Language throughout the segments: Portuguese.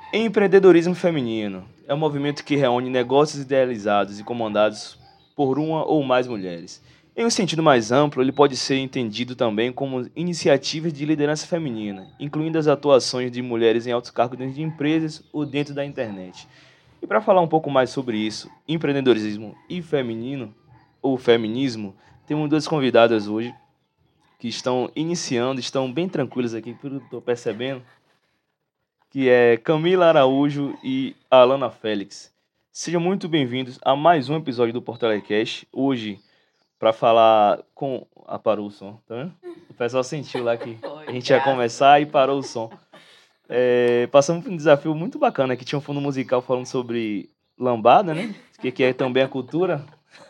Empreendedorismo feminino é um movimento que reúne negócios idealizados e comandados por uma ou mais mulheres. Em um sentido mais amplo, ele pode ser entendido também como iniciativas de liderança feminina, incluindo as atuações de mulheres em altos cargos dentro de empresas ou dentro da internet. E para falar um pouco mais sobre isso, empreendedorismo e feminino, ou feminismo, temos duas convidadas hoje que estão iniciando, estão bem tranquilas aqui, pelo que estou percebendo, que é Camila Araújo e Alana Félix. Sejam muito bem-vindos a mais um episódio do Portalecast. Hoje, para falar com... Ah, parou o som, tá vendo? O pessoal sentiu lá que a gente ia começar e parou o som. Passamos por um desafio muito bacana, que tinha um fundo musical falando sobre lambada, né? Que é também a cultura.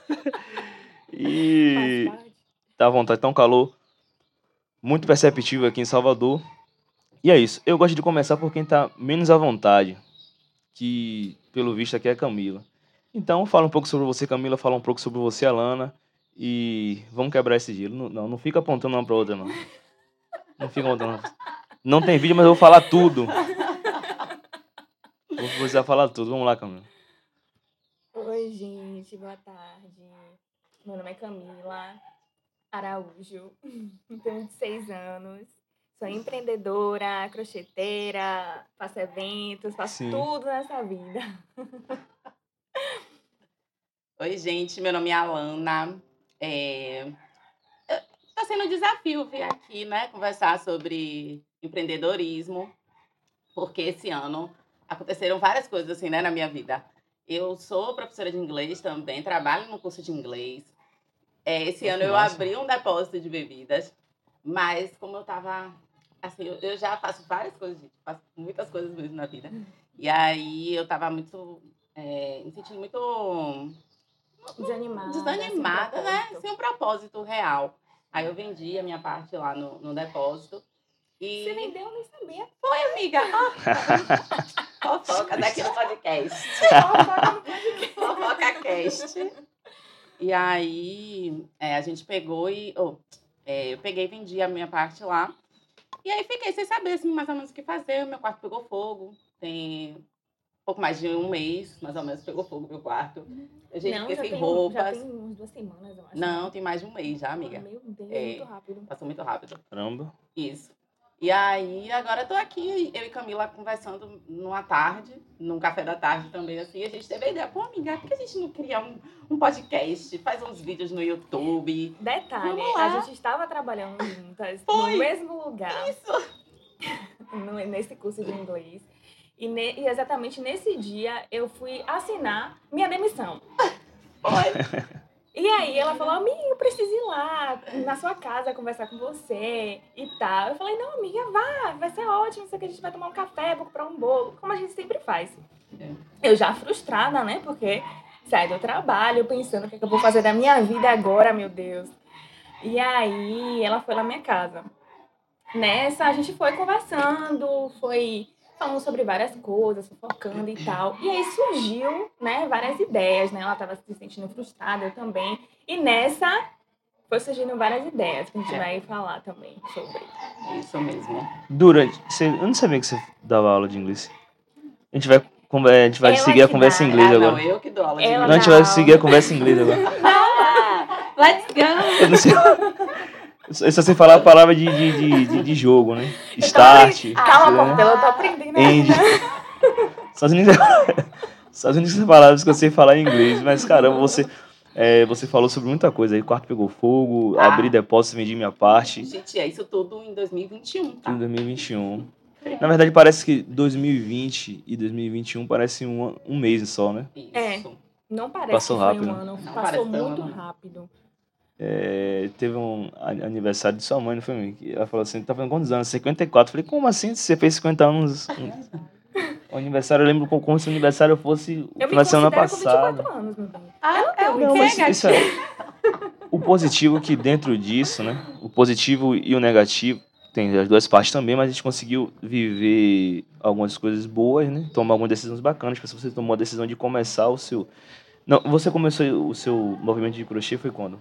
E tá à vontade, tá um calor muito perceptível aqui em Salvador. E é isso. Eu gosto de começar por quem tá menos à vontade, que pelo visto aqui é a Camila. Então, fala um pouco sobre você, Camila, fala um pouco sobre você, Alana, e vamos quebrar esse gelo. Não fica apontando uma pra outra, não. Não fica apontando. Não tem vídeo, mas eu vou falar tudo. Vou precisar falar tudo. Vamos lá, Camila. Oi, gente, boa tarde. Meu nome é Camila Araújo, tenho 26 anos, sou empreendedora, crocheteira, faço eventos, faço tudo nessa vida. Oi, gente, meu nome é Alana. Tá sendo um desafio vir aqui, né, conversar sobre empreendedorismo, porque esse ano aconteceram várias coisas assim, né, na minha vida. Eu sou professora de inglês também, trabalho no curso de inglês. Esse ano eu abri um depósito de bebidas, mas como eu tava, assim, eu já faço várias coisas, gente, faço muitas coisas mesmo na vida. E aí eu tava me sentindo muito desanimada, né? Sem um propósito real. Aí eu vendi a minha parte lá no depósito. E... Você vendeu, eu nem sabia. Foi, amiga. Fofoca daqui no podcast. Fofoca cast. E aí a gente pegou e... eu peguei e vendi a minha parte lá. E aí fiquei sem saber assim, mais ou menos o que fazer. O meu quarto pegou fogo. Tem pouco mais de um mês, mais ou menos, pegou fogo no meu quarto. Eu fiquei sem roupas. Já tem umas 2 semanas, eu acho. Não, tem mais de um mês já, amiga. Meu Deus, muito rápido. Passou muito rápido. Caramba. Isso. E aí, agora eu tô aqui, eu e Camila conversando numa tarde, num café da tarde também, assim, a gente teve a ideia, pô, amiga, por que a gente não cria um podcast, faz uns vídeos no YouTube? Detalhe, a gente estava trabalhando juntas no mesmo lugar. Isso! Nesse curso de inglês. E exatamente nesse dia eu fui assinar minha demissão. Foi! E aí ela falou, amiga, eu preciso ir lá na sua casa conversar com você e tal. Eu falei, não, amiga, vai ser ótimo, isso aqui a gente vai tomar um café, vou comprar um bolo, como a gente sempre faz. Eu já frustrada, né, porque saí do trabalho pensando o que eu vou fazer da minha vida agora, meu Deus. E aí ela foi na minha casa. Nessa a gente foi conversando, foi falando sobre várias coisas, fofocando e tal. E aí surgiu, né, várias ideias, né? Ela estava se sentindo frustrada, eu também. E nessa foi surgindo várias ideias que a gente vai falar também sobre. Isso mesmo. Eu não sabia que você dava aula de inglês. A gente vai seguir a conversa em inglês agora. Não, eu que dou aula de inglês. Não, a gente vai seguir a conversa em inglês agora. Let's go! Eu não sei. Eu só sei falar a palavra de jogo, né? Start. Calma, Portela, eu tô aprendendo ainda. Só as únicas palavras que eu sei falar em inglês. Mas, caramba, você falou sobre muita coisa aí. O quarto pegou fogo, abri depósito, vendi minha parte. Gente, isso tudo em 2021, tá? Em 2021. Na verdade, parece que 2020 e 2021 parecem um mês só, né? Isso. Não parece Passou que foi rápido. um ano. Passou muito rápido. Teve um aniversário de sua mãe, não foi, amigo? Ela falou assim, tá fazendo quantos anos? 54. Eu falei, como assim? Você fez 50 anos? O aniversário, eu lembro como se o aniversário fosse na semana passada. Eu me considero com 24 anos, meu bem. O positivo que dentro disso, né? O positivo e o negativo, tem as duas partes também, mas a gente conseguiu viver algumas coisas boas, né? Tomar algumas decisões bacanas. Se você tomou a decisão de começar o seu... Não, você começou o seu movimento de crochê foi quando?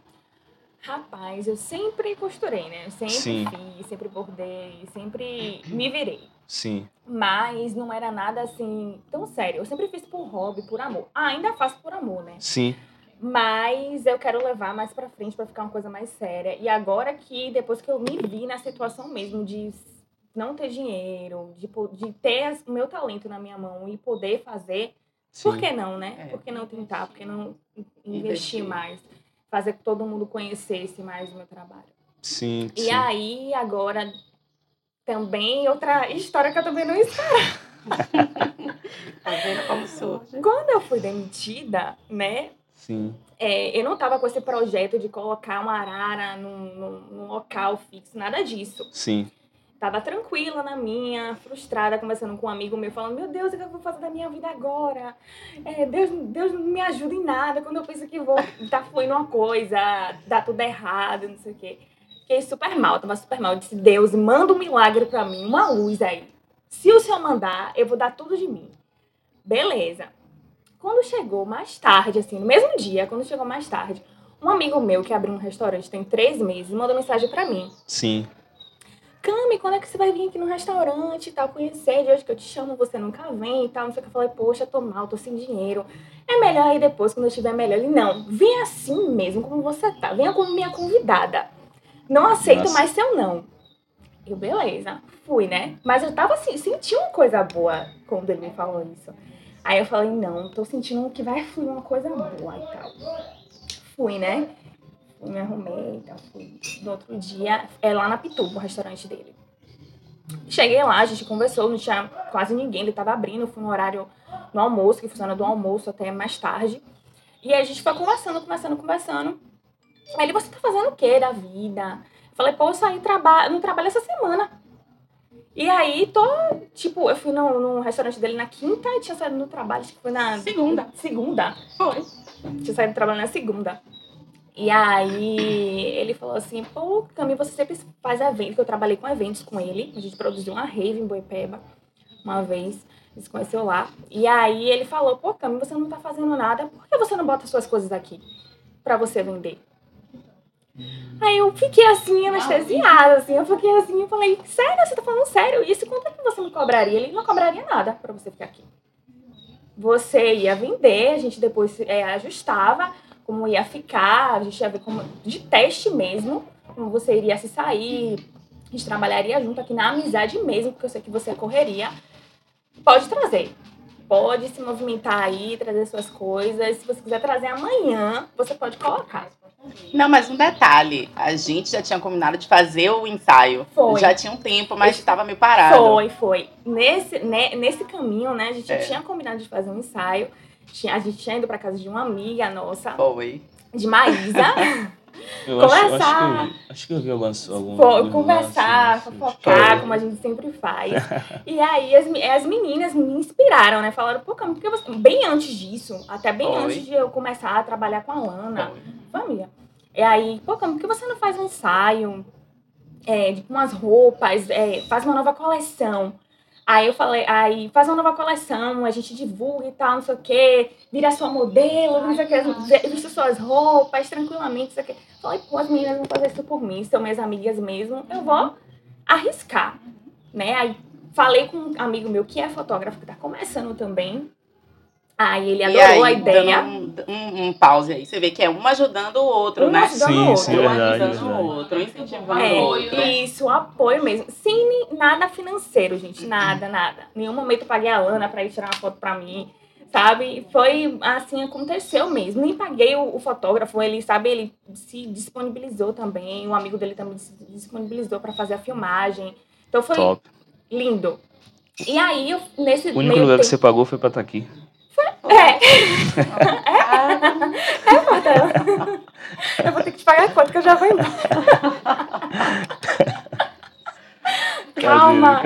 Rapaz, eu sempre costurei, né? Eu sempre fiz, sempre bordei, sempre me virei. Sim. Mas não era nada assim tão sério. Eu sempre fiz por hobby, por amor. Ainda faço por amor, né? Sim. Mas eu quero levar mais pra frente pra ficar uma coisa mais séria. E agora que, depois que eu me vi na situação mesmo de não ter dinheiro, de ter o meu talento na minha mão e poder fazer, por que não, né? Por que não tentar? Por que não investir mais? Fazer que todo mundo conhecesse mais o meu trabalho. Sim, E aí, agora, também outra história que eu também não esperava. Tá vendo como surge? Quando eu fui demitida, né? Sim. Eu não tava com esse projeto de colocar uma arara num local fixo, nada disso. Sim. Tava tranquila na minha, frustrada, conversando com um amigo meu, falando, meu Deus, o que eu vou fazer da minha vida agora? Deus não me ajuda em nada, quando eu penso que vou tá fluindo uma coisa, dá tudo errado, não sei o quê. Fiquei super mal, tava super mal. Eu disse, Deus, manda um milagre pra mim, uma luz aí. Se o Senhor mandar, eu vou dar tudo de mim. Beleza. Quando chegou mais tarde, assim, no mesmo dia, quando chegou mais tarde, um amigo meu que abriu um restaurante tem 3 meses, mandou mensagem pra mim. Sim. Cami, quando é que você vai vir aqui no restaurante e tal, conhecer, de hoje que eu te chamo, você nunca vem e tal, não sei o que. Eu falei, poxa, tô mal, tô sem dinheiro. É melhor aí depois, quando eu estiver melhor. Ele, não, vem assim mesmo, como você tá, venha como minha convidada. Não aceito mais seu não. Eu, beleza, fui, né? Mas eu tava assim, senti uma coisa boa quando ele me falou isso. Aí eu falei, não, tô sentindo que vai fluir uma coisa boa e tal. Fui, né? Me arrumei, então fui. No outro dia, lá na Pituba, o restaurante dele. Cheguei lá, a gente conversou, não tinha quase ninguém, ele tava abrindo, fui no horário no almoço, que funciona do almoço até mais tarde. E aí a gente foi conversando. Aí ele, você tá fazendo o quê da vida? Eu falei, pô, eu saí, não trabalho essa semana. E aí, eu fui no restaurante dele na quinta e tinha saído do trabalho, acho que foi na... Segunda. Foi. Tinha saído do trabalho na segunda. E aí, ele falou assim, pô, Cami, você sempre faz evento, que eu trabalhei com eventos com ele. A gente produziu uma rave em Boipeba, uma vez, a gente se conheceu lá. E aí, ele falou, pô, Cami, você não tá fazendo nada, por que você não bota suas coisas aqui pra você vender? Aí eu fiquei assim, anestesiada, assim, eu falei, sério, você tá falando sério? Isso, quanto é que você me cobraria? Ele não cobraria nada pra você ficar aqui. Você ia vender, a gente depois ajustava como ia ficar, a gente ia ver como, de teste mesmo, como você iria se sair, a gente trabalharia junto aqui na amizade mesmo, porque eu sei que você correria. Pode trazer, pode se movimentar aí, trazer suas coisas, se você quiser trazer amanhã, você pode colocar. Não, mas um detalhe, a gente já tinha combinado de fazer o ensaio. Foi. Já tinha um tempo, mas estava meio parado. Foi. Nesse caminho, né, a gente tinha combinado de fazer um ensaio. A gente tinha ido pra casa de uma amiga nossa. Foi. De Maísa. Acho que eu vi alguns conversar, fofocar, como a gente sempre faz. E aí as meninas me inspiraram, né? Falaram, pô, Cami, porque você... Bem antes disso, até bem antes de eu começar a trabalhar com a Lana, família. E aí, pô, Cami, por que você não faz um ensaio de umas roupas, faz uma nova coleção? Aí eu falei, faz uma nova coleção, a gente divulga e tal, não sei o quê, vira sua modelo, não sei o quê, vista suas roupas tranquilamente, não sei o quê. Falei, pô, as meninas vão fazer isso por mim, são minhas amigas mesmo, eu vou arriscar, né? Aí falei com um amigo meu que é fotógrafo, que tá começando também. Aí ele adorou a ideia. Dando um pause aí. Você vê que é um ajudando o outro, né? Sim, verdade. Ajudando o outro, incentivando o outro. Isso, apoio mesmo. Sem nada financeiro, gente. Nada. Nenhum momento eu paguei a Lana pra ir tirar uma foto pra mim, sabe? Foi assim, aconteceu mesmo. Nem paguei o fotógrafo, ele se disponibilizou também. Um amigo dele também se disponibilizou pra fazer a filmagem. Então foi lindo. E aí, o único lugar que você pagou foi pra estar aqui. Martelo. Eu vou ter que te pagar quanto que eu já vou embora. Calma.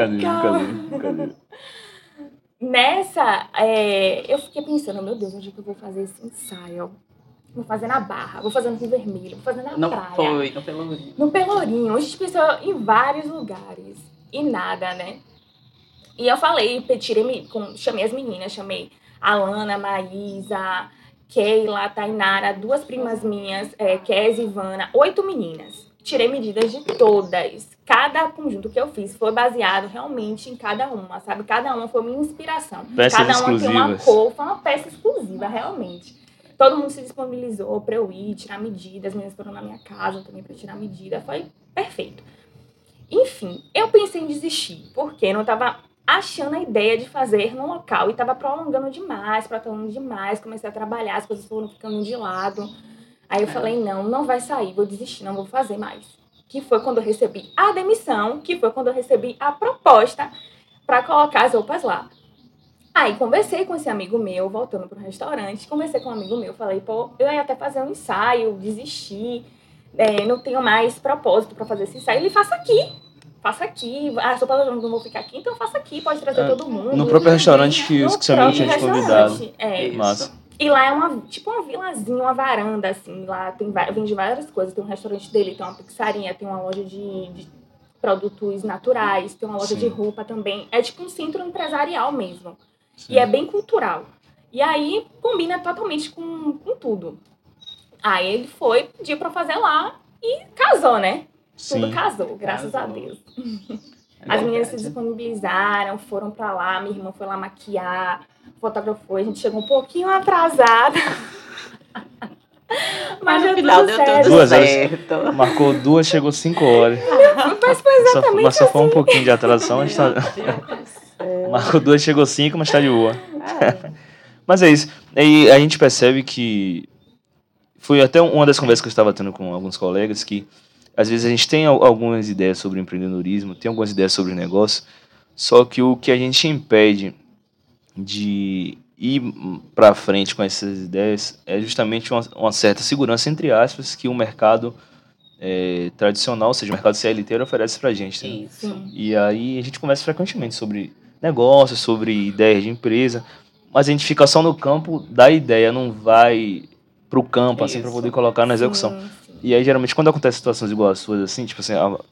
Nessa, eu fiquei pensando, meu Deus, onde é que eu vou fazer esse ensaio? Vou fazer na Barra, vou fazer no Rio Vermelho, vou fazer na praia. Foi, no Pelourinho. No Pelourinho. A gente pensou em vários lugares. E nada, né? E eu falei, chamei as meninas, chamei a Lana, a Maísa, Keila, a Tainara, 2 primas minhas, Kes e Ivana, 8 meninas. tirei medidas de todas. Cada conjunto que eu fiz foi baseado realmente em cada uma, sabe? Cada uma foi minha inspiração. Peças cada uma tem uma exclusivas. cor, foi uma peça exclusiva, realmente. Todo mundo se disponibilizou pra eu ir, tirar medidas. As meninas foram na minha casa também pra tirar medida. Foi perfeito. Enfim, eu pensei em desistir, porque eu não tava achando a ideia de fazer no local e tava prolongando demais, comecei a trabalhar, as coisas foram ficando de lado. Aí eu falei, não vai sair, vou desistir, não vou fazer mais. Que foi quando eu recebi a demissão, que foi quando eu recebi a proposta pra colocar as roupas lá. Aí conversei com esse amigo meu, voltando pro restaurante, conversei com um amigo meu, falei, pô, eu ia até fazer um ensaio, desistir, não tenho mais propósito pra fazer esse ensaio. Ele, faça aqui, as roupas não vão ficar aqui, então faça aqui, pode trazer todo mundo. No próprio restaurante que o seu amigo tinha te convidado. Massa. E lá é uma vilazinha, uma varanda, assim, lá vende várias coisas, tem um restaurante dele, tem uma pizzaria, tem uma loja de produtos naturais, tem uma loja de roupa também, é tipo um centro empresarial mesmo. Sim. E é bem cultural. E aí, combina totalmente com tudo. Aí ele foi, pediu pra fazer lá e casou, né? Sim. Tudo casou, graças a Deus. As meninas se disponibilizaram, foram pra lá, minha irmã foi lá maquiar, fotografou, a gente chegou um pouquinho atrasada. Mas no final deu tudo 2 certo. Marcou 2, chegou 5 horas. Mas foi exatamente mas só foi um pouquinho de atração, a gente tá... Marcou 2, chegou 5, mas tá de boa. Mas é isso. Aí a gente percebe que... Foi até uma das conversas que eu estava tendo com alguns colegas, que às vezes a gente tem algumas ideias sobre empreendedorismo, tem algumas ideias sobre negócio, só que o que a gente impede de ir para frente com essas ideias é justamente uma certa segurança, entre aspas, que o mercado tradicional, ou seja, o mercado CLT, oferece para a gente. Né? Isso. E aí a gente conversa frequentemente sobre negócios, sobre ideias de empresa, mas a gente fica só no campo da ideia, não vai pro campo, assim, para poder colocar na execução. Sim. E aí, geralmente, quando acontece situações igual as suas, assim, tipo assim,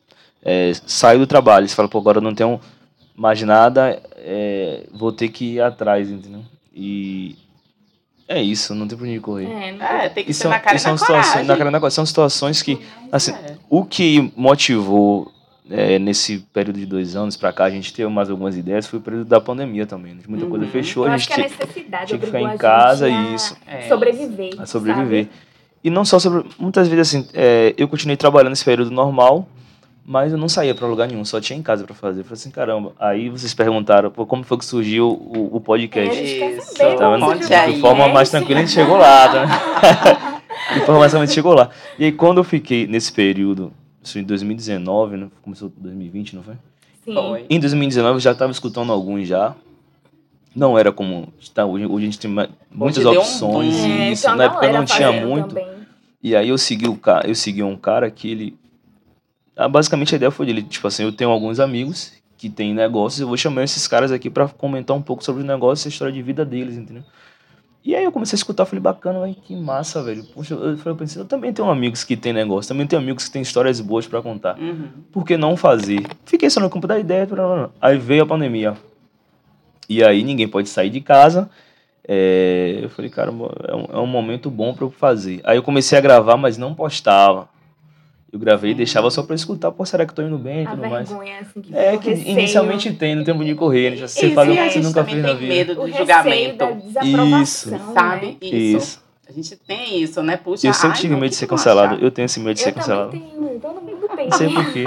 sai do trabalho, você fala, pô, agora eu não tenho mais nada, vou ter que ir atrás, entendeu? E é isso, não tem pra onde correr. Tem que ser na cara e na coragem. Na cara e na coragem. São situações que, assim, o que motivou nesse período de 2 anos pra cá, a gente teve mais algumas ideias, foi o período da pandemia também. Né? Muita coisa fechou, a gente tinha que ficar em casa e isso. Sobreviver. A sobreviver. Sabe? E não só muitas vezes, assim, eu continuei trabalhando nesse período normal, mas eu não saía pra lugar nenhum, só tinha em casa pra fazer. Eu falei assim, caramba. Aí vocês perguntaram, pô, como foi que surgiu o podcast? Isso. De forma mais tranquila, a gente chegou lá, tá? De forma mais tranquila, a gente chegou lá. E aí, quando eu fiquei nesse período, isso em 2019, né? Começou em 2020, não foi? Sim. Foi. Em 2019 eu já estava escutando alguns já. Não era como está hoje. Hoje a gente tem muitas opções. E isso. Na época não tinha muito. Também. E aí eu segui um cara que ele... basicamente a ideia foi dele. Tipo assim, eu tenho alguns amigos que têm negócios. Eu vou chamar esses caras aqui para comentar um pouco sobre os negócios e a história de vida deles, entendeu? E aí eu comecei a escutar, falei, bacana, véio, que massa, velho. Poxa, eu pensei, eu também tenho amigos que têm negócio, também tenho amigos que têm histórias boas pra contar. Por que não fazer? Fiquei só no campo da ideia, aí veio a pandemia. E aí ninguém pode sair de casa. Eu falei, cara, é um momento bom pra eu fazer. Aí eu comecei a gravar, mas não postava. Eu gravei e deixava só pra escutar, pô, será que eu tô indo bem e tudo mais. Assim, que inicialmente tem, no tempo de correr, né? Você faz o que você nunca fez na vida. Medo do julgamento. Isso, sabe? Né? Isso. A gente tem isso, né? Puxa, eu sempre tive medo de ser cancelado. Eu tenho esse medo de ser cancelado. Eu também tenho, todo mundo tem. Não sei porquê.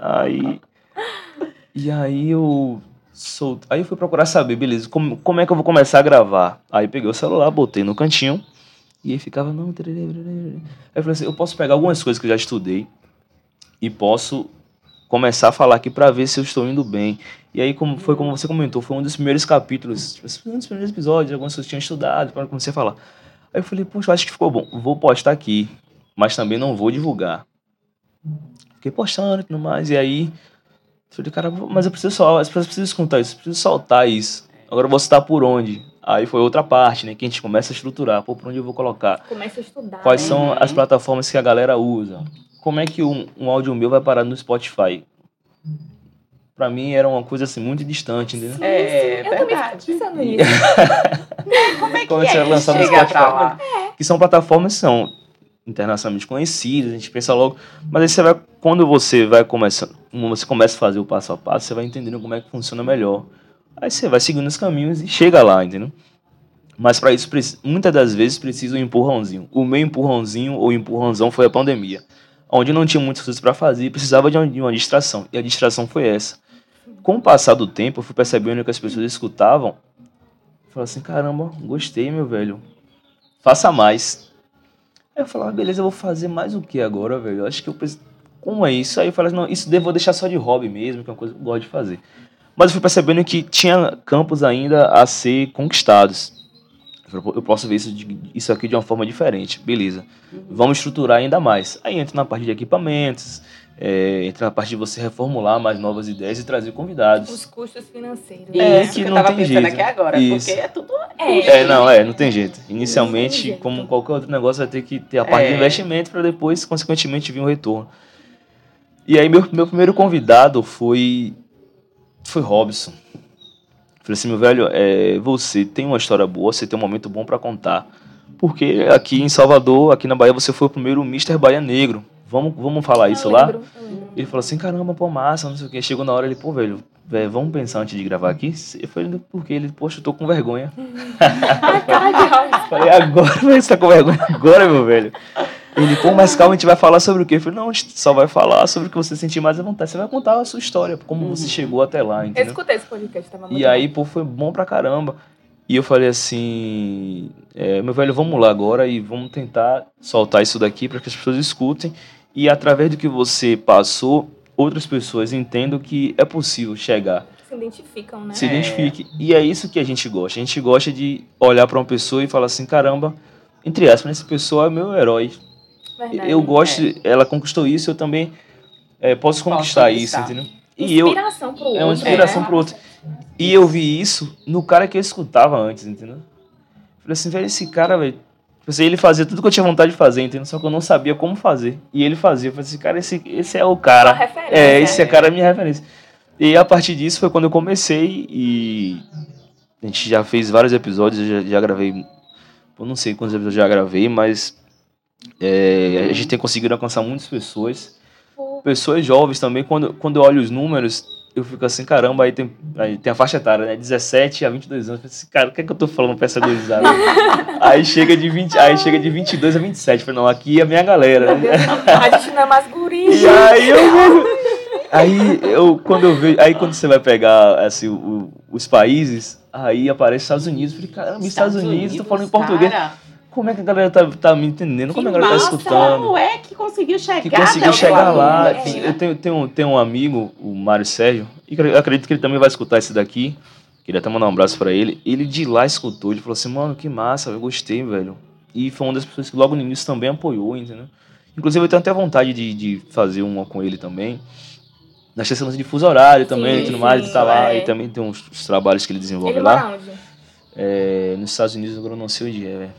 Aí eu fui procurar saber, beleza, como é que eu vou começar a gravar? Aí peguei o celular, botei no cantinho, e aí ficava, não... Aí eu falei assim, eu posso pegar algumas coisas que eu já estudei, e posso começar a falar aqui pra ver se eu estou indo bem. E aí, como você comentou, foi um dos primeiros capítulos, um dos primeiros episódios, algumas coisas que eu tinha estudado, para comecei a falar. Aí eu falei, poxa, eu acho que ficou bom, vou postar aqui, mas também não vou divulgar. Fiquei postando e tudo mais, e aí, falei, cara, mas as pessoas precisam escutar isso, preciso soltar isso. Agora eu vou citar por onde? Aí foi outra parte, né, que a gente começa a estruturar, por onde eu vou colocar. Começa a estudar. Quais são as plataformas que a galera usa. Como é que um áudio meu vai parar no Spotify? Pra mim era uma coisa assim muito distante, entendeu? Sim, eu também fico pensando nisso. Como é que você vai lançar no chegar pra Spotify? lá? Que são plataformas que são internacionalmente conhecidas, a gente pensa logo, mas aí você vai quando você vai começando, como você começa a fazer o passo a passo, você vai entendendo como é que funciona melhor. Aí você vai seguindo os caminhos e chega lá, entendeu? Mas para isso, muitas das vezes, precisa um empurrãozinho. O meu empurrãozinho ou empurrãozão foi a pandemia, onde não tinha muitas coisas para fazer e precisava de uma distração. E a distração foi essa. Com o passar do tempo, eu fui percebendo que as pessoas escutavam. Falaram assim, caramba, gostei, meu velho. Faça mais. Aí eu falava, beleza, eu vou fazer mais o que agora, velho? Eu acho que eu preciso... Como é isso? Aí eu falei, não, isso vou deixar só de hobby mesmo, que é uma coisa que eu gosto de fazer. Mas eu fui percebendo que tinha campos ainda a ser conquistados. Eu posso ver isso aqui de uma forma diferente. Beleza. Vamos estruturar ainda mais. Aí entra na parte de equipamentos, entra na parte de você reformular mais novas ideias e trazer convidados. Os custos financeiros. Isso que eu não tava tem pensando jeito. aqui agora, Isso. porque é tudo... Não tem jeito. Inicialmente, Não tem jeito. como qualquer outro negócio, vai ter que ter a parte de investimento para depois, consequentemente, vir um retorno. E aí, meu primeiro convidado foi Robson. Falei assim, meu velho, você tem uma história boa, você tem um momento bom para contar. Porque aqui em Salvador, aqui na Bahia, você foi o primeiro Mr. Bahia Negro. Vamos falar isso lá? Eu lembro. Ele falou assim, caramba, pô, massa, não sei o quê. Chegou na hora, ele, pô, velho, vamos pensar antes de gravar aqui? Eu falei, porque ele, poxa, eu tô com vergonha. Falei, agora, você tá com vergonha agora, meu velho? Ele, pô, mas calma, a gente vai falar sobre o quê? Eu falei, não, a gente só vai falar sobre o que você sentir mais à vontade. Você vai contar a sua história, como você chegou até lá, Eu entendeu? escutei esse podcast, tava muito E aí, pô, foi bom pra caramba. E eu falei assim, meu velho, vamos lá agora e vamos tentar soltar isso daqui para que as pessoas escutem. E através do que você passou, outras pessoas entendam que é possível chegar. Se identificam, né? Se identifique. E é isso que a gente gosta. A gente gosta de olhar para uma pessoa e falar assim, caramba, entre aspas, essa pessoa é meu herói. Verdade. Eu gosto, ela conquistou isso, eu também posso conquistar isso, entendeu? E Inspiração pro outro. É uma inspiração pro outro. E eu vi isso no cara que eu escutava antes, entendeu? Falei assim, velho, esse cara, velho... Ele fazia tudo que eu tinha vontade de fazer, entendeu? Só que eu não sabia como fazer. E ele fazia. Eu falei assim, cara, esse é o cara. Uma referência, Esse cara é a minha referência. E a partir disso foi quando eu comecei e... A gente já fez vários episódios, eu já gravei... Eu não sei quantos episódios eu já gravei, mas... a gente tem conseguido alcançar muitas pessoas. Pessoas jovens também. Quando eu olho os números... Eu fico assim, caramba, aí tem a faixa etária, né? 17 a 22 anos. Eu falei assim, cara, o que é que eu tô falando pra essa gurizada? Aí chega de 22 a 27. Eu falei, não, aqui é a minha galera. Né? A gente não é mais guri. E quando eu vejo... Aí quando você vai pegar assim, os países, aí aparece Estados Unidos. Eu falei, caramba, Estados Unidos, tô falando em português. Cara. Como é que a galera tá me entendendo? Como é que a galera tá escutando? Como é que conseguiu chegar? Que conseguiu chegar lá. É. Eu tenho um amigo, o Mário Sérgio, e eu acredito que ele também vai escutar esse daqui. Queria até mandar um abraço pra ele. Ele de lá escutou, ele falou assim, mano, que massa, eu gostei, velho. E foi uma das pessoas que logo no início também apoiou, entendeu? Inclusive eu tenho até vontade de fazer uma com ele também. Nas questões de fuso horário também, tudo mais, ele tá lá. E também tem uns trabalhos que ele desenvolve Ele lá. mora onde? Nos Estados Unidos, agora eu não sei onde é, velho.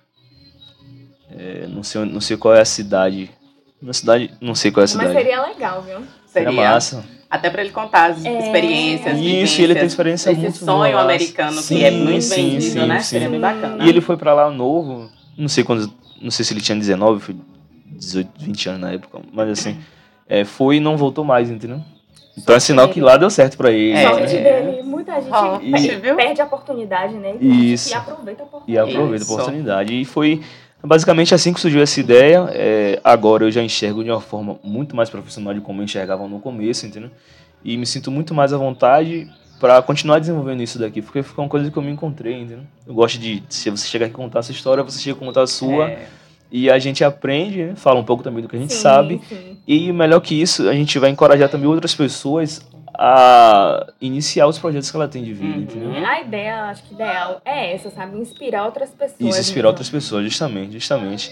Não sei qual é a cidade. Não sei qual é a cidade. Mas seria legal, viu? Seria massa. Até pra ele contar as experiências, Isso, ele tem experiência esse muito sonho boa. americano que é muito vendido, né? Sim. Seria bem bacana. E ele foi pra lá novo, não sei se ele tinha 19, foi 18, 20 anos na época, mas assim, foi e não voltou mais, entendeu? Então é sinal que lá deu certo pra ele. Sorte dele. Muita gente perde a oportunidade, né? Isso. E aproveita a oportunidade. E aproveita a oportunidade. E foi basicamente assim que surgiu essa ideia. Agora eu já enxergo de uma forma muito mais profissional de como eu enxergava no começo, entendeu? E me sinto muito mais à vontade para continuar desenvolvendo isso daqui, porque foi uma coisa que eu me encontrei, entendeu? Eu gosto de, se você chegar aqui e contar a sua história, você chega a contar a sua, e a gente aprende, né? Fala um pouco também do que a gente sabe, e melhor que isso, a gente vai encorajar também outras pessoas a iniciar os projetos que ela tem de vida, entendeu? A ideia, acho que ideal é essa, sabe? Inspirar outras pessoas. Isso, inspirar outras pessoas, justamente.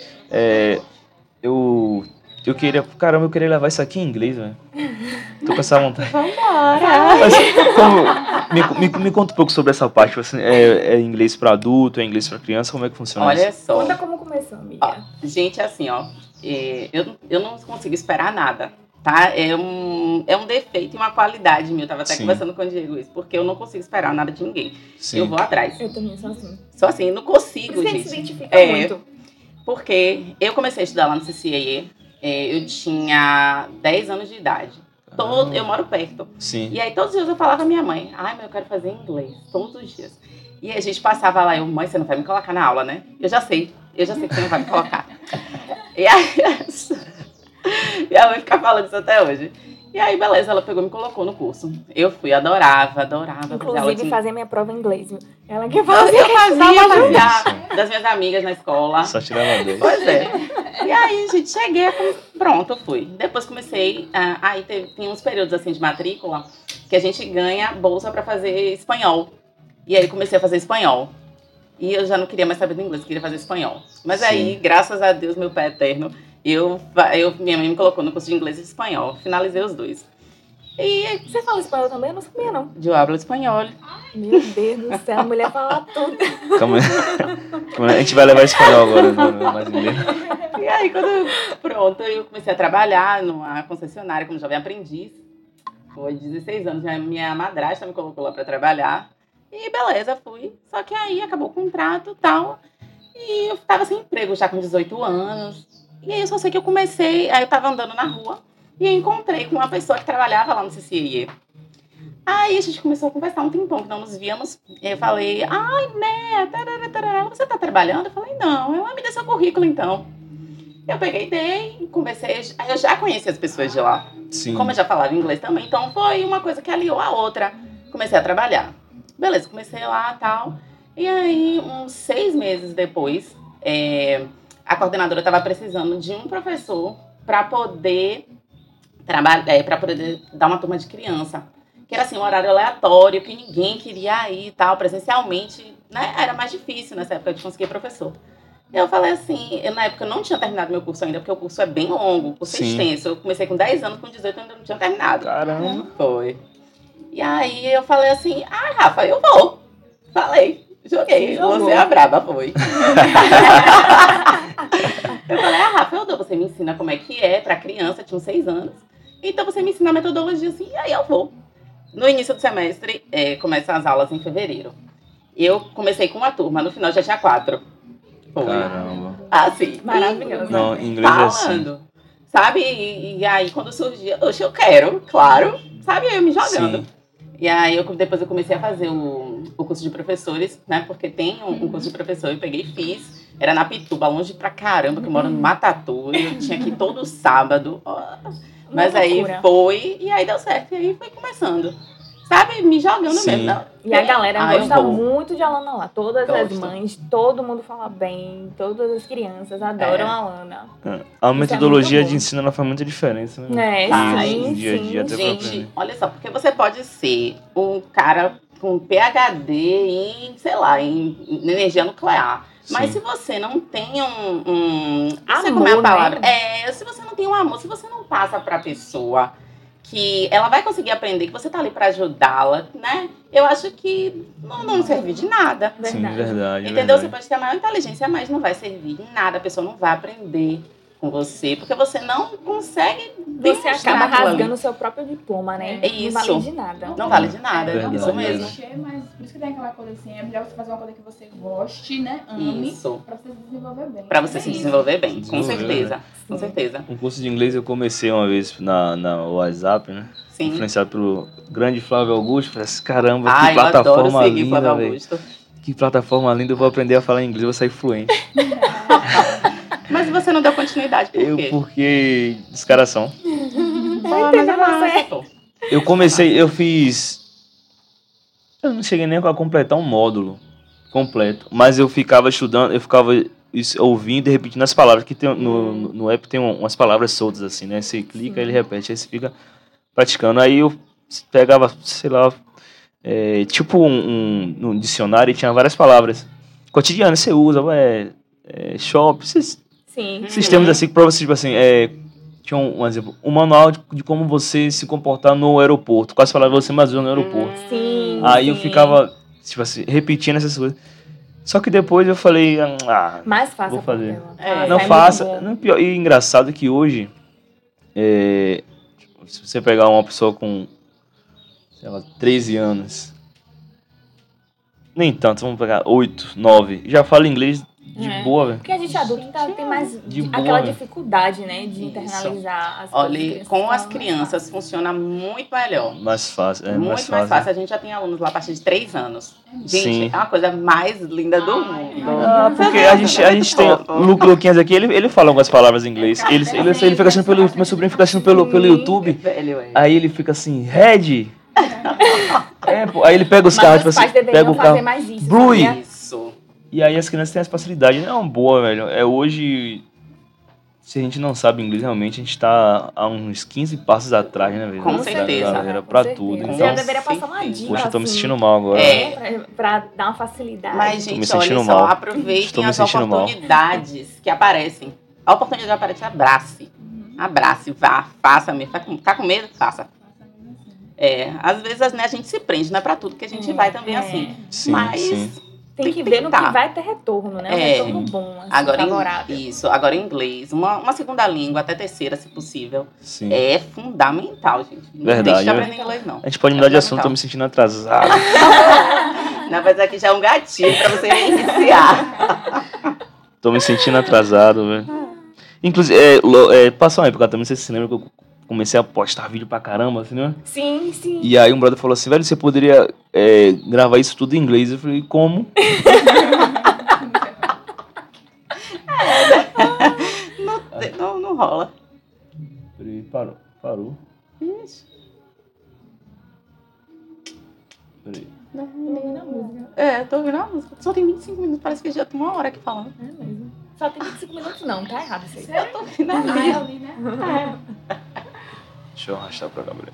Eu queria levar isso aqui em inglês, velho. Tô com essa vontade. Vambora! Mas, me conta um pouco sobre essa parte. Assim, é inglês pra adulto, é inglês pra criança? Como é que funciona Olha isso? só. Conta como começou, amiga. Ó, gente, assim, ó. Eu não consigo esperar nada, tá? É um defeito e uma qualidade minha. Eu tava até conversando com o Diego isso. Porque eu não consigo esperar nada de ninguém. Sim. Eu vou atrás. Eu também sou assim. Só assim, não consigo, Você gente. se identifica muito. Porque eu comecei a estudar lá no CCAE. eu tinha 10 anos de idade. Eu moro perto. Sim. E aí todos os dias eu falava à minha mãe, mas eu quero fazer inglês, todos os dias. E aí a gente passava lá, mãe, você não vai me colocar na aula, né? Eu já sei que você não vai me colocar. E aí minha mãe fica falando isso até hoje. E aí, beleza, ela pegou e me colocou no curso. Eu fui, adorava. Inclusive, fazer minha prova em inglês, viu? Ela que Eu fazia fazia das minhas amigas na escola. Só tirava 10. Pois é. E aí, gente, cheguei, pronto, eu fui. Depois comecei, aí tem uns períodos assim de matrícula que a gente ganha bolsa pra fazer espanhol. E aí comecei a fazer espanhol. E eu já não queria mais saber do inglês, queria fazer espanhol. Mas aí, graças a Deus, meu pai eterno, minha mãe me colocou no curso de inglês e espanhol. Finalizei os dois. E você fala espanhol também? Eu não sabia, não. Eu hablo espanhol. Meu Deus do céu, a mulher fala tudo. Calma aí. A gente vai levar espanhol agora, não mais inglês. E aí, pronto, eu comecei a trabalhar numa concessionária como jovem aprendiz. Foi 16 anos, minha madrasta me colocou lá pra trabalhar. E beleza, fui. Só que aí acabou o contrato e tal. E eu tava sem emprego já com 18 anos. E aí eu só sei que eu comecei, aí eu tava andando na rua e eu encontrei com uma pessoa que trabalhava lá no CCIE. Aí a gente começou a conversar um tempão que não nos víamos. E eu falei, né, você tá trabalhando? Eu falei, não. Ela me deu seu currículo então. Eu peguei, dei, conversei. Aí eu já conhecia as pessoas de lá. Sim. Como eu já falava inglês também, então foi uma coisa que aliou a outra. Comecei a trabalhar. Beleza, comecei lá e tal. E aí, uns 6 meses depois, a coordenadora estava precisando de um professor para poder para poder dar uma turma de criança. Que era assim, um horário aleatório, que ninguém queria ir e tal, presencialmente, né? Era mais difícil nessa época de conseguir professor. Eu falei assim, na época eu não tinha terminado meu curso ainda, porque o curso é bem longo, o curso é extenso. Eu comecei com 10 anos, com 18 eu ainda não tinha terminado. Caramba! Foi. E aí eu falei assim, Rafa, eu vou. Falei, joguei, você é a braba, foi. Eu falei, Rafa, eu dou, você me ensina como é que é pra criança, tinha uns 6 anos. Então você me ensina a metodologia assim, e aí eu vou. No início do semestre, começam as aulas em fevereiro. Eu comecei com uma turma, no final já tinha 4. Foi. Caramba. Assim. Maravilhoso. Não, em inglês é assim. Falando. Sabe? E aí quando surgia, oxe, eu quero, claro. Sabe? Eu me jogando. Sim. E aí depois eu comecei a fazer o curso de professores, né? Porque tem um curso de professor, eu peguei e fiz. Era na Pituba, longe pra caramba, que eu moro no Matatu. E eu tinha que ir todo sábado. Mas aí foi, e aí deu certo. E aí foi começando. Sabe? Me jogando Sim. mesmo. E a galera gosta eu muito de Alana lá. Todas as mães, todo mundo fala bem. Todas as crianças adoram a Alana. A metodologia de ensino ela faz muita diferença, né? Sim, dia a dia, até gente, olha só, porque você pode ser um cara com PhD em, sei lá, em energia nuclear. Mas se você não tem não sei como é a palavra. Né? Se você não tem um amor, se você não passa pra pessoa que ela vai conseguir aprender, que você tá ali pra ajudá-la, né? Eu acho que não serve de nada. Sim, verdade. Entendeu? Verdade. Você pode ter a maior inteligência, mas não vai servir de nada. A pessoa não vai aprender com você, porque você não consegue. Você acaba rasgando o seu próprio diploma, né? É isso. Não vale de nada. Não vale de nada, isso mesmo. Mas por isso que tem aquela coisa assim, é melhor você fazer uma coisa que você goste, né? Ame, isso. Pra você se desenvolver bem. Pra você se desenvolver bem, com certeza. Com certeza. Um curso de inglês eu comecei uma vez na WhatsApp, né? Sim. Influenciado pelo grande Flávio Augusto. Falei assim, caramba, que eu adoro plataforma seguir linda, Flávio velho. Augusto. Que plataforma linda, eu vou aprender a falar inglês, eu vou sair fluente. Mas você não deu continuidade, por quê? Porque descaração. Eu comecei, eu fiz... Eu não cheguei nem a completar um módulo completo, mas eu ficava estudando, eu ficava ouvindo e repetindo as palavras, que tem, no app tem umas palavras soltas assim, né? Você clica, ele repete, aí você fica praticando. Aí eu pegava, sei lá, tipo um dicionário e tinha várias palavras cotidianas, você usa, shop, esses termos assim, pra você, tipo assim, tinha um exemplo, um manual de como você se comportar no aeroporto, quais palavras você mais usa no aeroporto. Sim, aí eu ficava, tipo assim, repetindo essas coisas. Só que depois eu falei, mais fácil vou fazer. Não faça. Não, pior, e engraçado que hoje, se você pegar uma pessoa com, sei lá, 13 anos, nem tanto, vamos pegar 8, 9, já fala inglês De boa, velho. Porque a gente adulto tem mais De boa, aquela né? dificuldade, né? De Isso. internalizar as coisas. Olha, com as falam. crianças funciona muito melhor. Mais fácil, Muito mais mais fácil. fácil. A gente já tem alunos lá a partir de 3 anos. Gente, Sim. é uma coisa mais linda do mundo. Ah, porque a gente tem. O Luquinhas aqui, ele fala algumas palavras em inglês. Ele fica assistindo pelo. Meu sobrinho fica assistindo pelo YouTube. Velho, é. Aí ele fica assim, Red. Pô, aí ele pega os Mas carros, os tipo assim, pais pega deveriam o fazer carro. mais isso, Blue. sabia? Isso. E aí as crianças têm essa facilidade. Não é uma boa, velho. É hoje. Se a gente não sabe inglês, realmente a gente tá a uns 15 passos atrás, né, velho? Com Da certeza. galera, Com pra certeza. tudo. Você Então, já deveria passar uma dica. poxa, eu tô me assim, sentindo mal agora. É. Pra dar uma facilidade. Mas, Tô me gente, sentindo olha mal. só, Estou aproveitem me as sentindo mal. oportunidades que aparecem. A oportunidade aparece, abrace. Abrace, vá, faça mesmo. Tá com medo? Faça. Às vezes, né, a gente se prende, não é pra tudo que a gente vai também assim. Sim, Mas sim. Tem que ver no que tentar. vai ter retorno, né? Um retorno bom, assim, Agora, favorável. agora em inglês, uma segunda língua, até terceira, se possível, Sim. é fundamental, gente. Não Verdade, deixe de é. aprender inglês, não. A gente pode mudar de assunto, tô me sentindo atrasado. Não, mas aqui já é um gatilho pra você reiniciar. Tô me sentindo atrasado, velho. Inclusive, passou uma época também, não sei se você lembra que eu comecei a postar vídeo pra caramba, assim, né? Sim, sim. E aí um brother falou assim, velho, você poderia gravar isso tudo em inglês? Eu falei, como? Não rola. Peraí, parou. Ixi. Peraí. Tô ouvindo a música. Só tem 25 minutos, parece que já tem uma hora aqui falando. É mesmo. Só tem 25 minutos não, tá errado isso aí. Eu tô ouvindo a Ah, música. eu li, né? Deixa eu arrastar pra cá, peraí.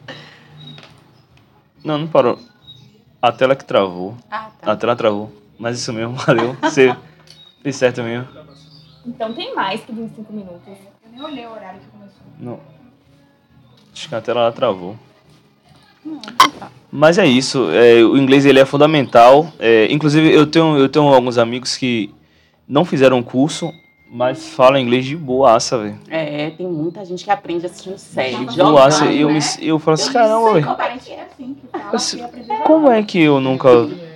Não parou. A tela que travou. Ah, tá. A tela travou. Mas isso mesmo, valeu. Você fez certo mesmo. Então tem mais que 25 minutos. Eu nem olhei o horário que começou. Não. Acho que a tela lá travou. Não, tá. Mas é isso, o inglês ele é fundamental. Inclusive eu tenho alguns amigos que não fizeram curso, mas falam inglês de boaça, velho. Tem muita gente que aprende assistindo série. De jogando, boaça. né? Eu falo assim, Eu caramba, sei velho. como Parente é assim, que fala Assim, que aprendeu. Como é que eu nunca...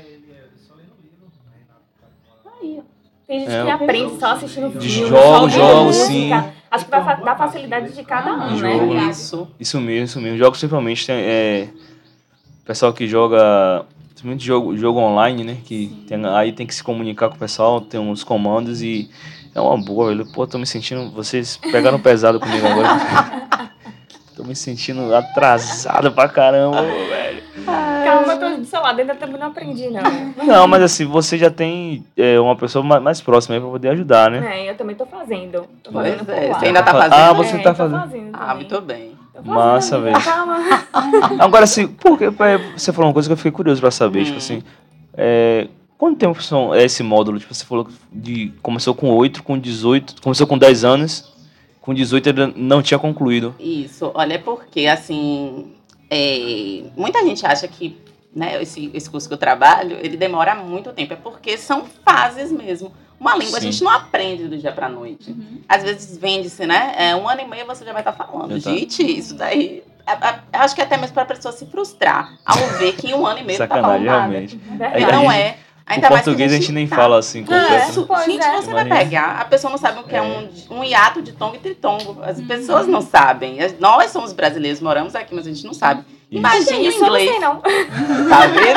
Aí, ó. Tem gente É, que aprende só assistindo filme, jogos, só ouvindo sim. música. Acho que vai dar facilidade de cada um, Jogo. né? Isso. Isso mesmo. Jogos principalmente tem pessoal que joga... Principalmente jogo online, né? Que aí tem que se comunicar com o pessoal, tem uns comandos e... É uma boa, velho. Pô, tô me sentindo... Vocês pegaram pesado comigo agora. Tô me sentindo atrasado pra caramba, velho. Calma, eu tô do seu lado, ainda também não aprendi, não. Não, mas assim, você já tem uma pessoa mais próxima aí pra poder ajudar, né? Eu também tô fazendo. Tô Pois fazendo é, por lá. você ainda tá fazendo? Ah, você tá tô fazendo. Ah, muito bem. Tô fazendo, Massa, amiga, velho. Calma. Agora, assim, porque você falou uma coisa que eu fiquei curioso pra saber, tipo assim, quanto tempo é esse módulo? Tipo, você falou que começou com 8, com 18, começou com 10 anos, com 18 ele não tinha concluído. Isso, olha, é porque, assim, muita gente acha que, né, esse curso que eu trabalho, ele demora muito tempo. É porque são fases mesmo. Uma língua Sim. a gente não aprende do dia pra noite. Às vezes vende-se, né? 1 ano e meio você já vai estar falando. Já tá. Gente, isso daí... Eu acho que até mesmo pra pessoa se frustrar ao ver que em 1 ano e meio não tá Sacanagem, falando nada. realmente. Verdade. Não Aí, é. O Ainda mais que português a gente nem tá. fala assim completo. Isso, Pois gente, é. você vai Imagina. pegar, a pessoa não sabe o que é um hiato de tongo e tritongo. As pessoas não sabem. Nós somos brasileiros, moramos aqui, mas a gente não sabe. Imagina o Isso eu não inglês. sei, não. Tá vendo?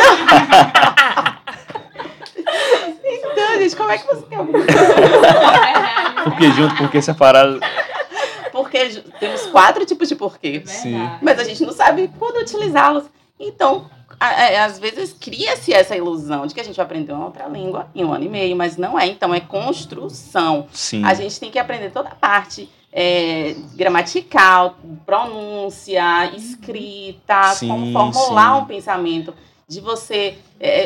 Então, gente, como é que você tem alguma Porque junto, porque separado. Porque temos 4 tipos de porquê. Sim. Mas a gente não sabe quando utilizá-los. Então, às vezes cria-se essa ilusão de que a gente vai aprender uma outra língua em 1 ano e meio, mas não é. Então, é construção. Sim. A gente tem que aprender toda a parte gramatical, pronúncia, escrita, Sim, como formular sim. um pensamento. De você...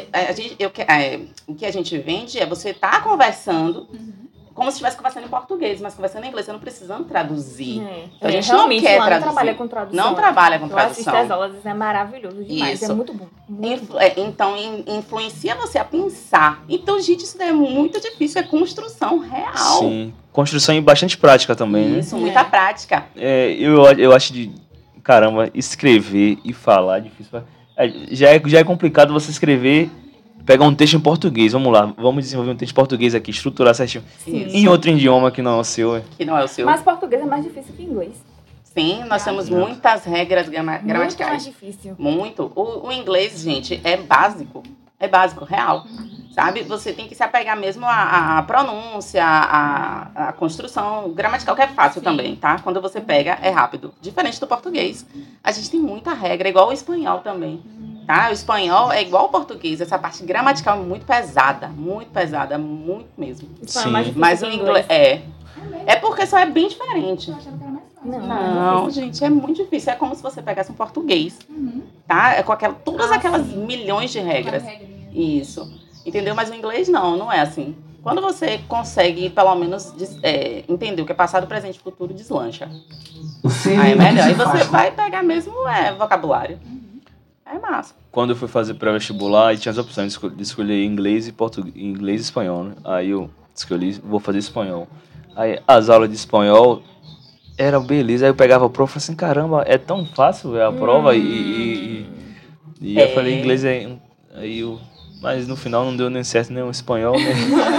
o que a gente vende é você estar conversando como se estivesse conversando em português, mas conversando em inglês, você não precisando traduzir. Então, a gente não realmente, quer lá traduzir. Não trabalha com tradução. Não trabalha com Eu assisto tradução. as aulas, é maravilhoso demais. Isso. É muito bom. Muito bom. Então, influencia você a pensar. Então, gente, isso daí é muito difícil. É construção real. Sim. Construção e bastante prática também, né? Isso, muita prática. Eu acho caramba, escrever e falar é difícil. Já é complicado você escrever pegar um texto em português, vamos lá, vamos desenvolver um texto em português aqui, estruturar certinho. Sim. Em outro idioma que não é o seu. Que não é o seu. Mas português é mais difícil que inglês. Sim, nós temos muitas regras Muito mais gramaticais. difícil. Muito. O inglês, gente, é básico. É básico, real. Sabe? Você tem que se apegar mesmo à pronúncia, à construção gramatical, que é fácil também, tá? Quando você pega, é rápido. Diferente do português. A gente tem muita regra, igual o espanhol também. Tá? O espanhol é igual ao português. Essa parte gramatical é muito pesada, muito mesmo. Isso é mais difícil Mas que o inglês é porque só é bem diferente. Eu achava que era mais fácil. Não, gente, é muito difícil. É como se você pegasse um português, tá? É com todas aquelas milhões de regras. Isso. Entendeu? Mas o inglês não é assim. Quando você consegue, pelo menos, entender o que é passado, presente e futuro, deslancha. Aí é melhor. Aí você vai pegar mesmo vocabulário. É massa. Quando eu fui fazer pré-vestibular, tinha as opções de escolher inglês e inglês e espanhol, né? Aí eu escolhi, vou fazer espanhol. Aí as aulas de espanhol eram beleza. Aí eu pegava a prova e falei assim, caramba, é tão fácil a prova. E eu falei, inglês é... Mas no final não deu nem certo nem o espanhol, nem...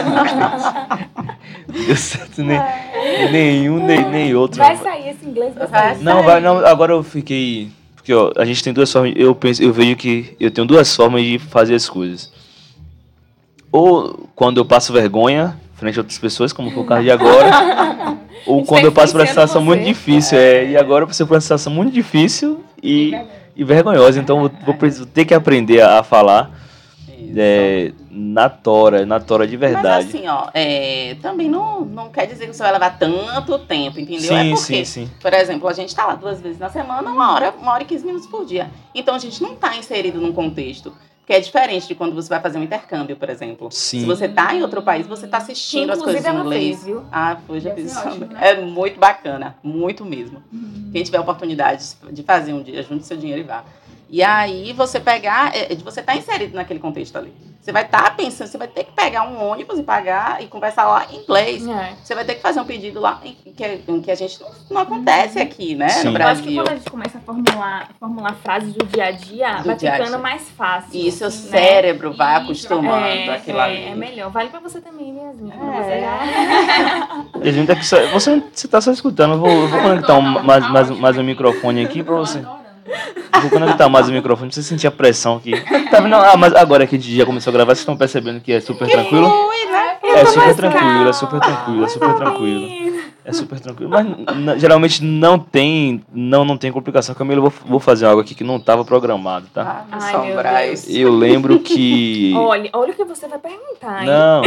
Não deu certo nenhum, nem outro. Vai sair esse inglês, vai sair. Não, agora eu fiquei... Porque ó, a gente tem duas formas, eu vejo que eu tenho duas formas de fazer as coisas. Ou quando eu passo vergonha frente a outras pessoas, como foi o caso de agora, ou quando eu passo por uma situação muito difícil. E agora eu passei por uma situação muito difícil e vergonhosa. Então eu vou ter que aprender a falar na tora de verdade. Mas assim, ó, também não quer dizer que você vai levar tanto tempo, entendeu? Sim. Por exemplo, a gente tá lá 2 vezes na semana, 1 hora e 15 minutos por dia. Então a gente não tá inserido num contexto. Que é diferente de quando você vai fazer um intercâmbio, por exemplo. Sim. Se você tá em outro país, você tá assistindo as coisas em inglês. Viu? Já fiz isso também. Né? É muito bacana, muito mesmo. Quem tiver a oportunidade de fazer um dia, junte seu dinheiro e vá. E aí você pegar, você tá inserido naquele contexto ali. Você vai estar pensando, você vai ter que pegar um ônibus e pagar e conversar lá em inglês. Você vai ter que fazer um pedido lá que a gente não acontece aqui, né, Sim. no Eu acho que Brasil. quando a gente começa a formular frases do dia a dia, vai ficando mais fácil. E seu né? cérebro vai acostumando aquilo ali. É melhor. Vale pra você também, Yasmin. Você tá só escutando, eu vou conectar mais um microfone aqui pra você. Vou conectar mais o microfone pra você sentir a pressão aqui. Tá vendo? Mas agora que a gente já começou a gravar, vocês estão percebendo que é super tranquilo? É super tranquilo. É super tranquilo. Mas geralmente não tem complicação. Camila, eu vou fazer algo aqui que não estava programado, tá? Ai, meu Deus. Eu lembro que... Olha o que você vai perguntar, hein? Não.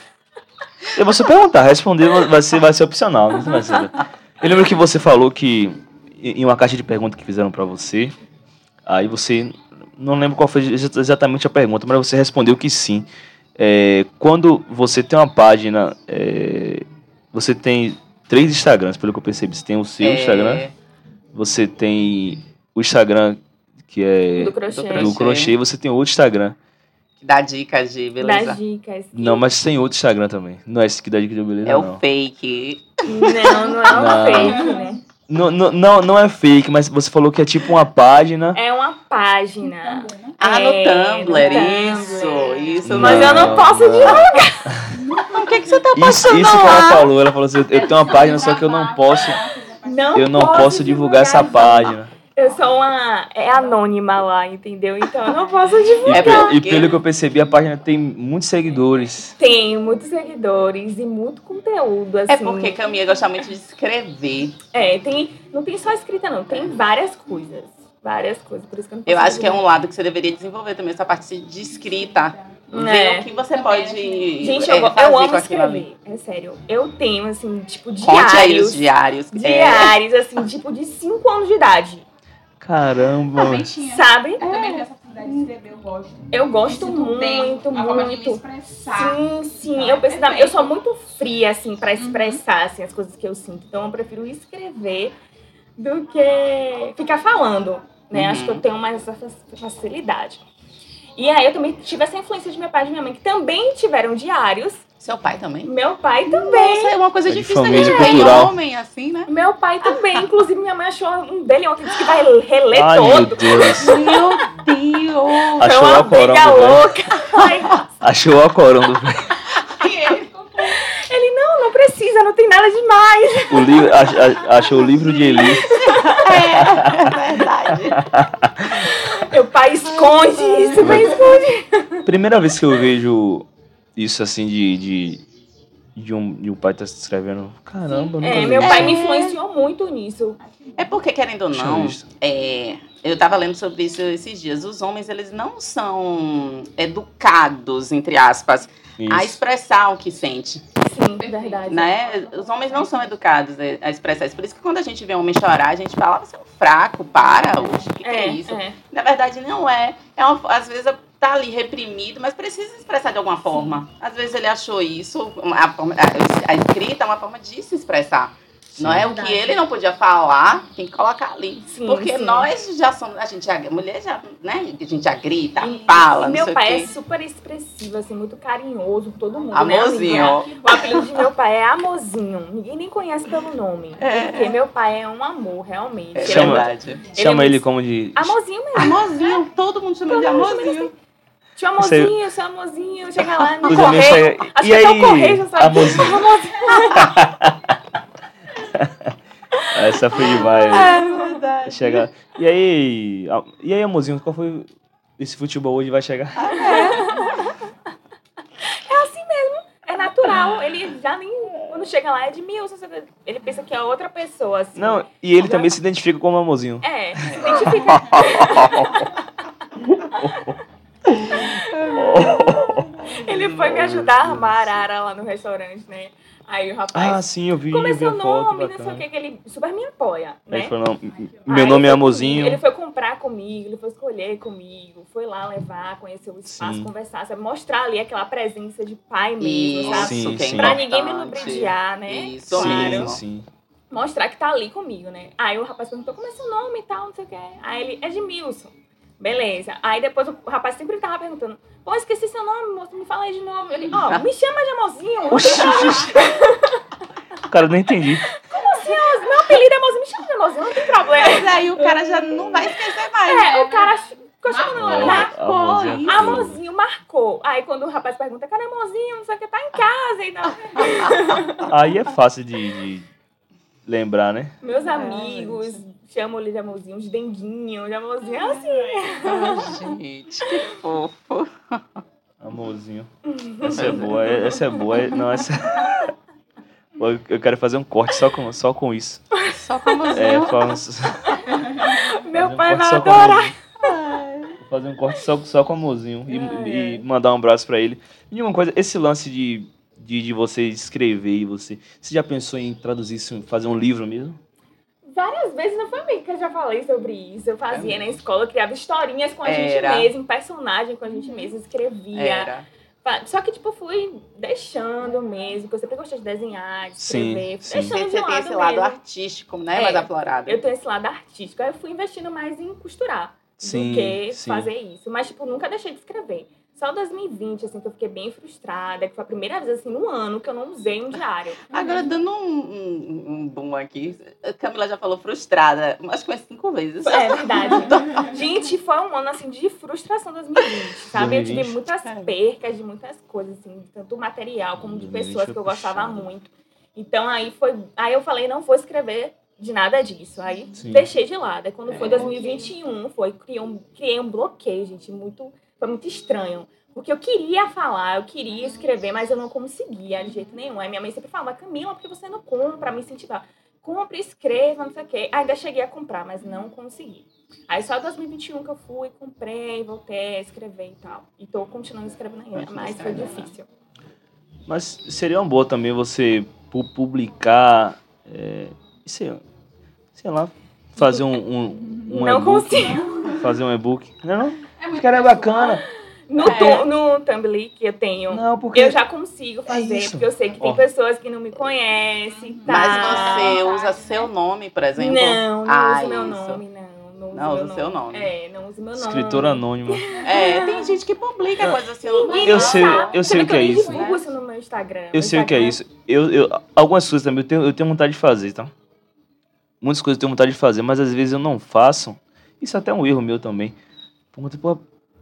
Eu vou só perguntar, responder vai ser opcional. Não vai ser. Eu lembro que você falou que em uma caixa de perguntas que fizeram pra você, aí você... Não lembro qual foi exatamente a pergunta, mas você respondeu que sim. Quando você tem uma página... você tem 3 Instagrams, pelo que eu percebi. Você tem o seu Instagram, você tem o Instagram que é do crochê, e você tem outro Instagram. Que dá dicas de beleza. Dá dicas. Não, mas tem outro Instagram também. Não é esse que dá dicas de beleza, não. É o fake. Não é um fake, né? Não é fake, mas você falou que é tipo uma página. É uma página. No Tumblr, isso. Mas eu não posso divulgar. O que você tá passando Isso que lá? ela falou. Ela falou assim, eu tenho uma página, só que eu não posso... Eu não posso divulgar essa página. Eu sou anônima lá, entendeu? Então eu não posso divulgar. E pelo que eu percebi, a página tem muitos seguidores. Tem muitos seguidores e muito conteúdo, assim. É porque Camila gosta muito de escrever. Não tem só escrita, não. Tem várias coisas. Várias coisas. Por isso que eu não posso Eu acho que é divulgar. um lado que você deveria desenvolver também, essa parte de escrita. Ver o que você pode Gente, fazer eu com amo aquilo escrever. ali. É sério. Eu tenho, assim, tipo, Conte aí os diários. diários. Assim, tipo, de 5 anos de idade. Caramba. Também tinha. Sabe? Também tenho essa facilidade de escrever, eu gosto. Eu gosto Sinto bem, muito, a forma de me muito. expressar. Sim. Eu sou muito fria, assim, pra expressar, assim, as coisas que eu sinto. Então, eu prefiro escrever do que ficar falando, né? Acho que eu tenho mais essa facilidade. E aí, eu também tive essa influência de meu pai e de minha mãe, que também tiveram diários. Seu pai também? Meu pai também. Nossa, é uma coisa De difícil da família gente ter cultural. homem, assim, né? Meu pai também. Inclusive, minha mãe achou um dele ontem, disse que vai reler Ai, meu todo. Deus. Meu louco. Foi Achou uma a corão briga do velho. louca. Ai, Achou a corão do velho. E ele ficou com ele, não precisa, não tem nada demais. O livro, achou o livro de Eli. É verdade. Meu pai esconde isso, meu pai esconde. Primeira vez que eu vejo isso assim de um pai tá escrevendo. Caramba, nunca vi Meu isso. pai me influenciou muito nisso. É porque, querendo ou Tinha não, visto. eu tava lendo sobre isso esses dias. Os homens, eles não são educados, entre aspas, a Isso. expressar o que sente, Sim, verdade. né? Os homens não são educados a expressar isso. Por isso que quando a gente vê um homem chorar, a gente fala, você é um fraco, para, hoje, o que é isso? Na verdade, não é. Às vezes tá ali reprimido, mas precisa expressar de alguma forma. Às vezes ele achou isso, a escrita é uma forma de se expressar. Não é o que Verdade. ele não podia falar, tem que colocar ali. Sim, Porque sim. nós já somos, a mulher já, né? A gente já grita, E- fala, e não meu sei o pai quê. é super expressivo, assim, muito carinhoso com todo mundo. Amorzinho. Né, amiga? O apelido de meu pai é Amorzinho. Ninguém nem conhece pelo nome. Porque meu pai é um amor, realmente. É Ele Chama- verdade. Chama é ele muito- como de. Amorzinho mesmo. Amorzinho, todo mundo chama de amorzinho. Tio Amorzinho, seu Amorzinho. Chega lá no Os amigos correio. chegam, Acho e que até aí, o correio já sabe. Amorzinho? Essa foi demais. verdade. Chega. E aí, amorzinho, qual foi esse futebol hoje? Vai chegar? É natural. Ele já nem... Quando chega lá é de Milson. Ele pensa que é outra pessoa, assim. Não, e ele também se identifica como amorzinho. É, se identifica. Ele foi me ajudar a armar a arara lá no restaurante, né? Aí o rapaz... Ah, sim, eu vi Como é a seu foto, nome? Não sei o bacana. que ele super me apoia, Aí né? ele falou, não, Aí meu nome é ele foi amorzinho. comigo, ele foi comprar comigo, ele foi escolher comigo, foi lá levar, conhecer o espaço, Sim. conversar, sabe? Mostrar ali aquela presença de pai mesmo, Isso, sabe? Sim, que é sim. Pra ninguém me importante. lubridiar, né? Isso Sim, mesmo. sim. Mostrar que tá ali comigo, né? Aí o rapaz perguntou como é seu nome e tal, não sei o que. Aí ele, é Edmilson. Beleza. Aí depois o rapaz sempre tava perguntando, pô, esqueci seu nome, moço, me fala aí de novo. Ele, ó, me chama de amorzinho. Não tem problema. Cara, eu não entendi. Como assim, amorzinho? Meu apelido é amorzinho, me chama de amorzinho, não tem problema. Mas aí o cara já não vai esquecer mais. né? O cara ficou chamando ela, Marcou Amorzinho. isso. amorzinho, marcou. Aí quando o rapaz pergunta, cadê amorzinho? Não sei o que, tá em casa. E não. Aí é fácil de lembrar, né? Meus amigos chamam ele de amorzinho, de denguinho, de amorzinho. Assim. Ai, gente, que fofo. Amorzinho. Essa é boa, essa é boa. Não, essa... Pô, eu quero fazer um corte só com isso. Só com amorzinho. Falando... Meu fazer um pai corte vai só com adorar. amorzinho. Vou fazer um corte só com o amorzinho e mandar um abraço pra ele. E uma coisa, esse lance de você escrever e você já pensou em traduzir isso, fazer um livro mesmo? Várias vezes na família que eu já falei sobre isso. Eu fazia na escola, eu criava historinhas com a gente Era. mesmo, personagem com a gente mesmo, escrevia. Era. Só que, tipo, eu fui deixando mesmo, porque eu sempre gostei de desenhar, de escrever. Sim, Deixando Você de tem lado esse lado mesmo. artístico, né? Mais aflorado. Eu tenho esse lado artístico. Aí eu fui investindo mais em costurar Sim, do que sim. fazer isso. Mas, tipo, nunca deixei de escrever. Só 2020, assim, que eu fiquei bem frustrada, que foi a primeira vez, assim, no ano que eu não usei um diário. Agora, dando um boom aqui, a Camila já falou frustrada, acho que umas 5 vezes. É verdade. Gente, foi um ano, assim, de frustração 2020, sabe? 2020. Eu tive muitas percas de muitas coisas, assim, tanto material como de 2020 pessoas que eu foi gostava puxado. muito. Então, aí eu falei, não vou escrever de nada disso. Aí Sim. deixei de lado. Aí quando foi 2021, criei um bloqueio, gente, foi muito estranho. Porque eu queria falar, eu queria escrever, mas eu não conseguia de jeito nenhum. Aí minha mãe sempre falava, Camila, por que você não compra? Me incentivar. Compre, escreva, não sei o quê. Ainda cheguei a comprar, mas não consegui. Aí só em 2021 que eu fui, comprei, voltei a escrever e tal. E tô continuando escrevendo ainda, mas foi difícil. Mas seria uma boa também você publicar, sei lá, fazer um Não e-book. consigo. Fazer um e-book. Não? Esse cara é bacana. No Tumblr que eu tenho, Não, porque... eu já consigo fazer, isso. porque eu sei que tem Ó. pessoas que não me conhecem e tal. Mas você usa seu nome, por exemplo? Não uso meu isso. nome, não. Não uso usa seu nome. Não uso meu nome. Escritor anônimo. Tem gente que publica coisas assim. Eu sei o que é isso. Eu divulgo isso no meu Instagram. Eu sei o que é isso. Algumas coisas também eu tenho vontade de fazer, tá? Muitas coisas eu tenho vontade de fazer, mas às vezes eu não faço. Isso é até um erro meu também. Pergunta, pô,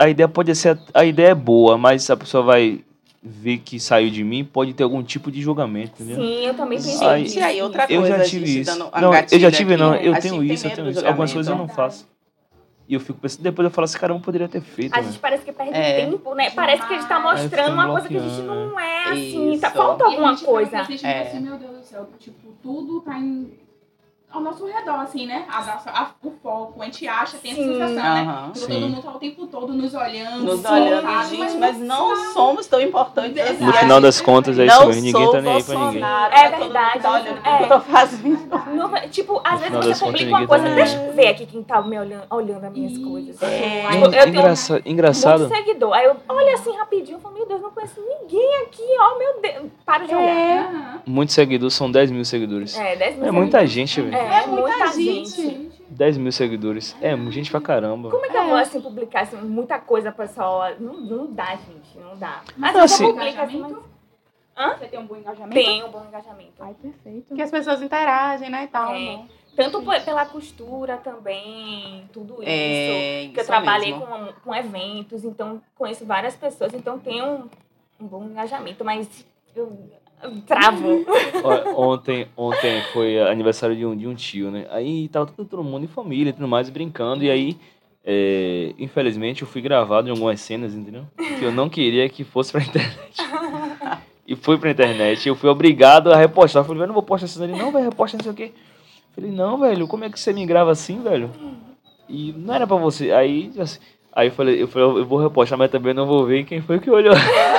a ideia pode ser... A ideia é boa, mas a pessoa vai ver que saiu de mim, pode ter algum tipo de julgamento, entendeu? Sim, eu também pensei Aí- nisso. Gente, aí outra Eu coisa, já a tive gente isso. dando uma Não, eu já gatilha tive, aqui, não. né? Eu A tenho gente tem isso, eu medo tenho do isso. Algumas julgamento. coisas eu não faço. E eu fico pensando, depois eu falo assim, caramba, eu poderia ter feito, A né? gente parece que perde É. tempo, né? Parece que a gente tá mostrando fica uma coisa que a gente bloqueando, não é assim. Isso. Falta E a alguma gente fica coisa. naquele sentimento assim, meu Deus do céu, tipo, tudo tá ao nosso redor, assim, né? O foco, a gente acha, tem essa Sim. sensação, né? Aham. Todo Sim. mundo tá o tempo todo nos olhando. Nos sim, olhando, sabe? gente, mas não somos tão importantes assim. No final das contas, é isso Não mesmo. Ninguém sou tá nem aí pra ninguém. Bolsonaro, É mas todo mundo verdade, tá olhando o que é. eu tô fazendo. Não, tipo, às vezes final você das contas, publica uma ninguém coisa, tá nem deixa aí. eu ver aqui quem tá me olhando as minhas coisas. É. Tipo, eu tenho Engraçado. muito seguidor. Aí eu olho assim rapidinho e falo, meu Deus, não conheço ninguém aqui, ó, meu Deus. Para de olhar. Aham. Muitos seguidores, são 10 mil seguidores. É, 10 mil É muita seguidores. gente, velho. É, muita muita gente. gente. 10 mil seguidores. É gente pra caramba. Como é que eu vou, assim, publicar assim, muita coisa, pessoal? Não dá, gente, não dá. Às Não, vezes assim- eu publico assim, mas Você tem um bom engajamento? tem um bom engajamento. Ai, perfeito. Que as pessoas interagem, né, e tal. É. né? Tanto pela costura também, tudo isso. É, Que eu isso trabalhei mesmo. com eventos, então conheço várias pessoas, então tem um bom engajamento, mas eu travo. Ontem foi aniversário de um tio, né? Aí tava todo mundo em família e tudo mais, brincando. E aí, infelizmente, eu fui gravado em algumas cenas, entendeu? Que eu não queria que fosse pra internet. E foi pra internet. Eu fui obrigado a repostar. Eu falei, eu não vou postar isso ali. Não, velho, reposta não sei o quê. Eu falei, não, velho, como é que você me grava assim, velho? E não era pra você. Aí, assim, eu falei, eu vou repostar, mas também não vou ver quem foi que olhou.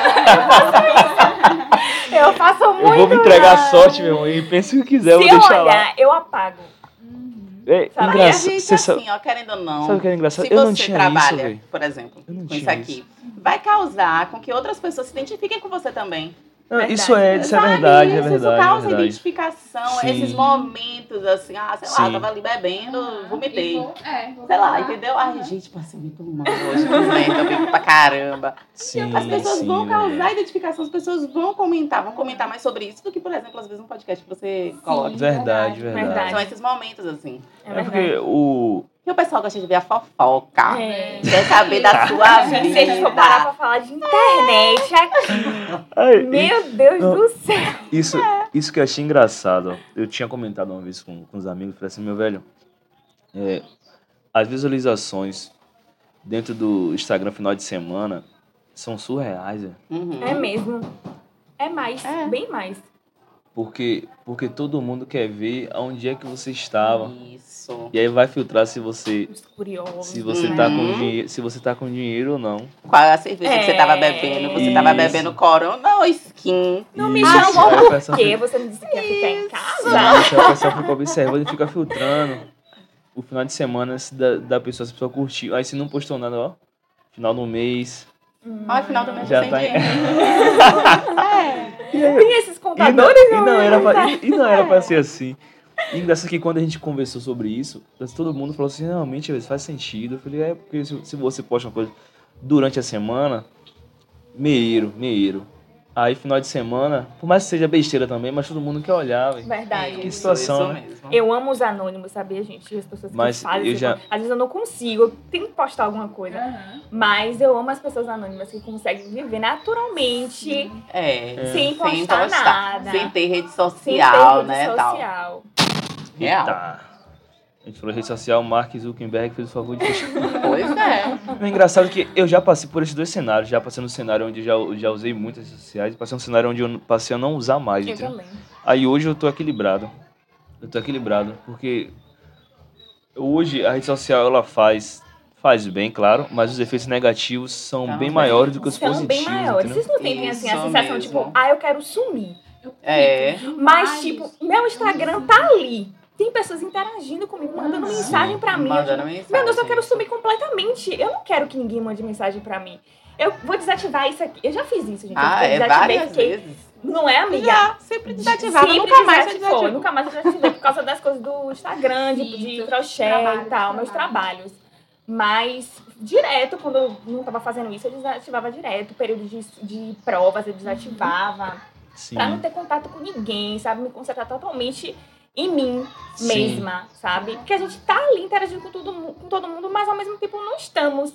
Eu faço muito. Eu vou me entregar à mais. sorte, meu irmão. E pense o que quiser, eu Se vou eu deixar lá. olhar, eu apago. É Sabe? Aí a engraçado. gente, Você sabe, assim, ó, querendo ou não, sabe o que é engraçado? se Eu você não tinha trabalha, isso, velho. por exemplo, Eu não com isso tinha aqui, vai causar com que outras pessoas se identifiquem com você também. Não, Verdade. isso é Sabe? verdade, é Isso verdade. causa é verdade. identificação, Sim. esses momentos, assim, sei lá, Sim. eu tava ali bebendo, vomitei. Vou Sei lá, entendeu? Ai, gente, passei muito mal hoje, comendo, eu bebo pra caramba. Sim, As pessoas sim, vão verdade. causar identificação, as pessoas vão comentar mais sobre isso do que, por exemplo, às vezes um podcast que você coloca. Verdade, Verdade. verdade. São esses momentos, assim. É porque o... E o pessoal gosta de ver a fofoca. É. Quer saber da sua Gente, se a gente for parar pra vida. falar de internet aqui, Ai, meu Deus não. do céu. Isso que eu achei engraçado. Ó. Eu tinha comentado uma vez com os amigos, falei assim, meu velho, as visualizações dentro do Instagram final de semana são surreais, velho. Uhum. É mesmo. É mais, É. bem mais. Porque todo mundo quer ver aonde é que você estava. Isso. E aí vai filtrar se você Os curiosos. se você né? tá com dinheiro, se você tá com dinheiro ou não. Qual é a cerveja que você tava bebendo? Você tava Isso. bebendo Corona ou Skin? Não me Isso. chamou Aí a por pessoa quê? fica- Você não disse que ia ficar em casa? Isso, a pessoa fica observando e fica filtrando o final de semana se da pessoa, se a pessoa curtiu. Aí se não postou nada, ó, final do mês. Ai, final do mês Já sem tá em- dinheiro. Tem esses E contadores? não era pra ser assim. E engraçado que quando a gente conversou sobre isso, todo mundo falou assim, realmente faz sentido. Eu falei, porque se você posta uma coisa durante a semana, meieiro. Aí final de semana, por mais que seja besteira também, mas todo mundo quer olhar, velho. Verdade. Que situação, isso né? mesmo. Eu amo os anônimos, sabia, gente? As pessoas que Mas fazem. eu esse já- tipo- Às vezes eu não consigo, eu tenho que postar alguma coisa. Mas eu amo as pessoas anônimas que conseguem viver naturalmente, sem postar nada. Sem ter rede sem social, ter né? rede Tal. social. Real. Tá. A gente falou rede social, Mark Zuckerberg fez o favor de fechar. Pois é. É engraçado que eu já passei por esses dois cenários. Já passei no cenário onde eu já usei muitas redes sociais. Passei no cenário onde eu passei a não usar mais, Eu entendeu? também. Aí hoje eu tô equilibrado. Porque hoje a rede social ela faz bem, claro, mas os efeitos negativos são Também. bem maiores do que os São positivos, bem maiores. entendeu? Vocês não sentem assim, a Isso sensação, mesmo. tipo, eu quero sumir. É. Mas, tipo, meu Instagram tá ali. Tem pessoas interagindo comigo, mandando mensagem pra mim. Mandando Eu, mensagem. meu Deus, eu quero sumir completamente. Eu não quero que ninguém mande mensagem pra mim. Eu vou desativar isso aqui. Eu já fiz isso, gente. Ah, eu várias fiquei. vezes. Não é, amiga? Já, sempre desativava. Sempre Nunca mais desativou. desativou. Nunca mais eu desativei por causa das coisas do Instagram, de Isso, crochê trabalhos, e tal, meus trabalhos. Mas, direto, quando eu não tava fazendo isso, eu desativava direto. Período de provas, eu desativava. Sim. Pra não ter contato com ninguém, sabe? Me concentrar totalmente em mim Sim. mesma, sabe? Porque a gente tá ali interagindo com todo mundo, mas ao mesmo tempo não estamos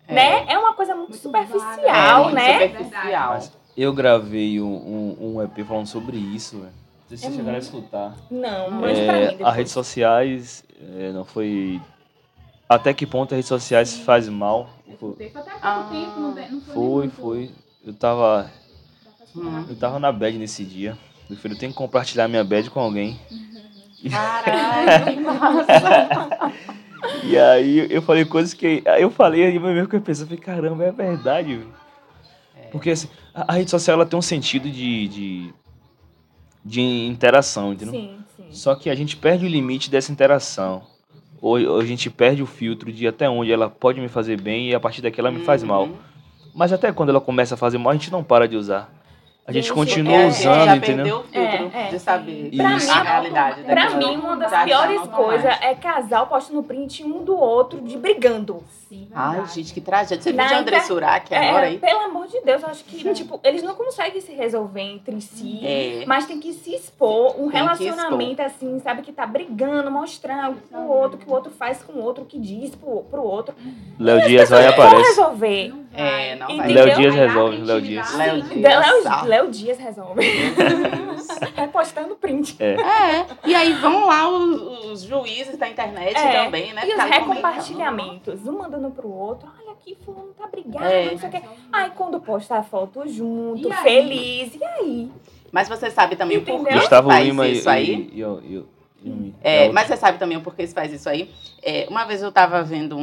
né? É uma coisa muito Muito superficial, muito né? superficial. Mas eu gravei um EP falando sobre isso, velho. Não sei se vocês chegaram a escutar. Não, mande pra mim depois. As redes sociais, não foi... Até que ponto as redes sociais faz mal? Foi até pouco tempo, não Foi. Eu tava na bad nesse dia. Eu falei, eu tenho que compartilhar minha bad com alguém. Caralho, que massa. E aí eu falei coisas que... Eu falei, aí mesmo que eu pensei, eu falei, caramba, é verdade, velho. Porque assim, a rede social ela tem um sentido de interação, entendeu? Sim. Só que a gente perde o limite dessa interação. Ou a gente perde o filtro de até onde ela pode me fazer bem e a partir daqui ela me faz mal. Mas até quando ela começa a fazer mal, a gente não para de usar. A gente continua usando, já entendeu? Perdeu o filtro de saber Pra Isso. a realidade. Pra daquela- mim, uma das Já piores não tá coisas mais. é casal postando print um do outro de brigando. Sim, Ai, verdade. gente, que tragédia. Você Na viu de André inter- Surak agora aí? Pelo amor de Deus, eu acho que, tipo, eles não conseguem se resolver entre si, É. mas tem que se expor. Um Tem que relacionamento, assim, sabe, que tá brigando, mostrando pro outro, que o outro faz com o outro, o que diz pro outro. Léo Dias vai e Vão aparece. resolver. É, não vai. Entendeu? Léo Dias Vai dar resolve, pra Léo Dias. intimidade. Léo Dias. Léo Dias resolve. Repostando print. E aí vão lá os juízes da internet também, né? E os ficar comentando. recompartilhamentos, um mandando pro outro, olha aqui, fulano tá brigado, É. não sei o quê. Aí quando posta a foto junto, E aí? feliz, e aí? Mas você sabe também o Entendeu? porquê que Gustavo faz Lima isso aí? e Mas você sabe também o porquê que faz isso aí? Uma vez eu tava vendo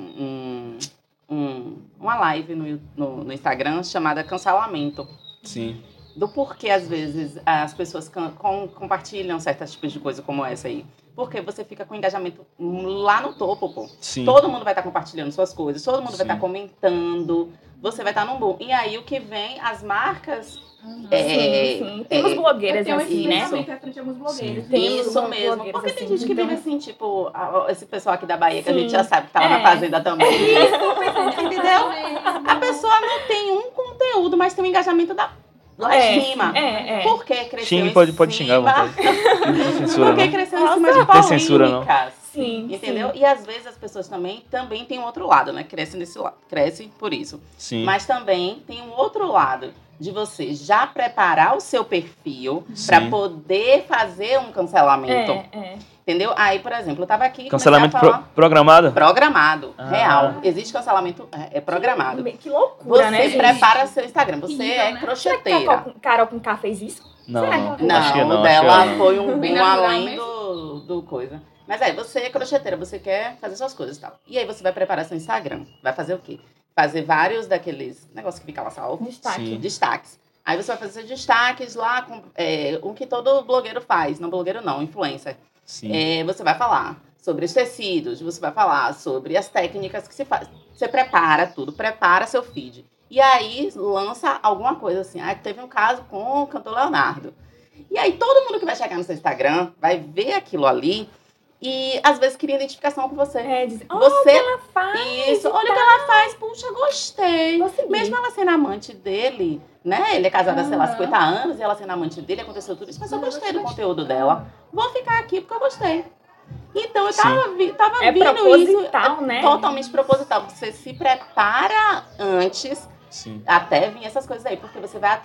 uma live no Instagram chamada Cancelamento. Sim. Do porquê, às vezes, as pessoas compartilham certos tipos de coisa como essa aí. Porque você fica com engajamento lá no topo, pô. Sim. Todo mundo vai estar compartilhando suas coisas, todo mundo vai Sim. estar comentando, você vai estar num boom. E aí o que vem, as marcas... Sim. Temos blogueiras Eu tenho assim, esse né? pensamento referente a alguns blogueiros. Sim. Temos Isso umas mesmo. blogueiras Porque tem assim, gente que então- vive assim, tipo, esse pessoal aqui da Bahia, que a Sim. gente já sabe que tá lá na fazenda também. Entendeu? A pessoa não tem um conteúdo, mas tem um engajamento lá em cima. Por que cresceu Xingue, em pode cima? xingar à vontade. Não tem censura, Porque não. cresceu em cima de tem censura, não. polêmicas. Sim, Entendeu? E às vezes as pessoas também tem um outro lado, né? Crescem desse lado. Crescem por isso. Sim. Mas também tem um outro lado de você já preparar o seu perfil para Sim. poder fazer um cancelamento. É. Entendeu? Aí, por exemplo, eu tava aqui e Cancelamento comecei a falar programado? programado, Ah. real. Existe cancelamento Que programado. Você loucura, né, gente? prepara seu Instagram. Você Horrível, é né? crocheteira. Carol com K fez isso? Não, Será não. que Não, Acho que não, o acho que dela não. foi um Bem boom natural além mesmo. do coisa. Mas aí, você é crocheteira, você quer fazer suas coisas e tal. E aí você vai preparar seu Instagram. Vai fazer o quê? Fazer vários daqueles negócios que fica lá salvo. Destaque. Sim. Destaques. Aí você vai fazer seus destaques lá, com o que todo blogueiro faz. Não blogueiro não, influencer. Sim. Você vai falar sobre os tecidos, você vai falar sobre as técnicas que se faz. Você prepara tudo, prepara seu feed. E aí lança alguma coisa assim. Teve um caso com o cantor Leonardo. E aí todo mundo que vai chegar no seu Instagram vai ver aquilo ali e às vezes cria identificação com você. Diz, olha Você- o que ela faz. Isso, olha o que ela faz, puxa, gostei. Vou seguir. Mesmo ela sendo amante dele, né? Ele é casado há, sei lá, Aham. 50 anos e ela sendo amante dele, aconteceu tudo isso, mas eu gostei do conteúdo dela. Vou ficar aqui porque eu gostei. Então eu tava É vindo proposital, isso né? totalmente proposital. Você se prepara antes Sim. até vir essas coisas aí, porque você vai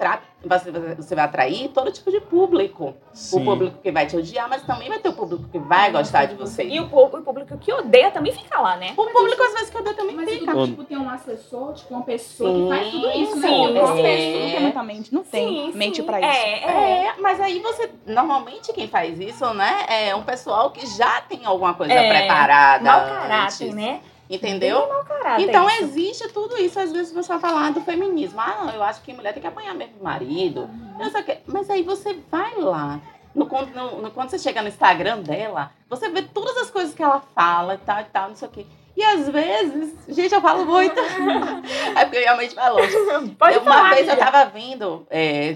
atrair todo tipo de público. Sim. O público que vai te odiar, mas também vai ter o público que vai gostar de você. E o público que odeia também fica lá, né? O público, às vezes, que odeia também Mas fica. tipo, tem um assessor, tipo, uma pessoa Sim, que faz tudo isso, né? sim, Tem uma sim. pessoa. Não tem muita mente, não tem mente pra isso. Mas aí você, normalmente quem faz isso, né, é um pessoal que já tem alguma coisa É, preparada Mau caráter, antes, né? entendeu? Bem mau caráter Então isso. existe tudo isso, às vezes você vai falar do feminismo. Não, eu acho que mulher tem que apanhar mesmo o marido, não sei o quê. Mas aí você vai lá, quando você chega no Instagram dela, você vê todas as coisas que ela fala e tal, não sei o quê. E às vezes, gente, eu falo muito. É porque realmente vai longe. Pode Uma falar, vez eu amiga. tava vindo,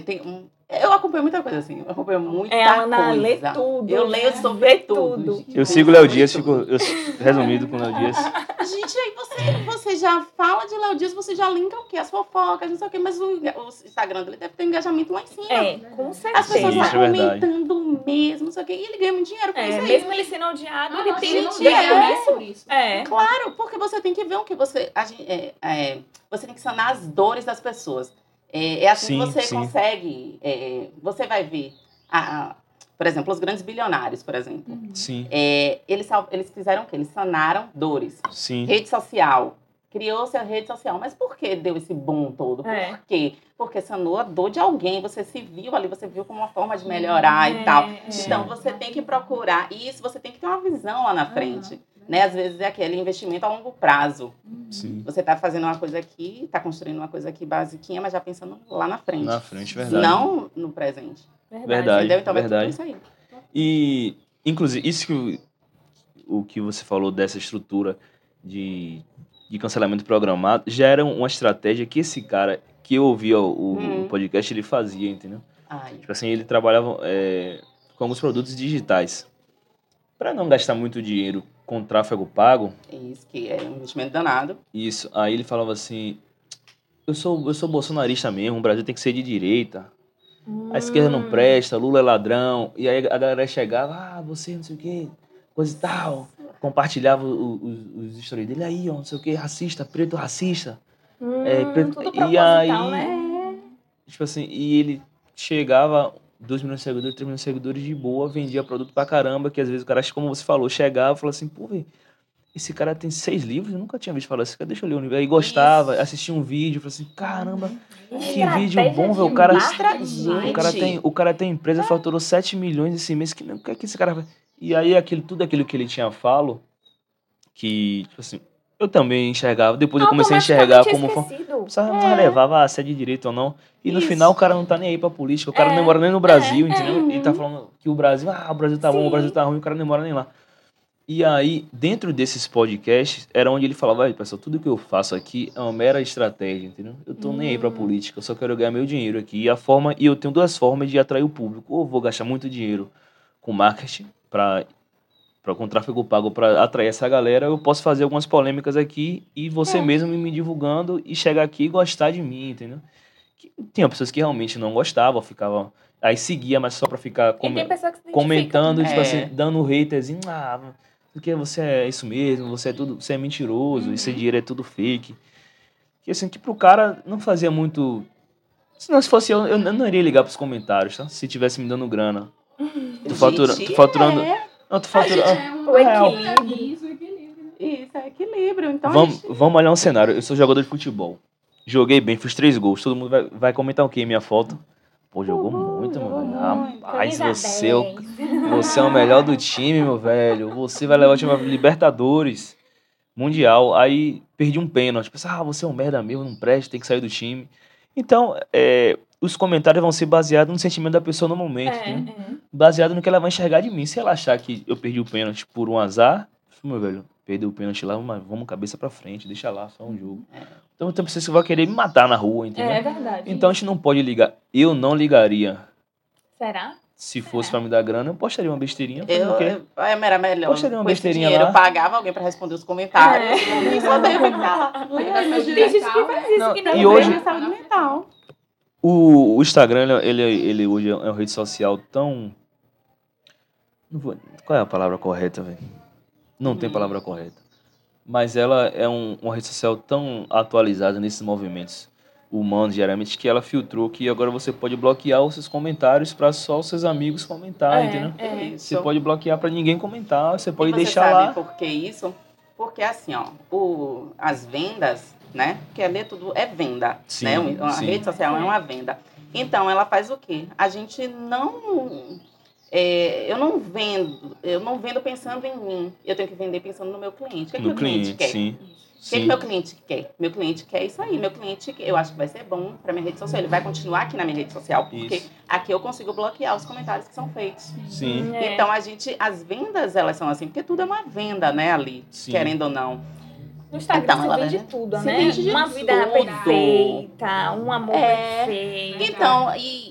eu acompanho muita coisa assim, eu acompanho muita É, a Ana coisa. lê tudo. Eu né? leio sobre Vê tudo. Eu sigo o Léo Dias, Muito. resumido com o Léo Dias. Gente, aí você já fala de Léo Dias, você já linka o quê? As fofocas, não sei o quê, mas o Instagram dele deve ter engajamento lá em cima. Com certeza. As pessoas Isso estão é verdade. comentando mesmo, não sei o quê, e ele ganha muito dinheiro com isso aí. Mesmo ele sendo odiado, ele tem não dinheiro por isso. Claro, porque você tem que ver o que você... você tem que sanar as dores das pessoas. É assim que você consegue... você vai ver... por exemplo, os grandes bilionários, por exemplo. Sim. Eles fizeram o quê? Eles sanaram dores. Sim. Rede social. Criou-se a rede social. Mas por que deu esse boom todo? Por quê? Porque sanou a dor de alguém. Você se viu ali, você viu como uma forma de melhorar e tal. Então, você tem que procurar isso. Você tem que ter uma visão lá na frente. Né? Às vezes é aquele investimento a longo prazo. Sim. Você está fazendo uma coisa aqui, está construindo uma coisa aqui basiquinha, mas já pensando lá na frente. Na frente, verdade. Não no presente. Verdade. Entendeu? Então verdade. É tudo isso aí. E, inclusive, isso o que você falou dessa estrutura de cancelamento programado já era uma estratégia que esse cara, que eu ouvia o podcast, ele fazia, entendeu? Tipo assim, ele trabalhava com alguns produtos digitais. Para não gastar muito dinheiro com tráfego pago... Isso, que é um investimento danado. Isso. Aí ele falava assim, eu sou bolsonarista mesmo, o Brasil tem que ser de direita. A esquerda não presta, Lula é ladrão. E aí a galera chegava, você não sei o quê, coisa e tal. Compartilhava os stories dele aí, ó, não sei o quê, racista, preto racista. Tudo proposital, e aí, né? Tipo assim, e ele chegava, 2 milhões de seguidores, 3 milhões de seguidores de boa, vendia produto pra caramba, que às vezes o cara, como você falou, chegava e falava assim, pô, velho, esse cara tem 6 livros, eu nunca tinha visto falar assim, deixa eu ler um livro. Aí gostava, assistia um vídeo, falava assim, caramba, que vídeo bom, velho. O cara tem empresa, faturou 7 milhões esse mês, que é que esse cara vai... E aí tudo aquilo que ele tinha falo, que, tipo assim, eu também enxergava, depois eu comecei a enxergar como... Vai levar se é de direito ou não. E no final o cara não tá nem aí pra política, o cara não mora nem no Brasil, entendeu? E tá falando que o Brasil tá bom, o Brasil tá ruim, o cara não mora nem lá. E aí, dentro desses podcasts, era onde ele falava, pessoal, tudo que eu faço aqui é uma mera estratégia, entendeu? Eu tô nem aí pra política, eu só quero ganhar meu dinheiro aqui. E eu tenho 2 formas de atrair o público. Ou vou gastar muito dinheiro com marketing, com tráfego pago para atrair essa galera, eu posso fazer algumas polêmicas aqui e você mesmo me divulgando e chegar aqui e gostar de mim, entendeu? Tinha pessoas que realmente não gostavam, ficavam... Aí seguia, mas só pra ficar comentando, tipo assim, dando haterzinho, porque você é isso mesmo, você é mentiroso, esse dinheiro é tudo fake. Que assim, que pro cara não fazia muito... Se fosse eu não iria ligar pros comentários, tá? Se tivesse me dando grana. Tô faturando... Não, tô faturando... Isso, é equilíbrio. Então vamos olhar um cenário. Eu sou jogador de futebol. Joguei bem, fiz 3 gols. Todo mundo vai comentar o quê? Minha foto? Pô, jogou muito, meu velho. Rapaz, você é o melhor do time, meu velho. Você vai levar o time pra Libertadores, Mundial. Aí perdi um pênalti. Pensei, você é um merda mesmo, não presta, tem que sair do time. Então, os comentários vão ser baseados no sentimento da pessoa no momento. Baseado no que ela vai enxergar de mim. Se ela achar que eu perdi o pênalti por um azar, meu velho, perdeu o pênalti lá, mas vamos cabeça pra frente, deixa lá, só um jogo. Então tem pessoas que vão querer me matar na rua, entendeu? É verdade. Então a gente não pode ligar. Eu não ligaria. Será? Se fosse pra me dar grana, eu postaria uma besteirinha. Era melhor. Postaria uma besteirinha dinheiro, lá. Eu pagava alguém pra responder os comentários. Só daí eu vou ficar lá. Tem gente que faz isso, que não e hoje, saúde mental. O Instagram, ele hoje é uma rede social tão... Qual é a palavra correta, velho? Não tem palavra correta. Mas ela é uma rede social tão atualizada nesses movimentos humanos, diariamente, que ela filtrou que agora você pode bloquear os seus comentários para só os seus amigos comentarem, entendeu? Você pode bloquear para ninguém comentar, você pode deixar lá. Você sabe por que isso? Porque assim, as vendas, né? Porque ali tudo é venda, né? Uma rede social é uma venda. Então, ela faz o quê? A gente não... eu não vendo pensando em mim. Eu tenho que vender pensando no meu cliente. O que meu cliente quer? Sim. O que meu cliente quer? Meu cliente quer isso aí. Meu cliente, eu acho que vai ser bom para minha rede social. Ele vai continuar aqui na minha rede social, porque aqui eu consigo bloquear os comentários que são feitos. Sim. Então, as vendas, elas são assim, porque tudo é uma venda, né, ali, querendo ou não. No Instagram Então, você ela vende vende tudo, se né? vende de Uma vida tudo. perfeita, um amor perfeito. Então,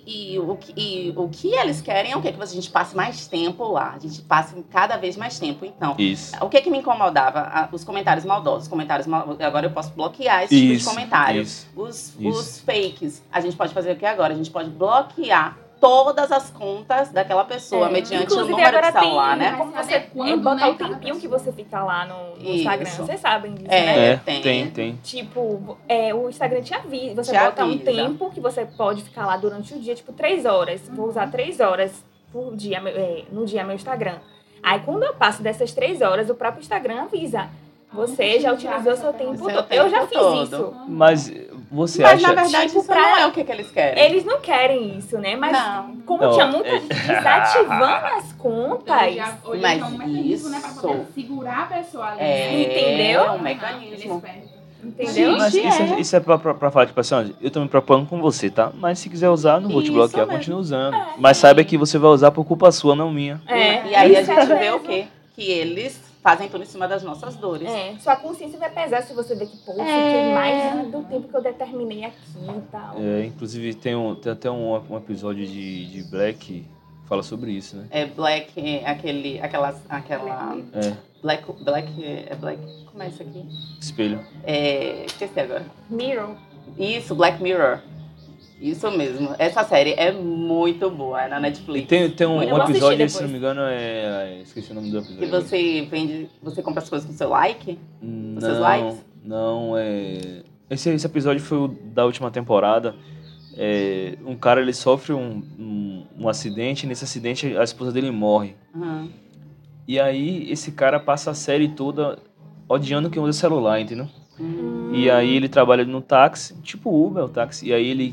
o que eles querem é o quê? Que a gente passe mais tempo lá. A gente passe cada vez mais tempo. Então, Isso. o que me incomodava? Os comentários maldosos. Agora eu posso bloquear esse tipo de comentário. Os fakes. A gente pode fazer o que agora? A gente pode bloquear todas as contas daquela pessoa, mediante Inclusive, o número agora de celular, tem, né? como você botar o tempinho que você fica lá no Instagram. Isso. Vocês sabem disso, né? Tem. Tipo, o Instagram te avisa. Você Te bota um avisa. tempo que você pode ficar lá durante o dia, tipo 3 horas. Vou usar 3 horas por dia, no dia meu Instagram. Aí, quando eu passo dessas 3 horas, o próprio Instagram avisa. Você já utilizou seu tempo todo. Eu já fiz isso. Mas você Mas, acha... na verdade, tipo, isso não é o que eles querem. Eles não querem isso, né? Mas como Não, tinha muita gente desativando as contas... Hoje Mas é um mecanismo, né? Pra poder isso. segurar a pessoa ali. Entendeu? É um mecanismo. Entendeu? Mas isso é pra falar, tipo assim, ó, eu tô me preocupando com você, tá? Mas se quiser usar, não vou te Isso bloquear, mesmo. continuo usando. Mas saiba que você vai usar por culpa sua, não minha. E aí a isso gente é vê o mesmo. quê? Que eles fazem tudo em cima das nossas dores. Sua consciência vai pesar se você ver que, pô, fiquei mais do tempo que eu determinei aqui e tal. Inclusive tem até um episódio de Black que fala sobre isso, né? É Black, aquela Black, como é isso aqui? Espelho. Esqueci agora. Mirror. Isso, Black Mirror. Isso mesmo. Essa série é muito boa, é na E Netflix. tem um Eu vou assistir episódio, depois. se não me engano, esqueci o nome do episódio. Que você compra as coisas com seu like? seus likes? Não, Esse episódio foi o da última temporada. Um cara, ele sofre um acidente, e nesse acidente a esposa dele morre. Uhum. E aí esse cara passa a série toda odiando quem usa celular, entendeu? E aí ele trabalha no táxi, tipo Uber, o táxi, e aí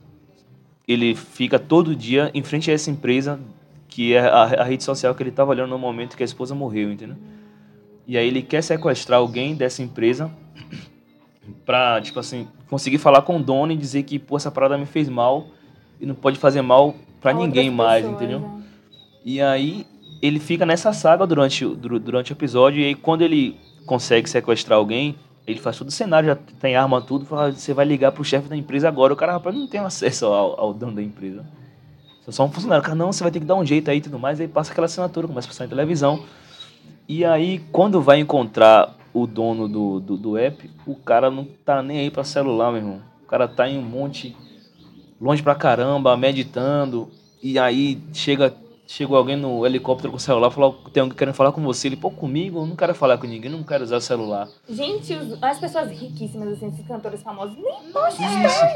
ele fica todo dia em frente a essa empresa, que é a rede social que ele estava olhando no momento que a esposa morreu, entendeu? E aí ele quer sequestrar alguém dessa empresa pra, tipo assim, conseguir falar com o dono e dizer que, pô, essa parada me fez mal e não pode fazer mal pra ninguém mais, entendeu? E aí ele fica nessa saga durante o episódio, e aí quando ele consegue sequestrar alguém, ele faz todo o cenário, já tem arma, tudo, fala, você vai ligar pro chefe da empresa agora. O cara, rapaz, não tem acesso ao dono da empresa. Você é só um funcionário. O cara, não, você vai ter que dar um jeito aí e tudo mais. Aí passa aquela assinatura, começa a passar em televisão. E aí, quando vai encontrar o dono do app, o cara não tá nem aí pra celular, meu irmão. O cara tá em um monte, longe pra caramba, meditando. E aí, chegou alguém no helicóptero com o celular, falou, tem alguém querendo falar com você. Ele, pô, comigo? Eu não quero falar com ninguém, não quero usar o celular. Gente, as pessoas riquíssimas, assim, esses cantores famosos, nem postam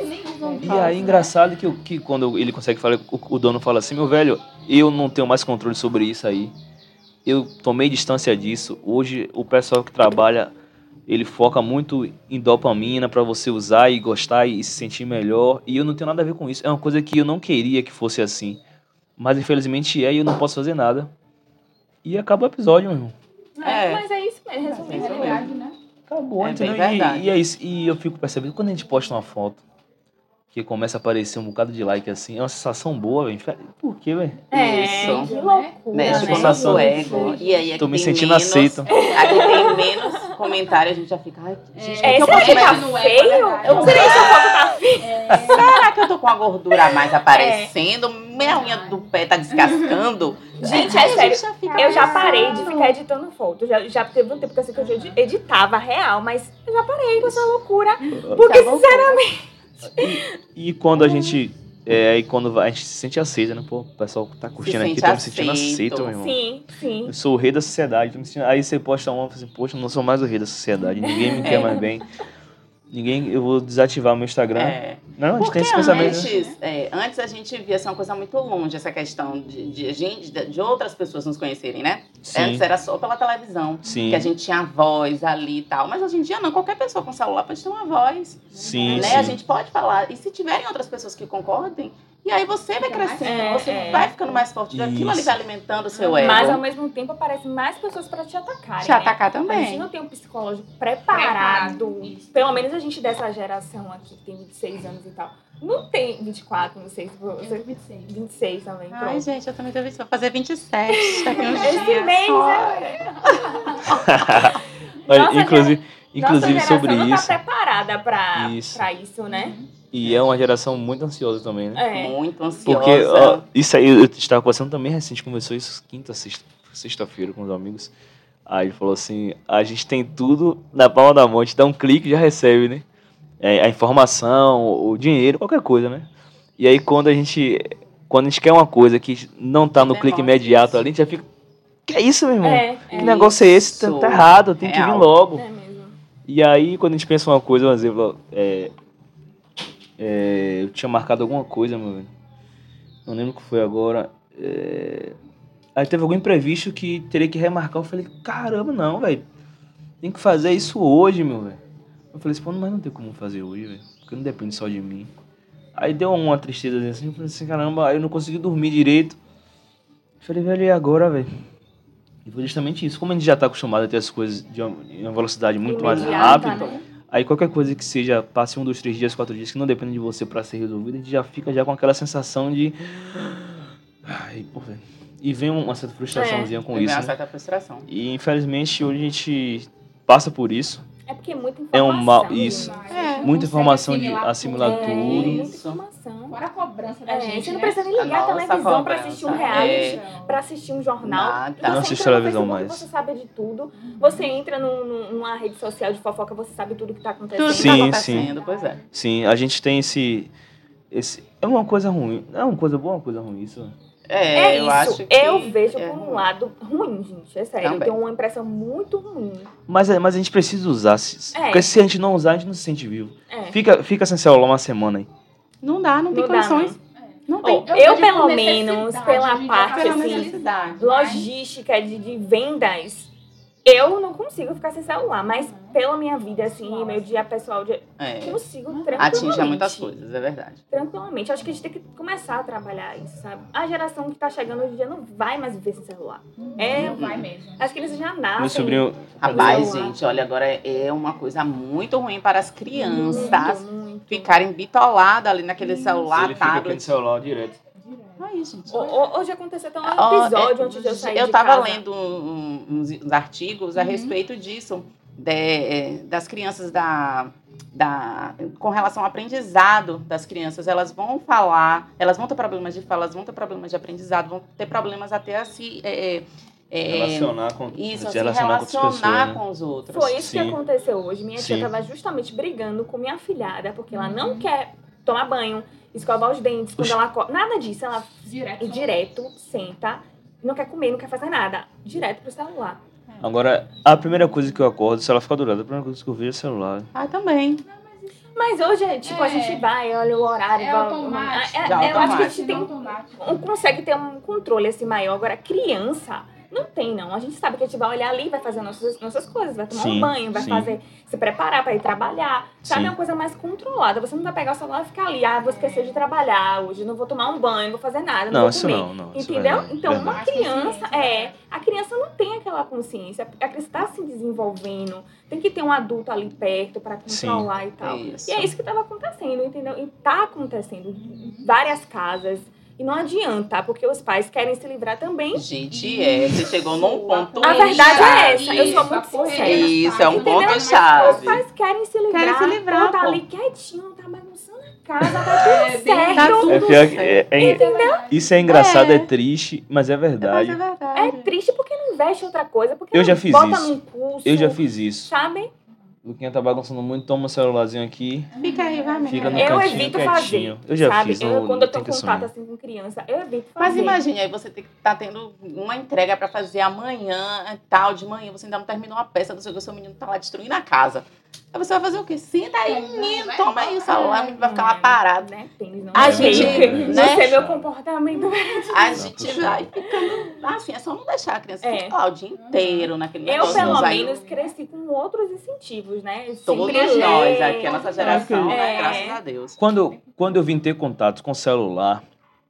E aí, engraçado que quando ele consegue falar, o dono fala assim, meu velho, eu não tenho mais controle sobre isso aí. Eu tomei distância disso. Hoje, o pessoal que trabalha, ele foca muito em dopamina pra você usar e gostar e se sentir melhor. E eu não tenho nada a ver com isso. É uma coisa que eu não queria que fosse assim. Mas infelizmente e eu não posso fazer nada. E acaba o episódio, meu irmão. Mas é isso mesmo, resumindo. Verdade, né? Acabou, entendeu? bem verdade. E é isso. E eu fico percebendo, quando a gente posta uma foto, que começa a aparecer um bocado de like assim, é uma sensação boa, velho. Por quê, velho? Isso. Que loucura, Mexe com o né? nosso ego. E aí Tô aqui me tem sentindo menos, aceito. Aqui tem menos comentário, a gente já fica... Ai, gente, Será eu que posso tá não é feio? verdade. Eu não sei se a foto tá feia. Será que eu tô com a gordura a mais aparecendo? Minha unha do pé tá descascando? Gente, Aí é a sério. gente já fica Eu já pensando. parei de ficar editando foto. Já teve um tempo que eu sei que eu editava real, mas eu já parei com essa loucura. Porque, sinceramente... E quando a gente... aí quando a gente se sente aceita, né? Pô, o pessoal tá curtindo aqui, sente tô me sentindo aceito. aceito, meu irmão. Sim, sim. Eu sou o rei da sociedade. Tô me sentindo... Aí você posta uma e fala assim, poxa, eu não sou mais o rei da sociedade. Ninguém me quer mais bem. Eu vou desativar meu Instagram. Não, a gente tem esse pensamento. Antes a gente via essa uma coisa muito longe, essa questão de outras pessoas nos conhecerem, né? Sim. Antes era só pela televisão, Sim. que a gente tinha a voz ali e tal. Mas hoje em dia não, qualquer pessoa com celular pode ter uma voz. Sim, Né? sim. A gente pode falar. E se tiverem outras pessoas que concordem, e aí você vai crescendo, você vai ficando mais forte. Aquilo ali vai alimentando o seu ego. Mas ao mesmo tempo aparecem mais pessoas pra te atacarem. Te atacar Mas a também. gente não tem um psicológico preparado. Pelo menos a gente dessa geração aqui, que tem 26 anos e tal. Não tem 24, não sei se você... 26. 26 também, pronto. Ai, gente, eu também tô vou fazer 27 daqui uns Esse dias. mês, Só. né? Olha, Nossa, inclusive sobre não isso. tá preparada pra isso, né? E é uma geração muito ansiosa também, né? Muito ansiosa. Porque ó, isso aí, eu estava conversando também recente, conversou isso sexta-feira com os amigos. Aí ele falou assim, a gente tem tudo na palma da mão, a gente dá um clique e já recebe, né? A informação, o dinheiro, qualquer coisa, né? E aí quando a gente quer uma coisa que não tá no clique imediato ali, a gente já fica, que é isso, meu irmão? Que negócio é esse? Tá errado, tem que vir logo. É mesmo. E aí quando a gente pensa uma coisa, por exemplo, eu tinha marcado alguma coisa, meu velho. Não lembro o que foi agora. Aí teve algum imprevisto que teria que remarcar. Eu falei, caramba, não, velho. Tem que fazer isso hoje, meu velho. Eu falei assim, pô, mas não tem como fazer hoje, velho. Porque não depende só de mim. Aí deu uma tristeza assim. Eu falei assim, caramba, aí eu não consegui dormir direito. Eu falei, velho, e agora, velho? E foi justamente isso. Como a gente já tá acostumado a ter as coisas de uma velocidade muito mais rápida, né? Aí qualquer coisa que seja, passe 1, 2, 3 dias, 4 dias, que não depende de você pra ser resolvida, a gente já fica já com aquela sensação de... Ai, pô, velho. E vem uma certa frustraçãozinha com isso. Vem uma certa frustração. E infelizmente hoje a gente passa por isso. É porque é muita informação. Isso. Muita informação de assimilar tudo. Muita informação. Fora a cobrança da gente. Você não precisa nem ligar a televisão pra assistir um reality, pra assistir um jornal. Eu não assisto televisão mais. Você sabe de tudo. Você entra numa rede social de fofoca, você sabe tudo que tá acontecendo. Tudo que tá acontecendo, pois é. Sim, a gente tem esse... É uma coisa ruim. É uma coisa boa ou uma coisa ruim isso? É eu isso. acho que eu vejo por um lado ruim, gente. É sério. Também. Eu tenho uma impressão muito ruim. Mas a gente precisa usar. Porque se a gente não usar, a gente não se sente vivo. Fica sem celular uma semana aí. Não dá, não tem condições. Não tem. Eu pelo menos, pela parte assim, logística de vendas, eu não consigo ficar sem celular, mas pela minha vida, assim, meu dia pessoal, consigo tranquilamente. Atinge muitas coisas, é verdade. Tranquilamente. Acho que a gente tem que começar a trabalhar isso, sabe? A geração que tá chegando hoje em dia não vai mais viver sem celular. Não vai mesmo. As crianças já nascem. Meu sobrinho... Rapaz, gente, olha, agora é uma coisa muito ruim para as crianças ficarem bitoladas ali naquele celular, ele fica aquele celular direto. Aí, gente. Hoje aconteceu até um episódio antes de eu sair de casa. Eu tava lendo uns artigos a respeito disso, das crianças com relação ao aprendizado das crianças. Elas vão falar, elas vão ter problemas de fala, elas vão ter problemas de aprendizado, vão ter problemas até a se... relacionar com com os outros. Foi isso que aconteceu hoje. Minha tia estava justamente brigando com minha afilhada, porque ela não quer tomar banho, escovar os dentes, quando ela nada disso, ela direto senta, não quer comer, não quer fazer nada, direto pro celular. Agora, a primeira coisa que eu acordo, se ela ficar durada, a primeira coisa que eu vejo é o celular. Também. Mas hoje, tipo, a gente vai, olha o horário. Eu acho que a gente consegue ter um controle assim maior. Agora, criança... Não tem, não. A gente sabe que a gente vai olhar ali e vai fazer nossas coisas. Vai tomar um banho, vai se preparar para ir trabalhar. Sabe? É uma coisa mais controlada. Você não vai pegar o celular e ficar ali. Vou esquecer de trabalhar hoje. Não vou tomar um banho, não vou fazer nada, não vou comer. Não. Entendeu? Então, uma criança... A criança não tem aquela consciência. A criança está se desenvolvendo. Tem que ter um adulto ali perto para controlar e tal. Isso. E é isso que estava acontecendo, entendeu? E tá acontecendo em várias casas. E não adianta, porque os pais querem se livrar também. Gente, você chegou num ponto A verdade é essa, eu sou muito sincera. Isso, é um ponto-chave. Os pais querem se livrar, tá ali quietinho, tá bagunçando a casa, tá tudo certo. Tá tudo certo. Entendeu? Isso é engraçado, é triste, mas é verdade. Mas é verdade. É triste porque não investe em outra coisa, porque eu já não fiz bota isso. num curso. Eu já fiz isso. Sabe? Luquinha tá bagunçando muito, toma um celularzinho aqui. Fica aí, vai mesmo. Fica no Eu cantinho, evito quietinho. fazer. Eu já sabe? fiz. Quando eu tô em contato assim com criança, eu evito fazer. Mas imagine, aí você tá tendo uma entrega pra fazer amanhã, tal, de manhã, você ainda não terminou a peça do seu menino tá lá destruindo a casa. Aí você vai fazer o quê? Senta aí, menino, toma aí o celular, o menino vai ficar lá parado. Né? A gente, Não sei meu comportamento. A gente vai ficando assim, é só não deixar a criança ficar lá o dia inteiro naquele negócio. Eu, pelo menos, cresci com outros incentivos, né? Todos nós, aqui a nossa geração, né? Graças a Deus. Quando eu vim ter contato com o celular,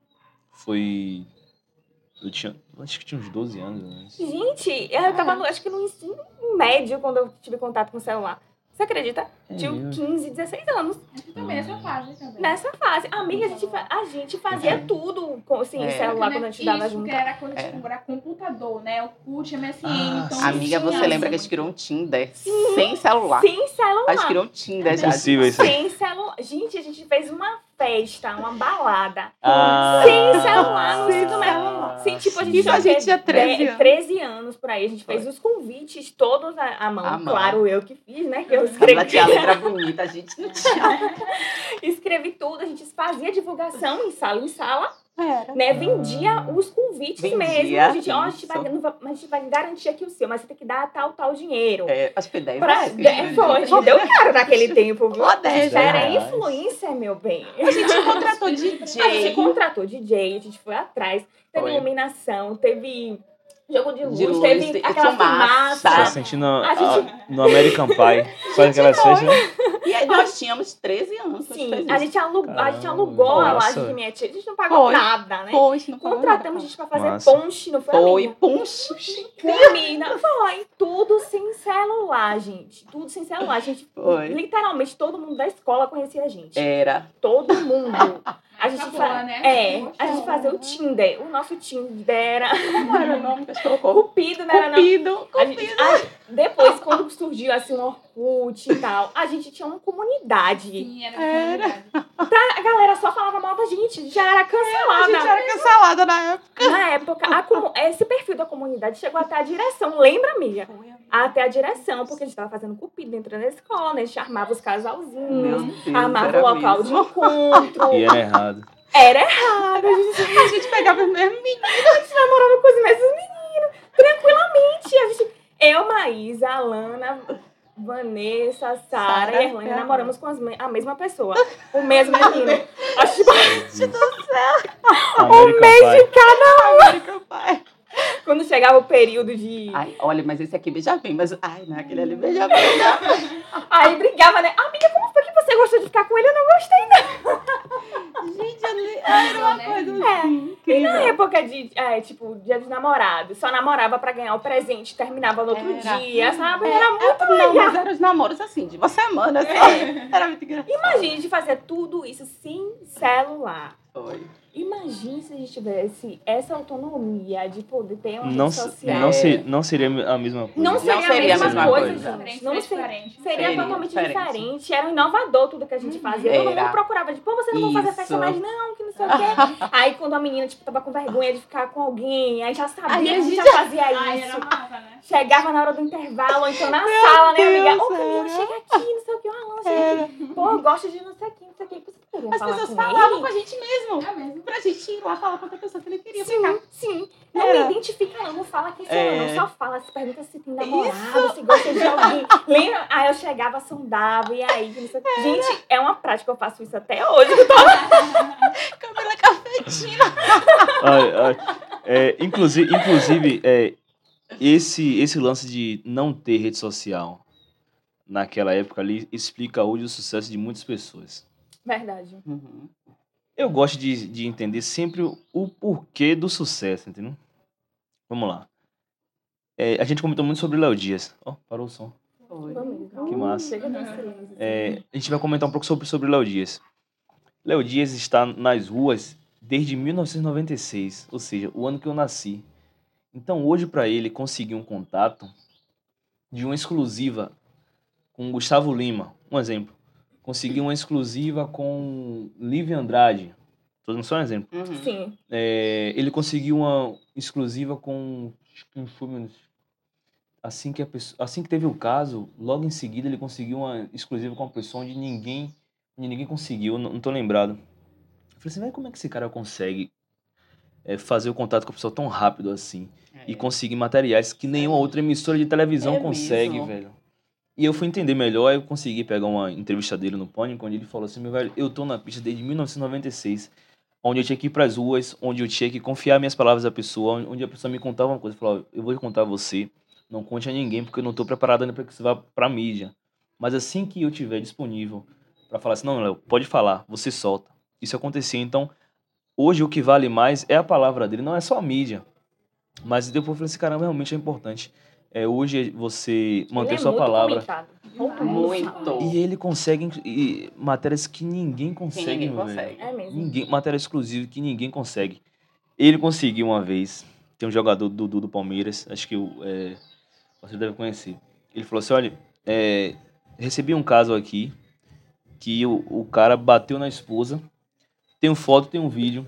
foi... acho que tinha uns 12 anos. Né? Gente, eu tava, acho que no ensino médio, quando eu tive contato com o celular. Você acredita? Tinha 15, 16 anos. Também nessa fase também. Nessa fase. Amiga, a gente fazia tudo com celular quando a gente dava junto. Era coisa tipo, era computador, né? O CUT, MSN. Então, amiga, você lembra que a gente criou um Tinder? Sem celular. Sem celular. A gente criou um Tinder já. Sem celular. Gente, a gente fez uma festa, uma balada. Sem celular, no ensino médio. Sim, tipo, a gente tinha 13 anos por aí. A gente fez os convites todos à mão. Claro, eu que fiz, né? Que eu escrevi. Ela tinha letra bonita, a gente não tinha. Escrevi tudo, a gente fazia divulgação em sala. Né? Vendia os convites mesmo. A gente vai garantir aqui o seu, mas você tem que dar tal dinheiro. Acho que foi 10 Foi, deu caro naquele tempo, viu? Era influencer, meu bem. A gente contratou DJ. A gente foi atrás. Teve iluminação, teve jogo de luz, teve aquela fumaça. Tá sentindo no American Pie. Faz aquelas festas. E aí nós tínhamos 13 anos. Sim, a gente alugou a laje de minha tia. A gente não pagou nada, né? Contratamos gente pra fazer ponche, não foi? Foi, ponche. Menina, foi. Tudo sem celular, gente. Tudo sem celular. A gente, literalmente, todo mundo da escola conhecia a gente. Todo mundo. A gente a gente fazia o Tinder. O nosso Tinder era... Como era o nome que a gente colocou? Cupido, né? Cupido. Depois, quando surgiu assim um Orkut e tal, a gente tinha uma comunidade. Sim, era. A galera só falava mal da gente. Já era cancelada. A gente era cancelada na época. Na época, esse perfil da comunidade chegou até a direção. Lembra, amiga? Até a direção, porque a gente tava fazendo Cupido dentro da escola, né? A gente armava os casalzinhos, armava o local de encontro. E era errado. Era errado. A gente pegava os mesmos meninos. A gente namorava com os mesmos meninos. Tranquilamente. Eu, Maísa, Alana, Vanessa, Sara e Erlane namoramos com a mesma pessoa. O mesmo menino. Acho que do céu. Um mês de cada um. Quando chegava o período de... Ai, olha, mas esse aqui beija bem, mas... Ai, não, aquele ali beija bem. Aí brigava, né? Amiga, como foi que você gostou de ficar com ele? Eu não gostei, não. Gente, era uma coisa assim. E na época de, dia dos namorados, só namorava pra ganhar o presente, terminava no outro dia, sabe? Era muito legal. Mas eram os namoros assim, de uma semana, sabe? Era muito engraçado. Imagina a gente fazer tudo isso sem celular. Foi. Imagina se a gente tivesse essa autonomia de poder ter uma rede social. Não seria a mesma coisa. Não seria a mesma coisa. Gente. Seria totalmente diferente. Era inovador tudo que a gente fazia. Todo mundo procurava, vocês não vão fazer festa mais não, que não sei o quê. Aí quando a menina, tava com vergonha de ficar com alguém, aí já sabia que a gente já fazia isso. Era massa, né? Chegava na hora do intervalo, ou então na sala, né, amiga? Ô, Camila, chega aqui, não sei o quê. Alô, chega aqui. Pô, eu gosto de não sei o quê, não sei o quê. As pessoas falavam com a gente mesmo. Pra gente ir lá falar com outra pessoa que ele queria ficar. Sim. Não me identifica, não fala quem sou eu, não. Só fala, se pergunta se tem namorado, se gosta de alguém. Lembra? Aí eu chegava, sondava, e aí, não sei o quê. Gente, é uma prática, eu faço isso até hoje. Camila Cafetina. Inclusive, esse lance de não ter rede social naquela época ali explica hoje o sucesso de muitas pessoas. Verdade. Uhum. Eu gosto de entender sempre o porquê do sucesso, entendeu? Vamos lá. A gente comentou muito sobre Léo Dias. Parou o som. Oi. Que massa. A gente vai comentar um pouco sobre Léo Dias. Léo Dias está nas ruas desde 1996, ou seja, o ano que eu nasci. Então hoje para ele conseguir um contato de uma exclusiva com Gustavo Lima, um exemplo. Conseguir uma exclusiva com Lívia Andrade. Tô dando só um exemplo. Uhum. Sim. Ele conseguiu uma exclusiva com... Assim que teve o caso, logo em seguida ele conseguiu uma exclusiva com uma pessoa onde ninguém conseguiu, não tô lembrado. Eu falei assim, velho, como é que esse cara consegue fazer o contato com a pessoa tão rápido assim? E conseguir materiais que nenhuma outra emissora de televisão consegue, mesmo. Velho. E eu fui entender melhor, eu consegui pegar uma entrevista dele no Pânico, onde ele falou assim, meu velho, eu tô na pista desde 1996, onde eu tinha que ir pras ruas, onde eu tinha que confiar minhas palavras à pessoa, onde a pessoa me contava uma coisa, falava, eu vou contar a você, não conte a ninguém, porque eu não tô preparado ainda para que isso vá pra mídia. Mas assim que eu tiver disponível para falar assim, não, Léo, pode falar, você solta. Isso acontecia, então, hoje o que vale mais é a palavra dele, não é só a mídia. Mas depois eu falei assim, caramba, realmente é importante. Hoje você mantém Ele sua palavra. Muito. E ele consegue matérias que ninguém consegue, Que ninguém meu consegue. velho. É mesmo. Matéria exclusiva que ninguém consegue. Ele conseguiu uma vez. Tem um jogador do Palmeiras, acho que você deve conhecer. Ele falou assim, olha, recebi um caso aqui que o cara bateu na esposa, tem foto, tem um vídeo,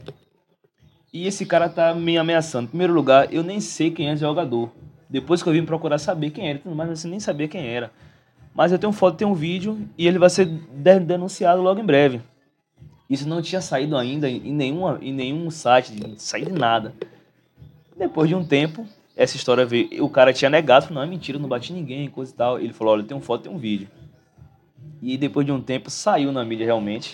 e esse cara tá me ameaçando. Em primeiro lugar, eu nem sei quem é esse jogador. Depois que eu vim procurar saber quem era, mas você nem sabia quem era. Mas eu tenho foto, tem um vídeo, e ele vai ser denunciado logo em breve. Isso não tinha saído ainda em nenhum site, não saiu de nada. Depois de um tempo, essa história veio. O cara tinha negado, falou, não, é mentira, não bati ninguém, coisa e tal. Ele falou, olha, tem uma foto, tem um vídeo. E depois de um tempo, saiu na mídia realmente.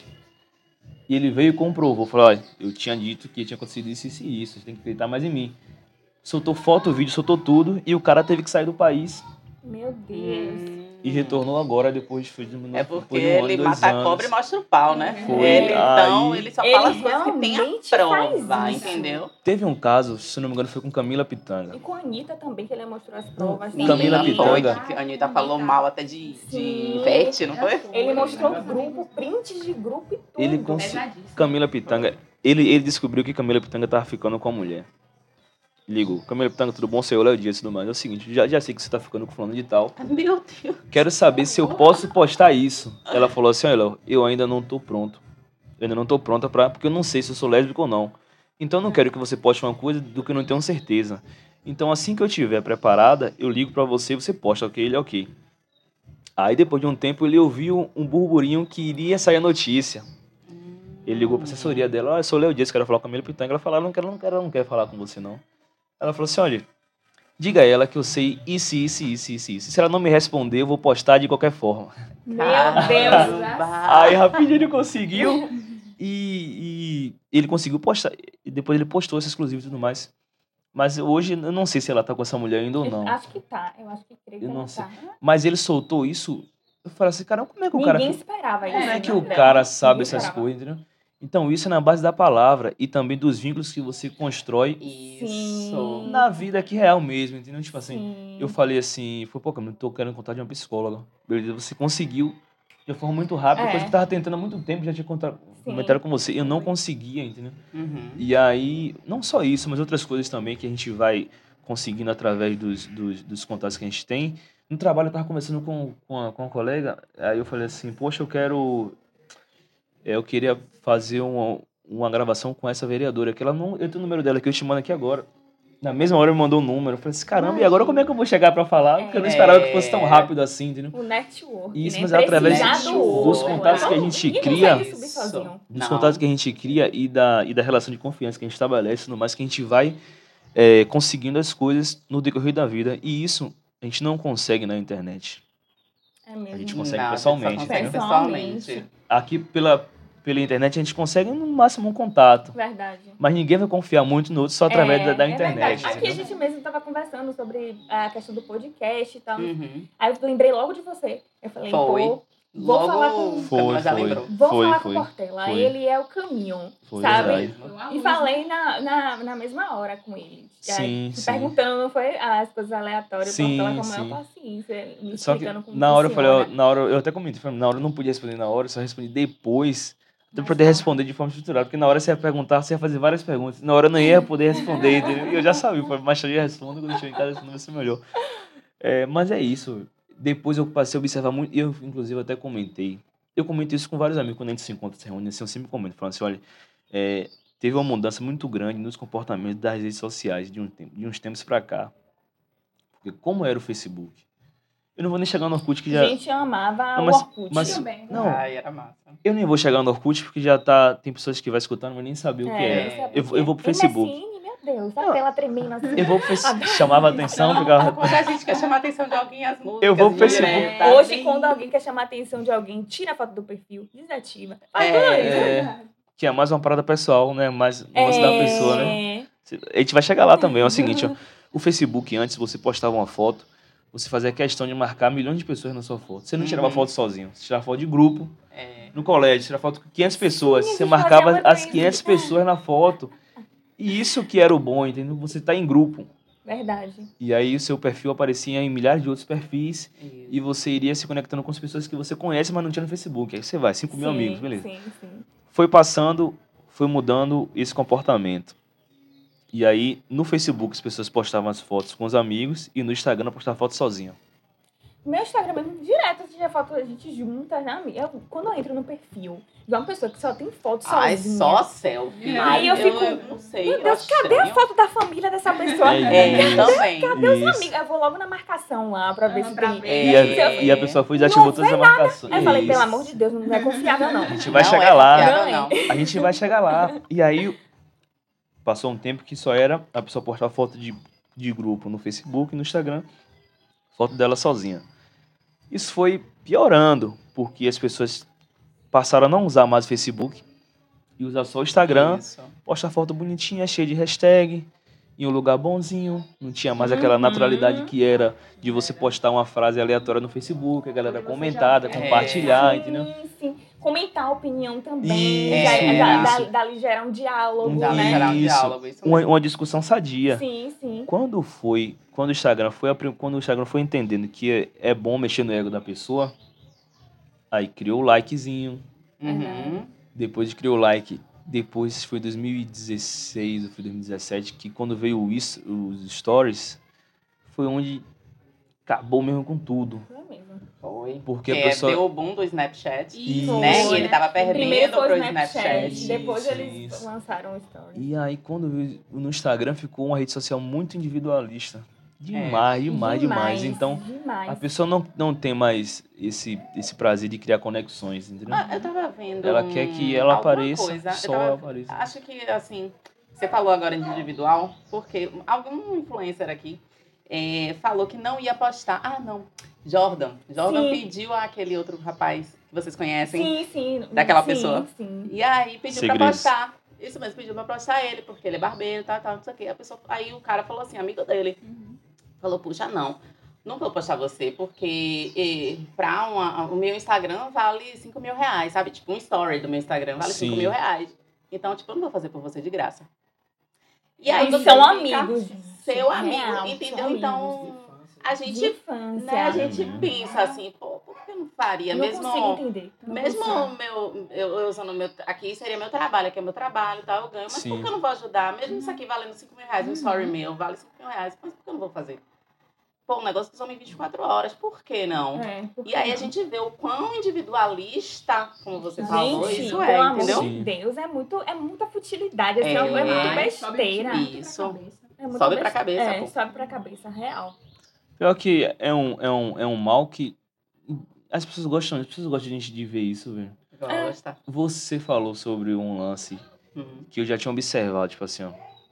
E ele veio e comprovou. Falou, olha, eu tinha dito que tinha acontecido isso e isso, você tem que acreditar mais em mim. Soltou foto, vídeo, soltou tudo. E o cara teve que sair do país. Meu Deus. E retornou agora, depois de um porque ano, ele 2 mata anos. a cobra e mostra o pau, né? Foi. Então, Aí- ele só fala as Ele coisas que tem a realmente prova, faz isso. entendeu? Teve um caso, se não me engano, foi com Camila Pitanga. E com a Anitta também, que ele mostrou as provas. Camila dele. Pitanga. Foi, que a Anitta falou mal até de Sim. Ivete, não foi? Ele mostrou o grupo, prints de grupo e tudo. Ele Camila Pitanga, ele descobriu que Camila Pitanga tava ficando com a mulher. Ligou. Camila Pitanga, tudo bom? Seu Léo Dias e tudo mais. É o seguinte, já sei que você tá ficando com fulano de tal. Meu Deus. Quero saber se eu posso postar isso. Ela falou assim, olha, Léo, eu ainda não tô pronto. Eu ainda não tô pronta porque eu não sei se eu sou lésbico ou não. Então eu não quero que você poste uma coisa do que eu não tenho certeza. Então assim que eu estiver preparada, eu ligo pra você e você posta, ok? Ele é ok. Aí depois de um tempo ele ouviu um burburinho que iria sair a notícia. Ele ligou pra assessoria dela, olha, eu sou o Léo Dias, quero falar com a Camila Pitanga. Ela falou, ela não quer falar com você não. Ela falou assim, olha, diga a ela que eu sei isso. Se ela não me responder, eu vou postar de qualquer forma. Meu Deus. Aí rapidinho ele conseguiu e ele conseguiu postar. E depois ele postou esse exclusivo e tudo mais. Mas hoje eu não sei se ela tá com essa mulher ainda ou não. Acho que tá. Eu acho que creio que Eu não ela sei. tá. Mas ele soltou isso. Eu falei assim, caramba, como é que o cara... Ninguém esperava isso. Como é que né? o cara sabe Ninguém essas esperava. coisas, entendeu? Então isso é na base da palavra e também dos vínculos que você constrói Isso. na vida aqui real mesmo, entendeu? Tipo assim, Sim. eu falei assim, pô, cara, eu tô querendo contar de uma psicóloga. Beleza, você conseguiu de uma forma muito rápida, coisa que eu tava tentando há muito tempo, já tinha comentado com você, eu não conseguia, entendeu? Uhum. E aí, não só isso, mas outras coisas também que a gente vai conseguindo através dos contatos que a gente tem. No trabalho eu tava conversando com uma colega, aí eu falei assim, poxa, eu queria fazer uma gravação com essa vereadora, que ela não, eu tenho o número dela aqui, eu te mando aqui agora. Na mesma hora me mandou um número, eu falei assim, caramba, e agora como é que eu vou chegar pra falar? Porque eu não esperava que fosse tão rápido assim, entendeu? O network. Isso, né? mas é através Precisar do dos outro, contatos né? que a gente Ninguém cria, consegue subir sozinho. dos Não. contatos que a gente cria e da relação de confiança que a gente estabelece, tudo mais que a gente vai conseguindo as coisas no decorrer da vida. E isso a gente não consegue na internet. É mesmo. A gente consegue Não, pessoalmente, só consegue entendeu? pessoalmente. Aqui pela internet a gente consegue no máximo um contato. Verdade. Mas ninguém vai confiar muito no outro só através da É internet. verdade. Aqui a entendeu? gente mesmo estava conversando sobre a questão do podcast e tal. Uhum. Aí eu lembrei logo de você. Eu falei, Foi. pô, vou Logo, falar com- a Camila já Foi. lembrou. vou Foi, falar foi, com o Portela. foi. Ele é o caminho, Foi, sabe? verdade. E falei na mesma hora com ele. Sim, Se sim. perguntando, não foi as coisas aleatórias, Sim, o Portela com a sim. maior paciência, me Só que explicando como na hora eu falei, funciona. na hora eu até comentei, falei, na hora eu não podia responder na hora, eu só respondi depois, até pra poder responder de forma estruturada, porque na hora você ia perguntar, você ia fazer várias perguntas, na hora eu não ia poder responder, entendeu? E eu já sabia, falei, mas eu respondo, quando eu chegar em casa, respondo, vai ser melhor. Mas é isso, depois eu passei a observar muito, e eu inclusive até comentei, eu comento isso com vários amigos, quando a gente se encontra, se reúne, assim, eu sempre comento, falando assim, olha, teve uma mudança muito grande nos comportamentos das redes sociais de uns tempos pra cá. Porque como era o Facebook? Eu não vou nem chegar no Orkut que já... A gente amava Não, o mas- Orkut. mas- Também. Não, Ai, era massa. eu nem vou chegar no Orkut porque já tem pessoas que vai escutar, não vai nem saber o que é. Eu vou pro Facebook. MSN, meu Deus, a Não. tela tremendo assim. Eu vou pro Facebook, chamava a atenção, Não, ficava... quando a gente quer chamar a atenção de alguém, as músicas. Eu vou pro Facebook. diretas, Hoje, e- quando alguém quer chamar a atenção de alguém, tira a foto do perfil, desativa. Faz tudo isso. Que é mais uma parada pessoal, né? Mais um lance da pessoa, né? É. A gente vai chegar lá também. É o seguinte, ó. O Facebook, antes você postava uma foto, você fazia questão de marcar milhões de pessoas na sua foto. Você não tirava foto sozinho. Você tirava foto de grupo. É. No colégio, você tirava foto com 500 pessoas. Sim, a Você gente marcava fazia muito as isso. 500 pessoas na foto. E isso que era o bom, entendeu? Você tá em grupo. Verdade. E aí o seu perfil aparecia em milhares de outros perfis. Isso. E você iria se conectando com as pessoas que você conhece, mas não tinha no Facebook. Aí você vai, 5 mil amigos, beleza. Sim. Foi passando, foi mudando esse comportamento. E aí, no Facebook, as pessoas postavam as fotos com os amigos e no Instagram postavam fotos sozinha. Meu Instagram mesmo, direto, eu tinha foto da gente juntas, né, amiga? Quando eu entro no perfil de uma pessoa que só tem foto Ai, sozinha... só selfie. Aí eu fico, não sei. meu Deus, cadê a foto da família dessa pessoa? Também. Cadê os amigos? Eu vou logo na marcação lá pra ver se tem... E a pessoa foi desativou todas as marcações. Aí eu falei, pelo amor de Deus, não é confiável não. A gente vai chegar lá. Não. A gente vai chegar lá. E aí, passou um tempo que só era a pessoa postar foto de grupo no Facebook e no Instagram. Foto dela sozinha. Isso foi piorando, porque as pessoas passaram a não usar mais o Facebook e usar só o Instagram. Isso. Postar foto bonitinha, cheia de hashtag, em um lugar bonzinho. Não tinha mais aquela naturalidade que era de você postar uma frase aleatória no Facebook, a galera comentar, compartilhar, entendeu? Sim. Comentar a opinião também. Isso. Dali gerar um diálogo, Dá né? gerar um diálogo, isso mesmo. Uma discussão sadia. Sim. Quando o Instagram foi entendendo que é bom mexer no ego da pessoa, aí criou o likezinho. Uhum. Depois criou o like. Depois foi 2016 ou foi 2017 que quando veio os stories foi onde acabou mesmo com tudo. Foi mesmo. Foi. Porque a pessoa... deu o boom do Snapchat, Isso. né? Foi. E ele tava Primeiro perdendo foi pro o Snapchat, Snapchat. depois Isso, eles isso. lançaram o Story. E aí, quando veio no Instagram, ficou uma rede social muito individualista. Demais. Então, Demais. a pessoa não tem mais esse prazer de criar conexões, entendeu? Eu tava vendo. Ela quer que ela alguma apareça, coisa. só ela apareça. Acho que, assim, você falou agora de individual, porque algum influencer aqui falou que não ia postar. Ah, não. Jordan Sim. pediu àquele outro rapaz que vocês conhecem. Sim. Daquela pessoa. Sim. E aí pediu Segredos. pra postar. Isso mesmo, pediu pra postar ele, porque ele é barbeiro, tal, não sei o quê. Aí o cara falou assim, amigo dele. Falou, puxa, não vou postar você, porque o meu Instagram vale 5 mil reais, sabe? Tipo, um story do meu Instagram vale 5 mil reais. Então, tipo, eu não vou fazer por você de graça. E aí Eles você são fica amigos. seu amigo, Real, entendeu? são Então, amigos. a De gente, infância. né, a gente pensa assim, pô, por que eu não faria? Não consigo entender. Mesmo eu usando aqui seria meu trabalho, aqui é meu trabalho, tá? Eu ganho, mas Sim. por que eu não vou ajudar? Mesmo isso aqui valendo 5 mil reais, um story meu vale 5 mil reais, mas por que eu não vou fazer? Pô, um negócio que só em 24 horas, por que não? Por E aí a gente vê o quão individualista, como você falou, Gente, isso pelo amor entendeu? de Deus, é muita futilidade, assim, é muito besteira. Isso. É muito Sobe pra cabeça, pô. sobe pra cabeça, real. Pior que é um mal que as pessoas gostam de gente de ver isso, velho. Gosta. Você falou sobre um lance que eu já tinha observado, tipo assim, ó.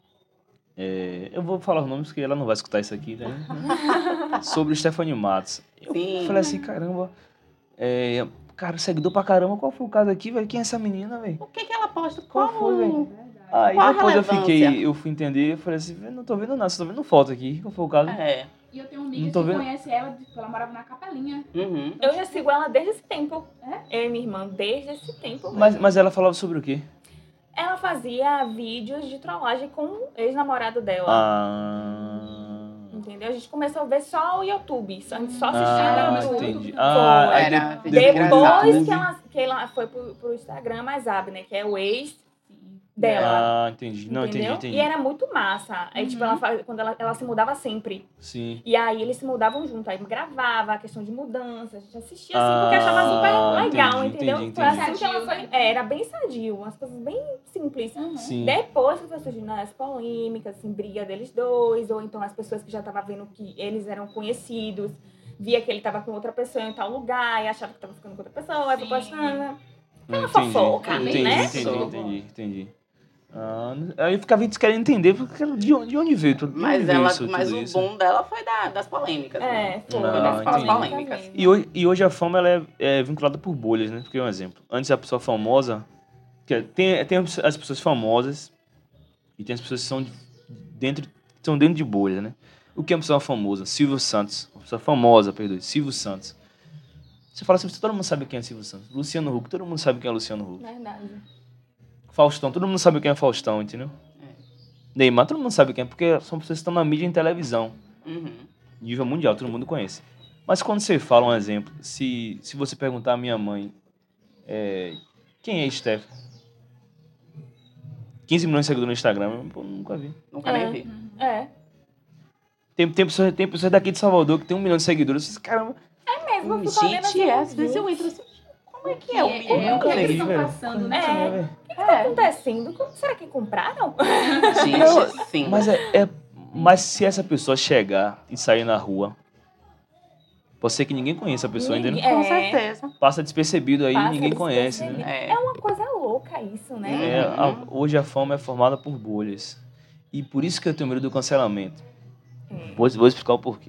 Eu vou falar os nomes porque ela não vai escutar isso aqui, né? Sobre Stephanie Matos. Eu falei assim, caramba, cara, seguidor pra caramba, qual foi o caso aqui, velho? Quem é essa menina, velho? O que ela posta? Qual foi, velho? Aí Qual a depois relevância? eu fui entender, eu falei assim, não tô vendo nada, só tô vendo foto aqui, qual foi o caso? E eu tenho um Não amigo tô que vendo. conhece ela, ela morava na Capelinha. Uhum. Eu já sigo ela desde esse tempo. Eu e minha irmã, desde esse tempo. Mas ela falava sobre o quê? Ela fazia vídeos de trollagem com o ex-namorado dela. Entendeu? A gente começou a ver só o YouTube. A gente só assistia no YouTube. Entendi. Era Aí vídeo Depois engraçado. que ela foi pro Instagram mais né? Que é o ex dela. Entendi. Não, entendeu? entendi. E era muito massa. Aí, tipo, quando ela se mudava sempre. Sim. E aí eles se mudavam junto. Aí gravava a questão de mudança. A gente assistia assim porque achava super legal, entendeu? entendi. Foi assim que ela foi. Era bem sadio, umas coisas bem simples. Sim. Depois que foi surgindo as polêmicas, assim, briga deles dois, ou então as pessoas que já estavam vendo que eles eram conhecidos, via que ele tava com outra pessoa em tal lugar e achava que tava ficando com outra pessoa, aí foi postando. Aquela fofoca, né? Entendi. Aí eu ficava querendo entender de onde veio tudo. Mas o isso. boom dela foi das polêmicas. né? Foi. das polêmicas. E hoje a fama ela é vinculada por bolhas, né? Porque, um exemplo, antes a pessoa famosa... Tem as pessoas famosas e tem as pessoas que são dentro de bolhas, né? O que é uma pessoa famosa? Silvio Santos. Uma pessoa famosa, perdoe. Silvio Santos. Você fala assim, todo mundo sabe quem é Silvio Santos. Luciano Huck, todo mundo sabe quem é Luciano Huck. Verdade. Faustão, todo mundo sabe quem é Faustão, entendeu? Neymar, todo mundo sabe quem é, porque são pessoas que estão na mídia e em televisão. Uhum. Nível mundial, todo mundo conhece. Mas quando você fala um exemplo, se você perguntar à minha mãe, quem é Steph? 15 milhões de seguidores no Instagram, eu nunca vi. Nunca nem vi. Tem pessoas daqui de Salvador que tem 1 milhão de seguidores. Caramba, É mesmo, eu fico olhando assim, às vezes eu entro assim, como é que é o O que é que eles estão passando, né? o que tá acontecendo? Será que compraram? Gente, sim. Mas se essa pessoa chegar e sair na rua, pode ser que ninguém conheça a pessoa ainda, né? Com certeza. Passa despercebido aí, Passa ninguém conhece, né? despercebido. É uma coisa louca isso, né? Hoje a fama é formada por bolhas. E por isso que eu tenho medo do cancelamento. Vou explicar o porquê.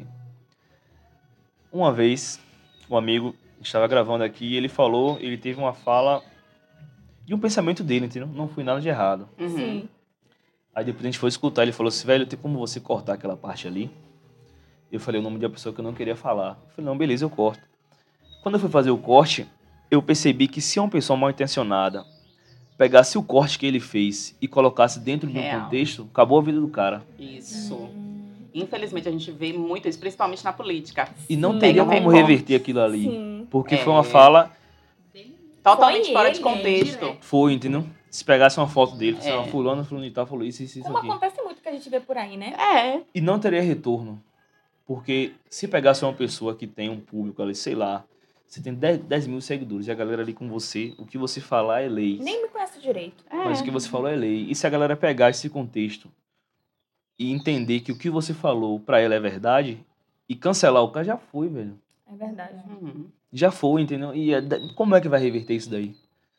Uma vez, um amigo estava gravando aqui e ele teve uma fala de um pensamento dele, entendeu? Não foi nada de errado. Sim. Aí depois a gente foi escutar, ele falou assim, velho, tem como você cortar aquela parte ali? Eu falei o nome de uma pessoa que eu não queria falar. Eu falei, não, beleza, eu corto. Quando eu fui fazer o corte, eu percebi que se uma pessoa mal intencionada pegasse o corte que ele fez e colocasse dentro de um contexto, acabou a vida do cara. Isso. Infelizmente, a gente vê muito isso, principalmente na política. E não teria como reverter aquilo ali. Sim. Porque foi uma fala... Totalmente Foi fora ele, de contexto. Foi, entendeu? Se pegasse uma foto dele, fulano e tal, falou isso Como aqui. acontece muito que a gente vê por aí, né? E não teria retorno. Porque se pegasse uma pessoa que tem um público ali, sei lá, você tem 10 mil seguidores e a galera ali com você, o que você falar é lei. Nem me conhece direito. Mas o que você falou é lei. E se a galera pegar esse contexto e entender que o que você falou pra ela é verdade e cancelar o cara, já foi, velho. É verdade. Já foi, entendeu? E como é que vai reverter isso daí?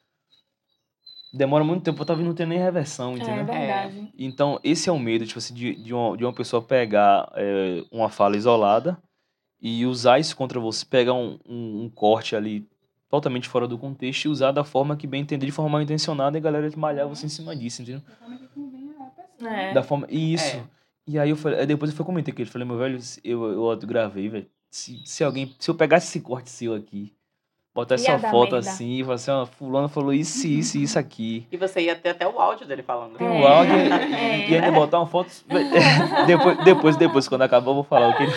Demora muito tempo, talvez não tenha nem reversão, entendeu? É verdade. Então, esse é o medo, tipo assim, de uma pessoa pegar uma fala isolada e usar isso contra você, pegar um corte ali totalmente fora do contexto e usar da forma que bem entender, de forma mal intencionada, e a galera malhar você em cima disso, entendeu? Da forma que convém a pessoa. Da forma... Isso. E aí depois eu comentei com ele, falei, meu velho, eu gravei, velho, se eu pegasse esse corte seu aqui, botar essa foto merda. assim e falar assim, ó, fulano falou isso aqui. E você ia ter até o áudio dele falando. Tem o áudio e ainda botar uma foto. depois, quando acabar, eu vou falar o que ele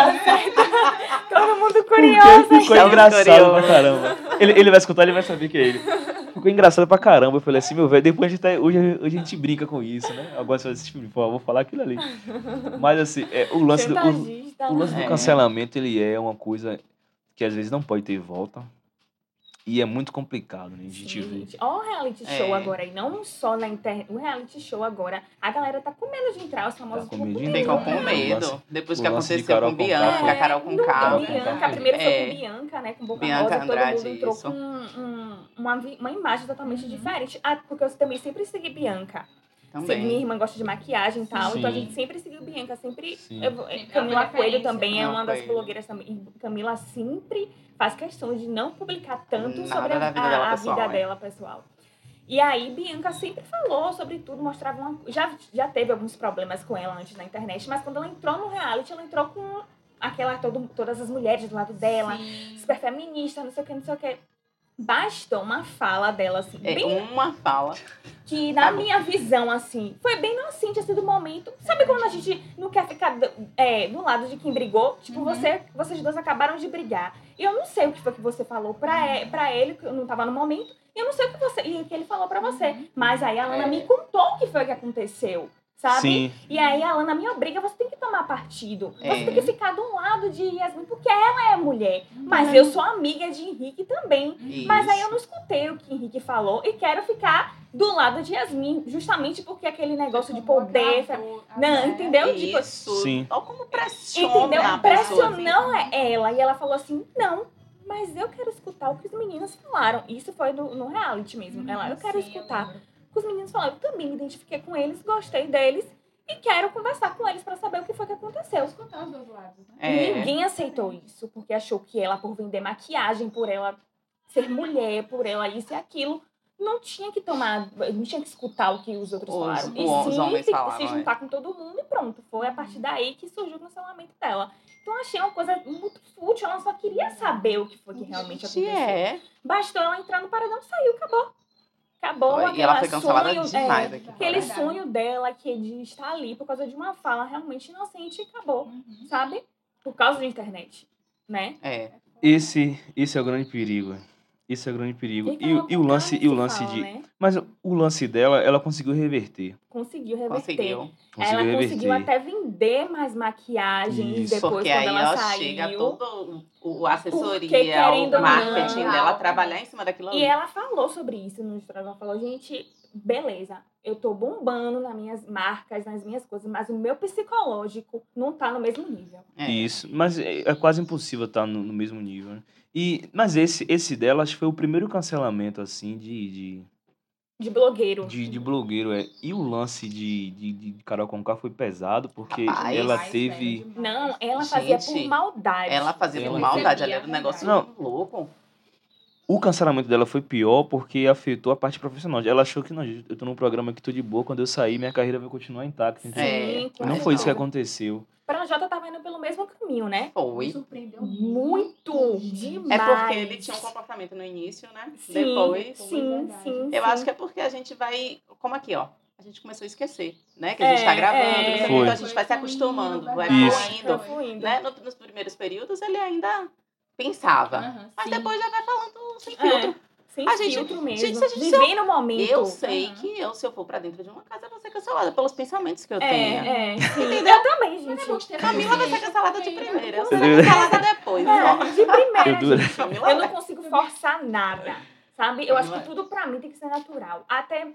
Todo mundo curioso. Ficou engraçado pra caramba. Ele vai escutar, ele vai saber que é ele. Ficou engraçado pra caramba. Eu falei assim, meu velho, depois hoje a gente brinca com isso, né? Agora você vai assistir, vou falar aquilo ali. Mas assim, o lance do cancelamento, ele é uma coisa que às vezes não pode ter volta. E é muito complicado, né? A gente vê. Olha o reality show agora, e não só na internet. O reality show agora, a galera tá com medo de entrar, os famosos com medo de Ficam entrar. com medo. Depois que o lance de aconteceu Carol com com Bianca, K. Carol com Nunca K. Bianca, primeiro foi com Bianca, né? Com Boca Bianca Rosa, Andrade, todo mundo entrou isso. com uma imagem totalmente diferente. Porque eu também sempre segui Bianca. Também. Minha irmã gosta de maquiagem e tal, Sim. então a gente sempre seguiu Bianca, sempre... Sim. Camila Coelho também é Camila uma das Coelho. blogueiras também. E Camila sempre faz questão de não publicar tanto Nada sobre da vida dela a pessoal, vida é. dela pessoal. E aí, Bianca sempre falou sobre tudo, mostrava já teve alguns problemas com ela antes na internet, mas quando ela entrou no reality, ela entrou com todas as mulheres do lado dela, super feminista, não sei o que. Bastou uma fala dela, assim, bem Uma fala. que na minha visão, assim, foi bem inocente, assim, do momento. Sabe quando a gente não quer ficar do lado de quem brigou? Tipo, vocês dois acabaram de brigar. E eu não sei o que foi que você falou pra ele, que eu não tava no momento. E eu não sei o que ele falou pra você. Mas aí a Lana me contou o que foi que aconteceu. Sabe? Sim. E aí a Lana me obriga, você tem que tomar partido. Você tem que ficar do lado de Yasmin, porque ela é mulher. Mas eu sou amiga de Henrique também. Isso. Mas aí eu não escutei o que Henrique falou e quero ficar do lado de Yasmin, justamente porque aquele negócio de poder... Não, entendeu? Tipo, Isso. Sim. Olha como pressiona entendeu? a pessoa. Pressionou ela. E ela falou assim, não, mas eu quero escutar o que os meninos falaram. Isso foi no reality mesmo. Eu quero escutar o que os meninos falaram. Eu também me identifiquei com eles, gostei deles. E quero conversar com eles pra saber o que foi que aconteceu. Escutar os dois lados, né? Ninguém aceitou isso, porque achou que ela, por vender maquiagem, por ela ser mulher, por ela isso e aquilo, não tinha que escutar o que os outros falaram. Os homens falaram, se juntar com todo mundo e pronto. Foi a partir daí que surgiu o cancelamento dela. Então eu achei uma coisa muito fútil, ela só queria saber o que foi que realmente aconteceu. Bastou ela entrar no paredão, saiu, acabou. Acabou E ela foi cancelada demais aqui. Aquele sonho dela que é de estar ali por causa de uma fala realmente inocente e acabou, sabe? Por causa da internet, né? Esse é o grande perigo. Esse é o grande perigo. Então, E o lance de... né? Mas o lance dela, ela conseguiu reverter. Conseguiu reverter. Conseguiu. Ela conseguiu até vender mais maquiagens Isso. depois, porque quando aí, ela ó, saiu. chega todo a assessoria, Porque, querendo o ou marketing não, dela trabalhar em cima daquilo ali. E ela falou sobre isso no Instagram. Ela falou, gente, beleza, eu tô bombando nas minhas marcas, nas minhas coisas, mas o meu psicológico não tá no mesmo nível. Isso, mas é quase impossível estar no mesmo nível, né? Mas esse dela, acho que foi o primeiro cancelamento, assim, de blogueiro. De blogueiro, E o lance de Carol Conká foi pesado, porque Rapaz, ela teve... Não, ela fazia por maldade. Ela fazia por maldade, ela era um negócio louco. O cancelamento dela foi pior porque afetou a parte profissional. Ela achou que, não, eu tô num programa que tô de boa, quando eu sair, minha carreira vai continuar intacta. Sim, não foi isso que aconteceu. Projota tava indo pelo mesmo caminho, né? Foi. Surpreendeu muito. Demais. É porque ele tinha um comportamento no início, né? Sim, Depois. Sim. Eu acho que é porque a gente vai. Como aqui, ó. A gente começou a esquecer, né? Que a gente tá gravando, então a gente vai se acostumando, vai fluindo. Né? Nos primeiros períodos ele ainda pensava. Mas depois já vai falando sem filtro. Sem filtro mesmo. Viver no momento. Eu sei que se eu for pra dentro de uma casa, eu vou ser cancelada pelos pensamentos que eu tenho. Entendeu? Eu também, gente. Camila vai ser cancelada de primeira. Eu vou ser cancelada depois. De primeira, gente. Eu não consigo forçar nada, sabe? Eu acho que tudo pra mim tem que ser natural. Até,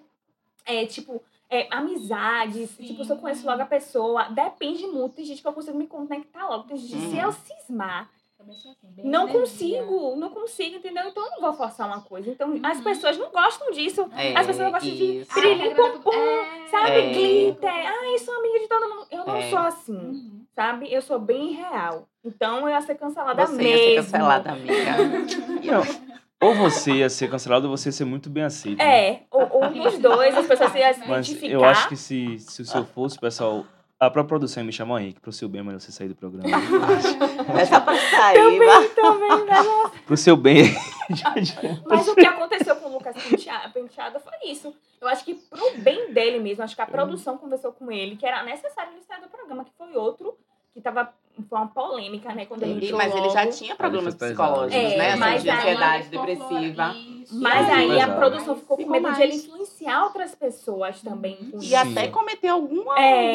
amizades. Sim. Tipo, se eu conheço logo a pessoa, depende muito. Tem gente que eu consigo me conectar logo. Tem gente que se eu cismar, não consigo, entendeu? Então eu não vou forçar uma coisa. Então as pessoas não gostam disso. As pessoas gostam de pirilim-pum-pum, sabe? Glitter. Sou amiga de todo mundo. Eu não sou assim, sabe? Eu sou bem real. Então eu ia ser cancelada mesmo. Você ia ser cancelada, amiga. Ou você ia ser cancelado ou você ia ser muito bem aceito. Ou um dos dois, as pessoas iam se Mas identificar. eu acho que se o seu fosse, pessoal... A própria produção me chamou, Henrique, pro seu bem, mas você sair do programa. É só pra sair, Também, né? Pro seu bem. Mas o que aconteceu com o Lucas Penteado foi isso. Eu acho que pro bem dele mesmo, acho que a produção conversou com ele, que era necessário ele sair do programa, que foi outro, que foi uma polêmica, né? Quando ele entrou mas ele já tinha problemas psicológicos, né? Mas de ansiedade, depressiva. Mas aí a produção ficou com medo de ele influenciar outras pessoas também. E até cometer algum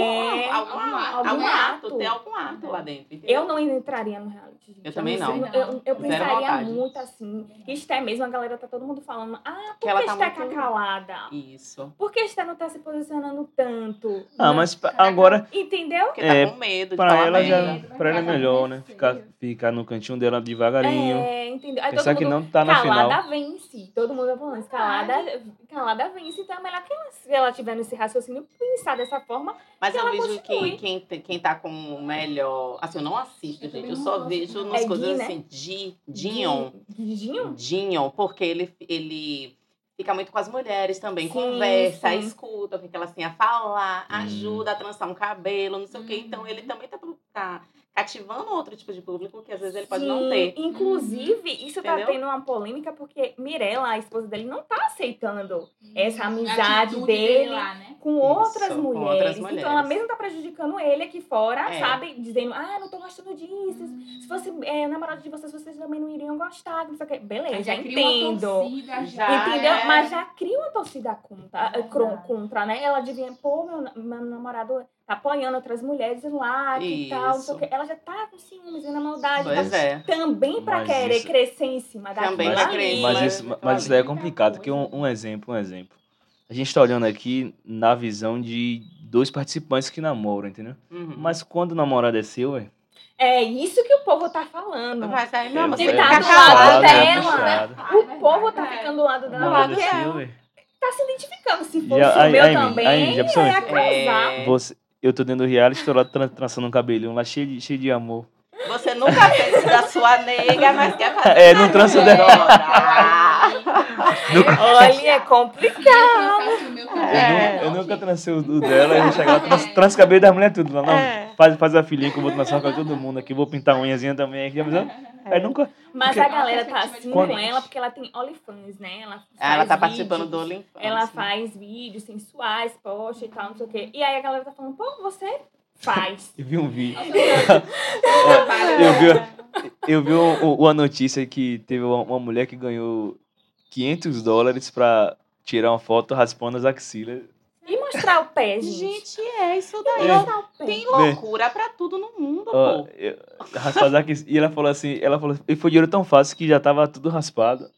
ato, ter algum ato lá dentro. Entendeu? Eu não entraria no reality, gente. Eu também não. Eu pensaria muito assim. Esté mesmo, a galera tá todo mundo falando, por que Esté tá calada? Isso. Por que Esté não tá se posicionando tanto? Mas agora... Entendeu? Porque tá com medo de pra ela é melhor, né? Ficar no cantinho dela devagarinho. Entendeu? Aí pensar que não tá na final. Calada vence. Todo mundo falando, calada vence. Então é melhor que ela tiver nesse raciocínio pensar dessa forma. Mas eu vejo que quem tá com o melhor... Assim, eu não assisto, gente. Eu só vejo nas coisas assim. Dinho, porque ele fica muito com as mulheres também. Conversa, escuta o que elas têm a falar, ajuda a trançar um cabelo, não sei o quê. Então ele também tá cativando outro tipo de público que às vezes ele pode não ter. Inclusive, isso tá tendo uma polêmica porque Mirella, a esposa dele, não tá aceitando essa amizade dele lá, né? com outras mulheres. Então ela mesmo tá prejudicando ele aqui fora, sabe? Dizendo, não tô gostando disso. Se fosse namorado de vocês também não iriam gostar, não sei o quê. Beleza, já entendo. Entendeu? Mas já cria uma torcida contra, né? Ela devia, meu namorado tá apoiando outras mulheres lá, que tal, não sei o quê. Ela já tá com ciúmes, na maldade. Também pra querer crescer em cima da Mas isso daí é complicado, porque um exemplo. A gente tá olhando aqui na visão de 2 participantes que namoram, entendeu? Mas quando o namorado é seu, é isso que o povo tá falando. Mas aí, não, você tá do lado dela. O povo tá ficando do lado dela. Tá se identificando. Se fosse o meu também, ia casar. Eu tô dentro do reality, tô lá trançando um cabelinho lá cheio de amor. Você nunca fez da sua nega, mas quer fazer. Não trança dela. Olha, é complicado. Eu nunca trancei o dela, eu vou chegar lá, trança o cabelo da mulher tudo lá. Não, faz a filhinha que eu vou trançar com todo mundo aqui, vou pintar a unhazinha também aqui, Aí nunca... Mas porque- a galera tá assim Quando- com ela porque ela tem OnlyFans, né? Ela Ela tá faz participando vídeos, do OnlyFans. Ela né? faz vídeos sensuais, posta e tal, não sei o quê. E aí a galera tá falando, pô, você faz. Eu vi um vídeo. Trabalho. Eu vi uma notícia que teve uma mulher que ganhou $500 pra tirar uma foto raspando as axilas. E mostrar o pé, gente. Gente, isso daí. Mostrar o pé. Tem loucura pra tudo no mundo, Ó, pô. raspar as axilas. E ela falou assim, e foi dinheiro tão fácil que já tava tudo raspado.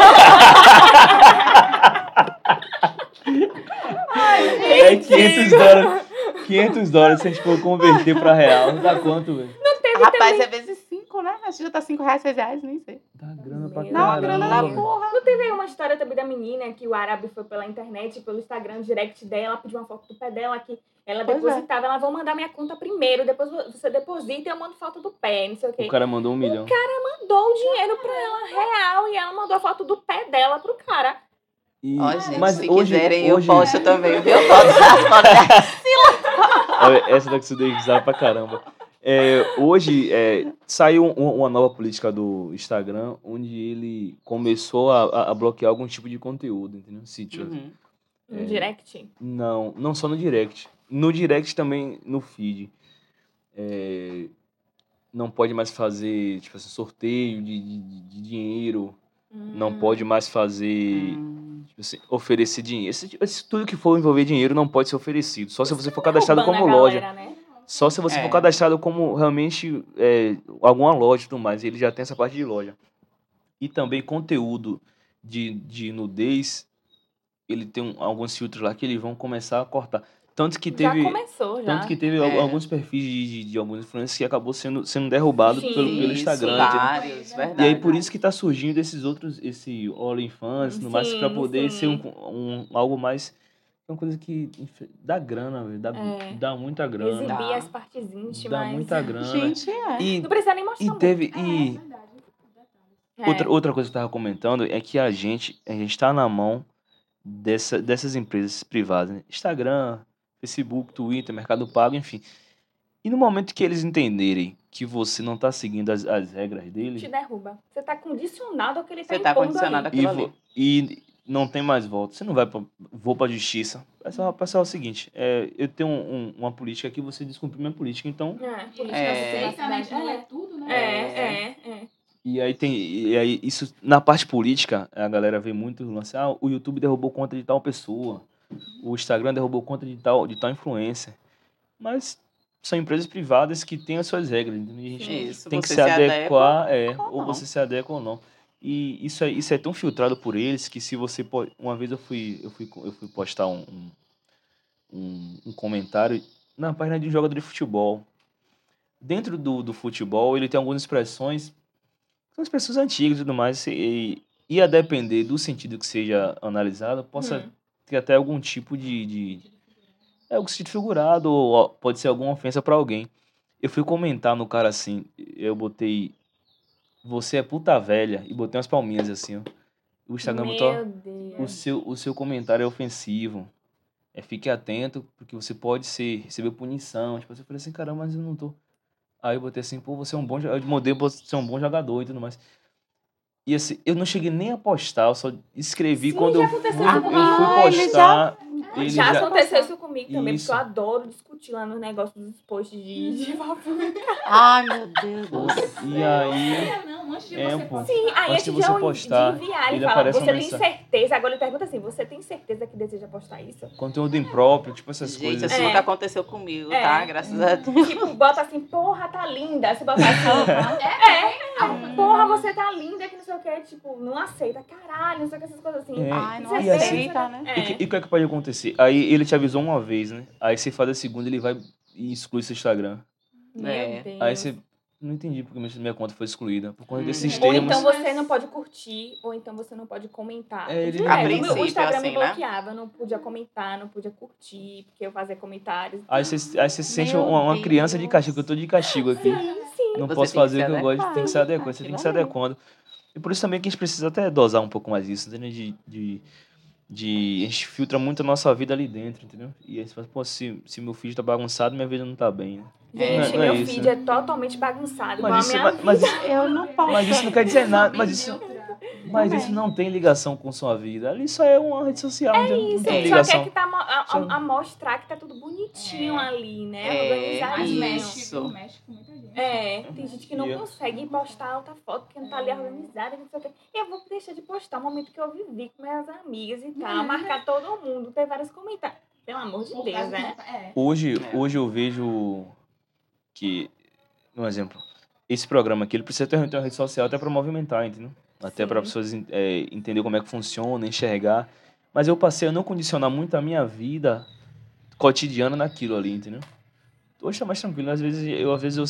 É $500. $500 se a gente for converter pra real. Dá quanto, velho? Rapaz, é vezes 5, né? Acho que já tá R$5, R$6, nem sei. Dá grana pra Meu Dá uma caramba. grana da velho. porra. Não teve aí uma história também da menina que o árabe foi pela internet, pelo Instagram, direct dela, pediu uma foto do pé dela que ela Pois é. depositava. Ela, vou mandar minha conta primeiro, depois você deposita e eu mando foto do pé, não sei o quê. O cara mandou $1 milhão. Mandou o dinheiro pra ela real e ela mandou a foto do pé dela pro cara. E- Ó, gente, mas se hoje, quiserem, hoje, eu posto também, viu? Fotos Olha, essa daqui você deu risada pra caramba. Hoje saiu uma nova política do Instagram, onde ele começou a bloquear algum tipo de conteúdo, entendeu? Sítio. Uhum. No direct. Não só no direct. No direct também no feed. Não pode mais fazer tipo assim, sorteio de dinheiro. Não pode mais fazer. Tipo assim, oferecer dinheiro. Tudo que for envolver dinheiro não pode ser oferecido. Só se você for cadastrado Roubando como a loja. galera, né? Só se você for cadastrado como realmente alguma loja e tudo mais. Ele já tem essa parte de loja. E também conteúdo de nudez, ele tem alguns filtros lá que eles vão começar a cortar. Tanto que Já teve, começou, já. tanto que teve alguns perfis de alguns influencers que acabou sendo derrubado Sim. pelo Instagram. Isso, entendeu? vários, verdade. E aí por isso que tá surgindo esse OnlyFans, no mais, pra Sim, poder sim. ser algo mais... Uma coisa que dá grana, velho. Dá muita grana. Exibir Dá. as partes íntimas. Dá muita grana. Gente, E, Não precisa nem mostrar e teve... muito. E verdade. outra coisa que eu tava comentando é que a gente tá na mão dessas empresas privadas, né? Instagram, Facebook, Twitter, Mercado Pago, enfim. E no momento que eles entenderem que você não tá seguindo as regras deles... Te derruba. Você tá condicionado ao que ele tá Você tá impondo condicionado ali. àquilo ali. E não tem mais volta. Você não vou pra justiça. Pessoal, é o seguinte, eu tenho uma política aqui, você descumpriu minha política, então... Política É. Essa internet não é tudo, né? E aí isso, na parte política, a galera vê muito lance, o YouTube derrubou conta de tal pessoa, o Instagram derrubou conta de tal influencer. Mas são empresas privadas que têm as suas regras, entendeu? E a gente Isso, tem que você se se adequar, adequa ou ou não. você se adequa ou não. E isso é tão filtrado por eles que se você pode... Uma vez eu fui postar um comentário na página de um jogador de futebol. Dentro do futebol, ele tem algumas expressões, são expressões antigas e tudo mais, e a depender do sentido que seja analisado, possa ter até algum tipo de algum sentido figurado, ou pode ser alguma ofensa pra alguém. Eu fui comentar no cara assim, eu botei, você é puta velha, e botei umas palminhas assim, ó. O Instagram botou, Meu Deus. o seu comentário é ofensivo. Fique atento, porque você pode receber punição. Tipo, eu falei assim, caramba, mas eu não tô. Aí eu botei assim, pô, você é um bom jogador. Eu mudei, você é um bom jogador e tudo mais. E assim, eu não cheguei nem a postar, eu só escrevi Sim, quando já eu aconteceu fui isso comigo. postar. Ele Já já... aconteceu isso comigo também, Isso. porque eu adoro discutir lá nos negócios dos posts de Ai, meu Deus do céu. E aí, Não, antes de É, você pô. postar. Sim, aí Antes antes de de você eu postar, de enviar, ele ele fala, aparece você uma tem mensagem. certeza? Agora ele pergunta assim, você tem certeza que deseja postar isso? conteúdo impróprio, tipo essas Gente, coisas isso assim. nunca aconteceu comigo, É. tá? Graças a Deus. Tipo, bota assim, porra, tá linda. Se botar assim, porra, você tá linda, que não sei o que, tipo, não aceita, caralho, não sei o que, essas coisas assim. Ai, não E assim- aceita, né? É. E o que é que pode acontecer? Aí ele te avisou uma vez, né? Aí você faz a segunda, ele vai e exclui seu Instagram. Meu É. Deus. Aí você... Não entendi porque minha conta foi excluída. Por conta desses Ou termos. então você não pode curtir, ou então você não pode comentar. É, ele- Direto, A o princípio, Instagram assim, me né? bloqueava, eu não podia comentar, não podia curtir, porque eu fazia comentários. Aí você se sente Meu uma Deus. criança de castigo, eu tô de castigo aqui. Sim. Não Você posso tem que fazer se o que eu gosto, adequar. tem que se adequar, você tem que se Aquilo ali. adequando. E por isso também que a gente precisa até dosar um pouco mais isso, entendeu? A gente filtra muito a nossa vida ali dentro, entendeu? E aí você fala, pô, se meu filho tá bagunçado, minha vida não tá bem, né? Gente, não é meu isso, feed é totalmente bagunçado. Mas igual a isso, minha vida. Eu não posso. mas isso não quer dizer nada. Mas Também. isso não tem ligação com sua vida. Ali só é uma rede social. Não Isso, tem só ligação. quer que tá a mostrar que tá tudo bonitinho ali, né? É, Organizadinho. isso. Mexe com muita gente. Tem gente que não consegue postar outra foto porque não tá ali organizada, não sei o quê. E eu vou deixar de postar o momento que eu vivi com minhas amigas e tal, marcar todo mundo, ter vários comentários. Pelo amor de Deus, né? Hoje eu vejo que, um exemplo, esse programa aqui, ele precisa ter uma rede social até para movimentar, entendeu? Até para pessoas entender como é que funciona, enxergar. Mas eu passei a não condicionar muito a minha vida cotidiana naquilo ali, entendeu? Hoje tá mais tranquilo. Às vezes eu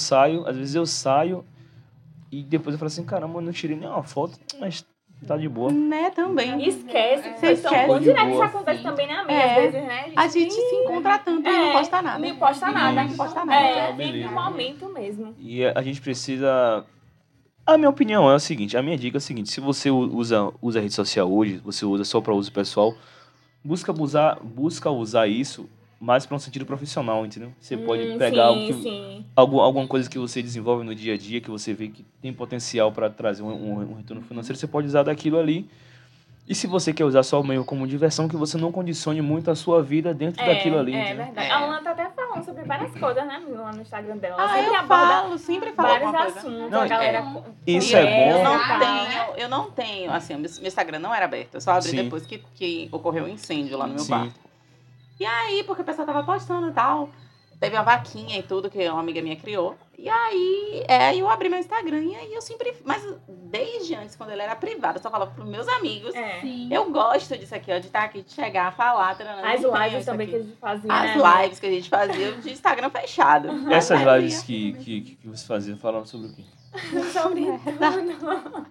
saio e depois eu falo assim, caramba, eu não tirei nenhuma foto, mas tá de boa. Né, também. Esquece. Você esquece. Bom direto, isso boa. acontece também na minha, às vezes, né? A gente se encontra tanto e não posta nada. Não posta nada. Não posta nada. Vive beleza. o momento mesmo. E a gente precisa... A minha opinião é o seguinte, a minha dica é a seguinte, se você usa rede social hoje, você usa só para uso pessoal, busca usar isso mais para um sentido profissional, entendeu? Você pode pegar alguma coisa que você desenvolve no dia a dia, que você vê que tem potencial para trazer um retorno financeiro, você pode usar daquilo ali. E se você quer usar só o meio como diversão, que você não condicione muito a sua vida dentro daquilo ali. É entendeu? verdade. A Lana tá até falando sobre várias coisas, né, lá no Instagram dela. Ela Sempre falo vários alguma coisa. assuntos, Não, a galera... isso é bom. Eu não tenho, assim, meu Instagram não era aberto. Eu só abri Sim. depois que ocorreu um incêndio lá no meu Sim. quarto. E aí, porque o pessoal tava postando e tal, teve uma vaquinha e tudo que uma amiga minha criou. E aí, eu abri meu Instagram e aí eu sempre... Mas desde antes, quando ele era privado, eu só falava pros meus amigos. Sim. Eu gosto disso aqui, ó, de estar aqui, de chegar, falar. As lives também que a gente fazia, As né? lives que a gente fazia de Instagram fechado. Essas Mas lives que você fazia falavam sobre o quê? Sobre tudo.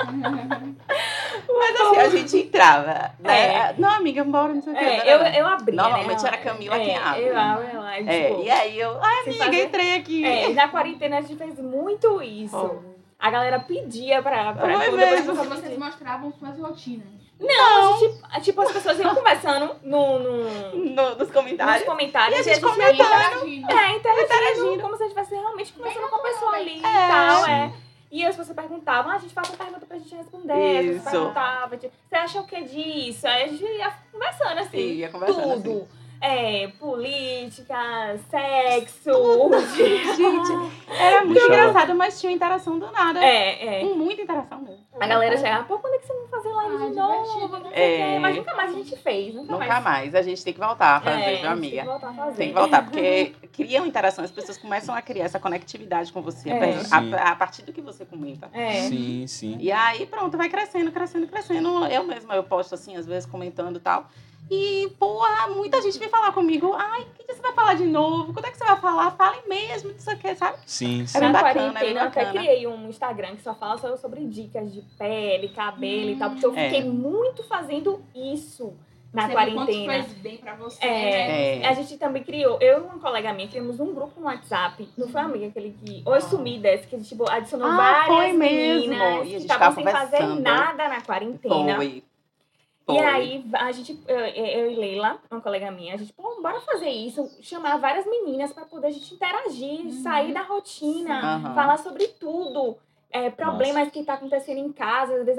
Mas assim, a gente entrava, né? Não, amiga, bora, não sei o que. Eu abri, Normalmente né? era a Camila quem abre. Eu abro, tipo, E aí eu, amiga, entrei aqui. E na quarentena a gente fez muito isso. A galera pedia pra Foi depois mesmo. eu Vocês comecei- mostravam suas rotinas. Não, a gente, tipo, as pessoas iam conversando Nos nos comentários. comentários. E a gente ia comentando. interagindo, como se a gente estivesse realmente conversando com a pessoa ali e tal, E as pessoas perguntavam, a gente faz uma pergunta pra gente responder. Isso. As pessoas perguntavam, tipo, você acha o que disso? Aí a gente ia conversando, assim, Ia conversando, tudo. assim. Política, sexo. Gente, era muito engraçado, mas tinha interação do nada. Com muita interação mesmo. A galera chegava, pô, quando é que vocês vão fazer live de novo? divertido, Não sei o quê. Mas nunca mais a gente fez. Nunca mais. A gente tem que voltar a fazer, viu, a gente tem amiga? que voltar a fazer. Tem que voltar, porque criam interação, as pessoas começam a criar essa conectividade com você a partir do que você comenta. Sim, sim. E aí, pronto, vai crescendo. Eu mesma, eu posto assim, às vezes, comentando e tal. E, porra, muita gente vem falar comigo. Ai, o que você vai falar de novo? Quando é que você vai falar? Fale mesmo, isso aqui, sabe? Sim, sim. É bem Na bacana, quarentena, eu até bacana. criei um Instagram que só fala sobre dicas de pele, cabelo e tal. Porque eu fiquei muito fazendo isso na quarentena. Quanto faz bem pra você, né? A gente também criou, eu e uma colega minha, criamos um grupo no WhatsApp. Não foi, amiga? Aquele que... Oi Sumidas, que a gente adicionou várias foi mesmo. meninas E a que gente estavam sem ficava fazer conversando. nada na quarentena. Foi. E aí, a gente, eu e Leila, uma colega minha, a gente, bora fazer isso, chamar várias meninas pra poder a gente interagir, sair da rotina, falar sobre tudo. Problemas que tá acontecendo em casa, às vezes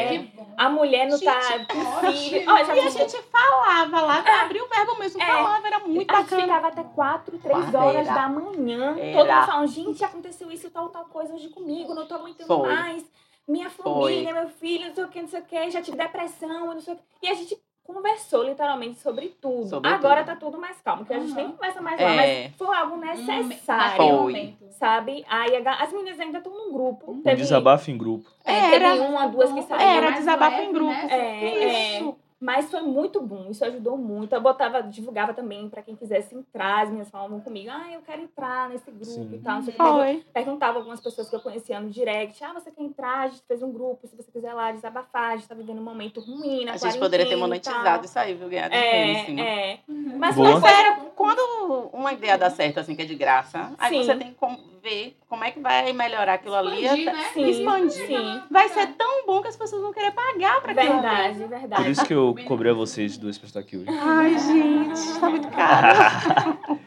a mulher não tá com filho. E a gente falava lá, abriu o verbo mesmo, falava, era muito A gente bacana. ficava até 4, 3 horas da manhã, todo mundo falando, gente, aconteceu isso, tal coisa hoje comigo, não tô aguentando mais. Minha família, meu filho, não sei o que, já tive depressão, não sei o que. E a gente conversou literalmente sobre tudo. Agora tá tudo mais calmo, porque a gente nem conversa mais lá, mas foi algo necessário, sabe? Aí as meninas ainda estão num grupo. Um desabafo em grupo. Teve uma, duas que saíram. Era desabafo em grupo. Isso. Mas foi muito bom, isso ajudou muito. Eu divulgava também pra quem quisesse entrar, as meninas falavam comigo, eu quero entrar nesse grupo e tal. Não sei o que. Perguntava algumas pessoas que eu conhecia no direct, você quer entrar? A gente fez um grupo, se você quiser lá desabafar, a gente tá vivendo um momento ruim, A gente poderia ter monetizado isso aí, viu? Ganhar dinheiro em cima. Mas Boa. sério, quando uma ideia dá certo, assim, que é de graça, aí você tem que ver como é que vai melhorar aquilo ali. Expandir. Sim. Vai ser tão bom que as pessoas vão querer pagar pra aquilo. Verdade. Por isso que eu cobrei a vocês dois pra estar aqui hoje. Ai, gente, tá muito caro.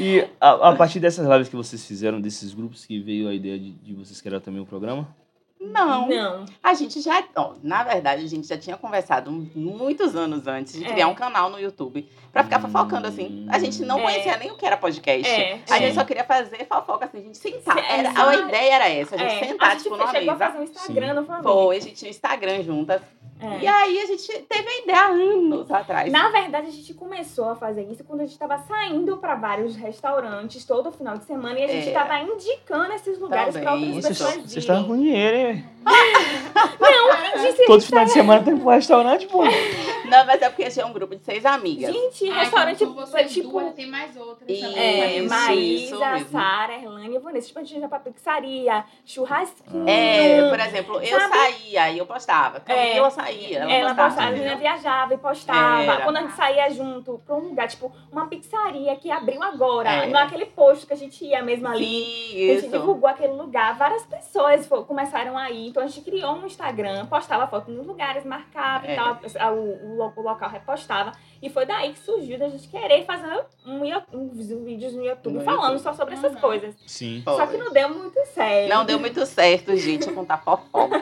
E a partir dessas lives que vocês fizeram, desses grupos, que veio a ideia de vocês criar também o programa? Não. A gente já... na verdade, a gente já tinha conversado muitos anos antes de criar um canal no YouTube pra ficar fofocando, assim. A gente não conhecia nem o que era podcast. A gente só queria fazer fofoca, assim. A gente sentar. A ideia era essa. A gente sentar, tipo, numa mesa. A gente chegou a fazer um Instagram no família. Foi, a gente tinha um Instagram juntas. E aí, a gente teve a ideia há anos atrás. Na verdade, a gente começou a fazer isso quando a gente tava saindo pra vários restaurantes todo final de semana. E a gente tava indicando esses lugares pra outras pessoas irem. Vocês estavam com dinheiro, hein? Não, quem disse todo final de semana tem um restaurante, pô. Não, mas é porque tinha um grupo de 6 amigas. Gente, restaurante tipo... Duas, tem mais outras também. Maísa, Sara, Erlane e Vanessa. Tipo, a gente ia pra pizzaria, churrasquinho. Por exemplo, eu saía e eu postava. Camila saía, ela postava. A Juliana viajava e postava. Quando a gente saía junto pra um lugar, tipo, uma pizzaria que abriu agora. Naquele posto que a gente ia mesmo ali. Sim, a gente divulgou aquele lugar. Várias pessoas começaram a ir. Então a gente criou um Instagram, postava foto nos lugares, marcava e tal. O local repostava. E foi daí que surgiu da gente querer fazer uns vídeos no YouTube falando só sobre essas coisas. Sim. Só que não deu muito certo. Não deu muito certo, gente, eu contar fofoca.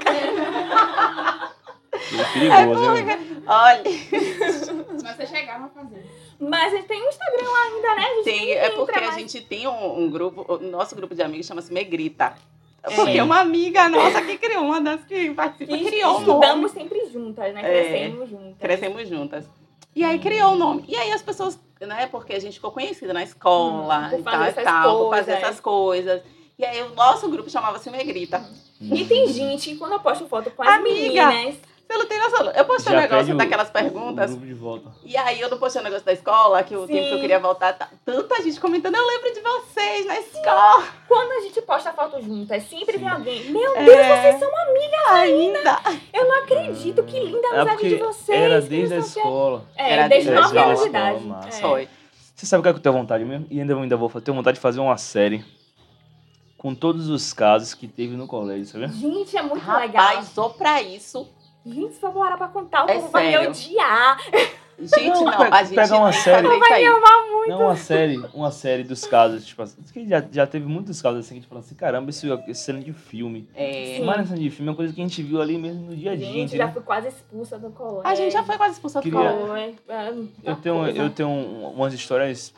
É perigoso, né? Olha. Mas vocês chegaram a fazer. Mas a gente tem um Instagram lá ainda, né? A gente é porque a gente tem um grupo, o nosso grupo de amigos chama-se Megrita. Porque uma amiga nossa que criou, uma das que participa, criou um nome. Estudamos sempre juntas, né? Crescemos juntas. E aí criou o nome. E aí as pessoas, né? Porque a gente ficou conhecida na escola por fazer essas coisas. E aí o nosso grupo chamava-se Megrita. E tem gente que quando eu posto foto com as meninas... Você não tem noção. Eu postei um negócio daquelas perguntas. O grupo de volta. E aí eu não postei um negócio da escola, que o tempo que eu queria voltar, tanta gente comentando, eu lembro de vocês na escola. Quando a gente posta foto juntas, sempre vem alguém, meu Deus, vocês são amigas ainda. Eu não acredito, que linda a amizade de vocês. Era desde a escola. Era desde 9 anos de idade. Foi. Você sabe o que eu tenho vontade mesmo? E ainda vou ter vontade de fazer uma série com todos os casos que teve no colégio, sabe? Gente, é muito legal. Rapaz, só pra isso... Gente, se for bora pra contar, o povo vai me odiar. Gente, a gente pega uma série. Não vai me amar muito. Não, uma série dos casos, tipo assim, que já teve muitos casos assim, que a gente fala assim, caramba, esse cena de filme. Mas cena de filme é uma coisa que a gente viu ali mesmo no dia a dia. A gente já foi quase expulsa do colégio. A gente já foi quase expulsa do colégio. Eu tenho umas histórias...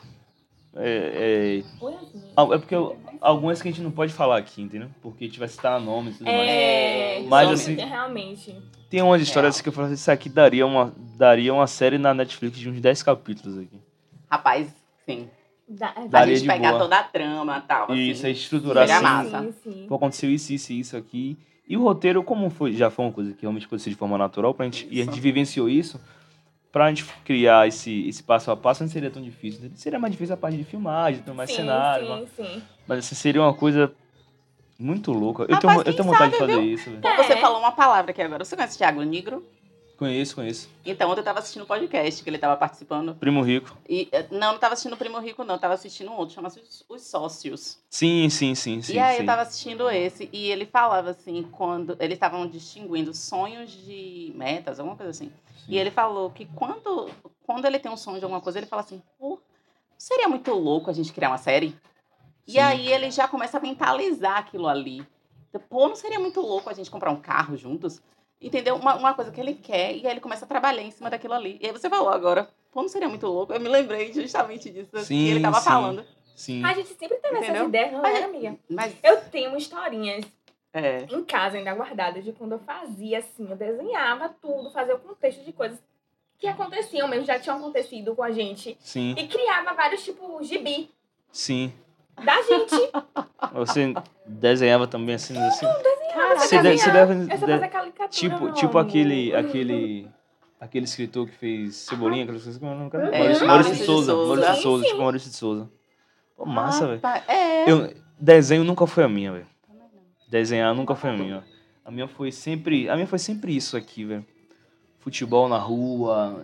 É porque algumas que a gente não pode falar aqui, entendeu? Porque a gente vai citar nome e tudo mais. Mas assim, realmente. Tem umas histórias que eu falo assim, isso aqui daria uma série na Netflix de uns 10 capítulos aqui. Rapaz, sim. Daria a gente de pegar boa. toda a trama e tal. Isso, assim, estruturar assim. Massa. Pô, aconteceu isso aqui. E o roteiro, como já foi uma coisa que realmente aconteceu de forma natural, e a gente vivenciou isso, pra gente criar esse passo a passo, não seria tão difícil. Seria mais difícil a parte de filmagem, ter mais cenário. Sim. Mas assim, seria uma coisa muito louca. Eu tenho vontade de fazer isso. Você falou uma palavra aqui agora. Você conhece o Thiago Negro? Conheço. Então, ontem eu tava assistindo um podcast que ele tava participando. Primo Rico. E, não tava assistindo o Primo Rico, não. Tava assistindo um outro, chama-se Os Sócios. Sim. E aí eu tava assistindo esse, e ele falava assim, quando eles estavam distinguindo sonhos de metas, alguma coisa assim. Sim. E ele falou que quando ele tem um sonho de alguma coisa, ele fala assim, pô, seria muito louco a gente criar uma série? Sim. E aí ele já começa a mentalizar aquilo ali. Pô, não seria muito louco a gente comprar um carro juntos? Entendeu? Uma coisa que ele quer, e aí ele começa a trabalhar em cima daquilo ali. E aí você falou agora, pô, não seria muito louco? Eu me lembrei justamente disso que ele tava falando. Sim. A gente sempre teve essas ideias, não era, amiga? Mas... Eu tenho historinhas em casa ainda guardadas de quando eu fazia assim, eu desenhava tudo, fazia o contexto de coisas que aconteciam mesmo, já tinham acontecido com a gente. Sim. E criava vários, tipo, gibi. Sim. Da gente. Você desenhava também assim? Não, desenhava. Eu só fazia caricatura. Tipo aquele escritor que fez Cebolinha, aquelas coisas. Maurício de Souza. Tipo Maurício de Souza. Pô, massa, velho. Desenho nunca foi a minha, velho. Desenhar nunca foi a minha. A minha foi sempre isso aqui, velho. Futebol na rua.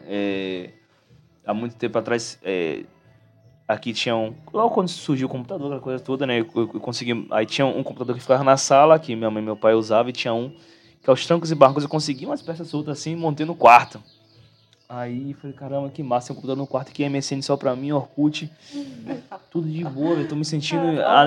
Há muito tempo atrás, aqui tinha logo quando surgiu o computador, aquela coisa toda, né? Eu consegui. Aí tinha um computador que ficava na sala, que minha mãe e meu pai usavam, e tinha um que aos trancos e barrancos eu consegui umas peças soltas assim, montei no quarto. Aí falei, caramba, que massa, tem um computador no quarto aqui, MSN só pra mim, Orkut. Tudo de boa, eu tô me sentindo...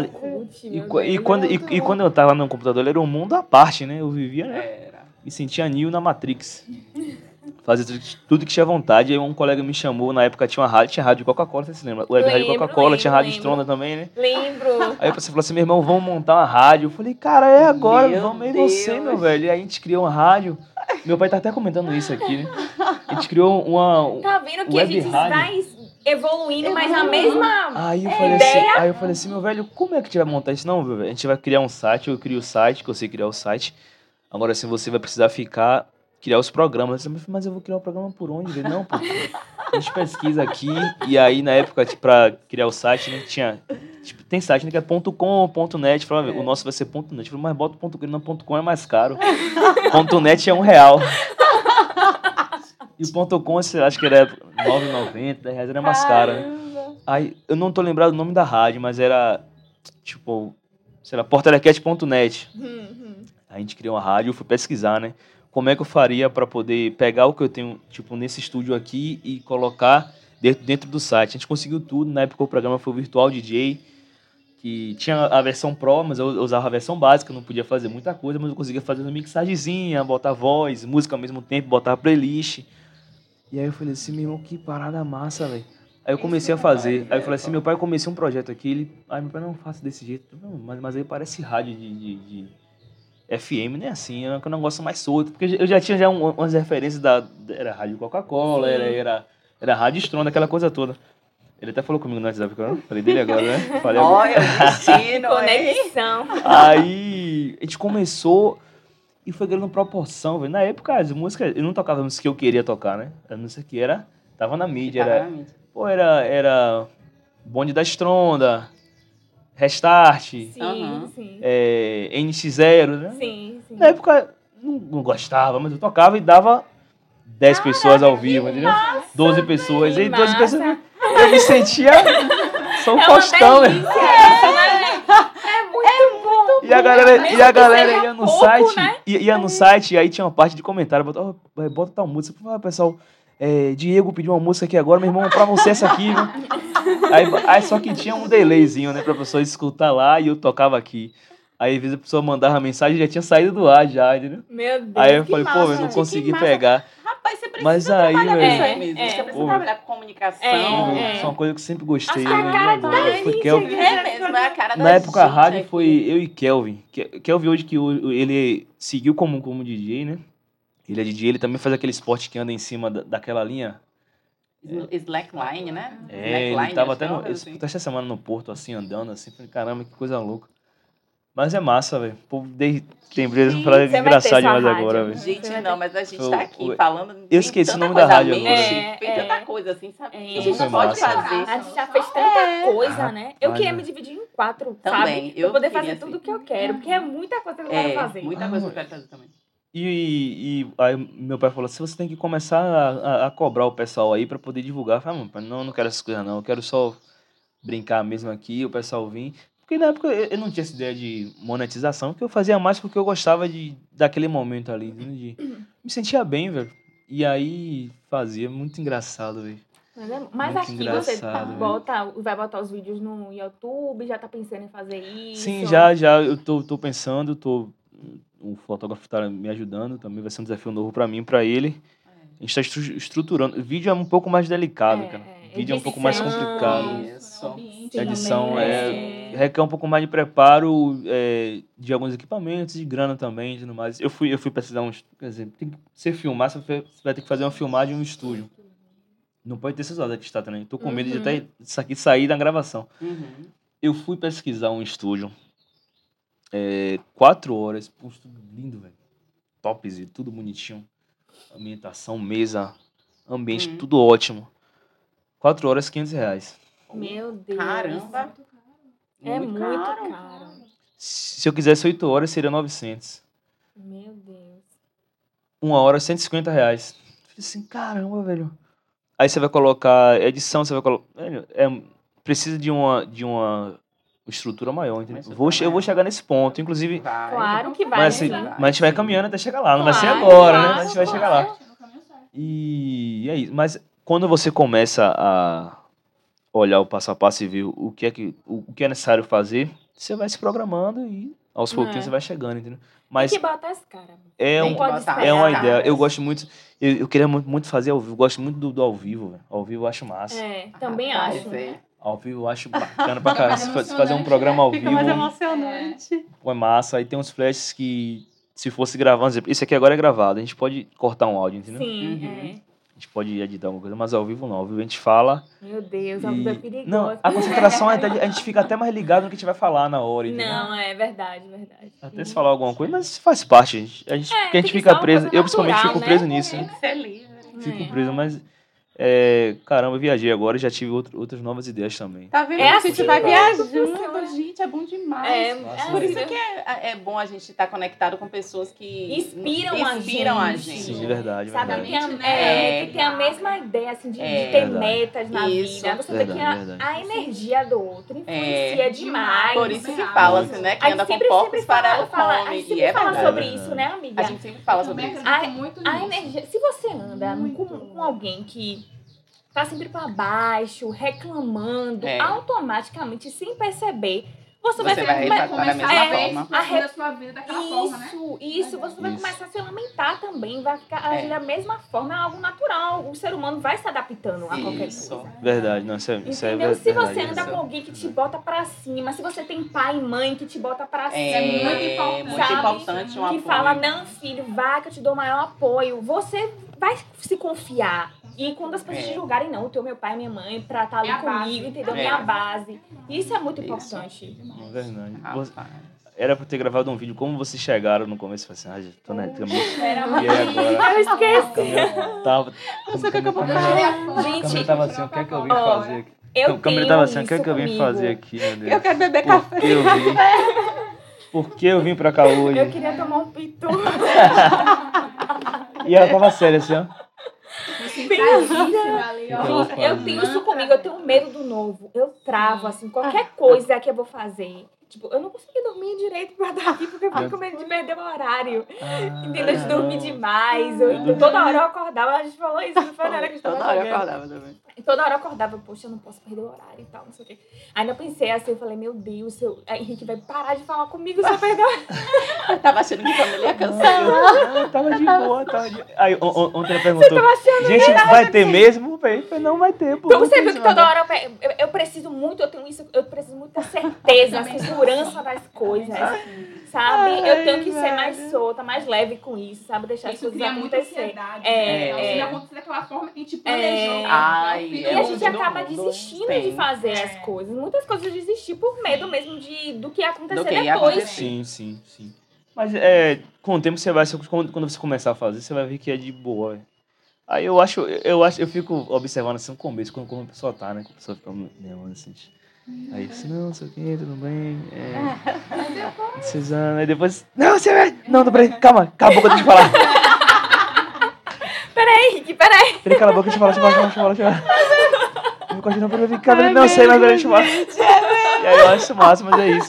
E quando eu tava no computador, era um mundo à parte, né? Eu vivia, né? Me sentia Neo na Matrix. Fazia tudo que tinha vontade. Aí um colega me chamou, na época tinha rádio Coca-Cola, você se lembra? Web rádio Coca-Cola, tinha rádio Stronda também, né? Lembro. Aí você falou assim, meu irmão, vamos montar uma rádio. Eu falei, cara, é agora, vamos aí você, meu velho. E aí a gente criou uma rádio. Meu pai tá até comentando isso aqui, né? A gente criou uma tá vendo que a gente vai evoluindo, mas na mesma aí eu falei assim, meu velho, como é que a gente vai montar isso? Não, meu velho, a gente vai criar um site, eu crio o site, que eu sei criar o site. Agora, assim, você vai precisar criar os programas. Mas eu vou criar o programa por onde, velho? Não, pô. A gente pesquisa aqui, e aí, na época, tipo, pra criar o site, né, tinha... Tipo, tem site, né, que é .com, .net. Falei, o nosso vai ser .net. Falei, mas bota .com, não, .com é mais caro. .net é R$1. E o .com, acho que era R$9,90, R$10, era mais caro, né? Aí, eu não tô lembrado do nome da rádio, mas era, tipo, sei lá, portelequete.net. A gente criou uma rádio, eu fui pesquisar, né? Como é que eu faria para poder pegar o que eu tenho, tipo, nesse estúdio aqui e colocar dentro do site. A gente conseguiu tudo. Na época o programa foi o Virtual DJ, que tinha a versão Pro, mas eu usava a versão básica, não podia fazer muita coisa, mas eu conseguia fazer uma mixagemzinha, botar voz, música ao mesmo tempo, botar playlist. E aí eu falei assim, meu irmão, que parada massa, velho. Aí eu comecei a fazer. Aí eu falei assim, meu pai, eu comecei um projeto aqui, meu pai, não faça desse jeito. Mas aí parece rádio de FM, né? Assim, é um negócio mais solto. Porque eu já tinha umas referências era rádio Coca-Cola, era rádio Stronda, aquela coisa toda. Ele até falou comigo no WhatsApp, eu falei dele agora, né? Falei olha, destino, conexão. Aí a gente começou e foi ganhando proporção, velho. Na época, as músicas, eu não tocava música que eu queria tocar, né? A música que tava na mídia. Era Bonde da Stronda, Restart, sim. NX0, né? Sim. Na época, não gostava, mas eu tocava e dava 10 pessoas ao vivo, entendeu? 12 pessoas. E 12 pessoas, eu me sentia São Faustão, né? É muito bom. E a galera ia no site, né? Ia no site, e aí tinha uma parte de comentário, bota tal música. Pessoal, Diego pediu uma música aqui agora, meu irmão, pra você essa aqui, viu? Aí só que tinha um delayzinho, né, pra pessoa escutar lá e eu tocava aqui. Aí às vezes a pessoa mandava mensagem e já tinha saído do ar já, entendeu? Meu Deus, aí eu falei, eu não consegui pegar. Rapaz, você precisa trabalhar com isso aí mesmo. Você precisa trabalhar com comunicação. Isso é uma coisa que eu sempre gostei. A cara da mesmo, é a cara da Na época a rádio foi eu e Kelvin. Kelvin hoje que ele seguiu como DJ, né? Ele é DJ, ele também faz aquele esporte que anda em cima daquela linha. Slackline, né? Ele tava até essa semana no Porto, assim, andando, assim. Falei, caramba, que coisa louca. Mas é massa, velho. O povo tem empresa pra falar engraçado demais agora, velho. Gente, não, mas a gente tá aqui falando. Eu esqueci o nome da rádio agora. Tem tanta coisa assim, sabe? A gente pode fazer. A gente já fez tanta coisa, né? Eu queria me dividir em 4, também, sabe? Pra poder fazer tudo o que eu quero. Porque é muita coisa que eu quero fazer. Muita coisa que eu quero fazer também. E aí meu pai falou assim, você tem que começar a cobrar o pessoal aí pra poder divulgar. Eu falei, não quero essas coisas não, eu quero só brincar mesmo aqui, o pessoal vir. Porque na época eu não tinha essa ideia de monetização, que eu fazia mais porque eu gostava daquele momento ali, me sentia bem, velho. E aí fazia, muito engraçado, velho. Mas aqui você vai botar os vídeos no YouTube, já tá pensando em fazer isso? Sim, já, eu tô pensando, o fotógrafo tá me ajudando, também vai ser um desafio novo pra mim, pra ele. A gente tá estruturando. O vídeo é um pouco mais delicado, cara. O vídeo é um pouco mais complicado. Edição requer um pouco mais de preparo de alguns equipamentos, de grana também, e tudo mais. Eu fui precisar quer dizer, tem que ser filmar, você vai ter que fazer uma filmagem em um estúdio. Não pode ter essas horas que está também. Tô com medo de até isso aqui sair da gravação. Eu fui pesquisar um estúdio 4 horas, pô, tudo lindo, velho. Topzito, tudo bonitinho. Ambientação, mesa, ambiente, tudo ótimo. 4 horas, R$500. Meu Deus. Caramba. É muito caro. Se eu quisesse 8 horas, seria 900. Meu Deus. 1 hora, R$150. Falei assim, caramba, velho. Aí você vai colocar edição, você vai colocar... precisa de uma estrutura maior, entendeu? Eu vou chegar nesse ponto, inclusive... Claro que vai. Mas a gente vai caminhando até chegar lá. Não vai ser agora, né? Mas a gente vai chegar lá. E é isso. Mas quando você começa a olhar o passo a passo e ver o que é necessário fazer, você vai se programando e aos pouquinhos você vai chegando, entendeu? Mas tem que botar as caras. É uma ideia. Eu gosto muito. Eu queria muito fazer ao vivo. Eu gosto muito do ao vivo, velho. Ao vivo eu acho massa. Também acho. Ao vivo eu acho bacana pra caramba. Se fazer um programa ao vivo. Fica mais emocionante. É massa. Aí tem uns flashes que, se fosse gravando, esse aqui agora é gravado. A gente pode cortar um áudio, entendeu? Sim, A gente pode editar alguma coisa, mas ao vivo não. Ao vivo a gente fala. Meu Deus, ao vivo é perigoso. Não, a concentração a gente fica até mais ligado no que a gente vai falar na hora, entendeu? Não, é verdade. Até se falar alguma coisa, mas faz parte, porque a gente fica preso. Eu principalmente fico preso nisso. Tem que ser livre. Fico preso, mas caramba, eu viajei agora e já tive outras novas ideias também. Tá vendo? A gente vai viajando, gente, é bom demais. Por isso que é bom a gente estar conectado com pessoas que inspiram a gente. Sim, de verdade. Sabe, que tem a mesma ideia assim, de ter metas na vida. Você vê que a energia do outro influencia demais. Por isso que fala assim, né? Que anda com porcos, farelo come. A gente sempre fala sobre isso, né, amiga? A gente sempre fala sobre isso. A energia, se você anda com alguém que tá sempre pra baixo, reclamando, automaticamente, sem perceber, você vai começar a sua vida daquela forma, né? Isso, você vai começar a se lamentar também, vai ficar agir da mesma forma, é algo natural. O ser humano vai se adaptando a qualquer coisa. Verdade, não, isso é verdade. Se você anda com alguém que te bota pra cima, se você tem pai e mãe que te bota pra cima, é muito importante um apoio. Que fala, não, filho, vai que eu te dou maior apoio, você vai se confiar. E quando as pessoas te julgarem, não, eu tenho meu pai e minha mãe pra estar ali comigo, entendeu? Minha base. Isso é muito importante. É verdade. Era pra ter gravado um vídeo, como vocês chegaram no começo, eu falei assim, já tô na câmera. E aí agora... Eu esqueci. A câmera tava assim, o que é que eu vim fazer aqui? A câmera tava assim, o que é que eu vim fazer aqui, meu Deus? Eu quero beber café. Por que eu vim pra cá hoje? Eu queria tomar um pitu. E ela tava séria assim, ó. Eu tenho isso comigo, eu tenho medo do novo. Eu travo, assim, qualquer coisa que eu vou fazer. Tipo, eu não consegui dormir direito pra estar aqui porque eu fico com medo de perder o horário. Entendeu? De dormir demais. Então, toda hora eu acordava, a gente falou isso, não foi na hora que a gente tava jogando. Toda hora eu acordava também. Toda hora eu acordava, poxa, eu não posso perder o horário e tal, não sei o quê. Ainda eu pensei assim, eu falei, meu Deus, Henrique vai parar de falar comigo se eu perder o horário. Eu tava achando que quando ele ia cansar. Tava de boa, Aí ontem ela perguntou, gente, vai ter mesmo? Eu falei, não vai ter. Então você viu que toda hora eu preciso muito, eu preciso muito da certeza, a segurança das coisas, sabe? Eu tenho que ser mais solta, mais leve com isso, sabe? Deixar as coisas acontecer. Se não acontecer daquela forma que a gente planejou. E a gente acaba desistindo de fazer as coisas. Muitas coisas eu desisti por medo mesmo do que ia acontecer depois. Sim. Mas com o tempo quando você começar a fazer, você vai ver que é de boa. Aí eu fico observando assim no começo, como a pessoa tá, né? Como a pessoa fica nervosa assim. Aí disse, não sei o que, tudo bem. Precisando. Aí depois, não, você vai. Não, peraí, calma, cala a boca, deixa eu falar. Peraí, Henrique, peraí. Peraí, cala a boca, deixa eu falar. Não continua pra ver cabelo, não sei, mas deixa eu falar. E aí eu acho isso massa, mas é isso.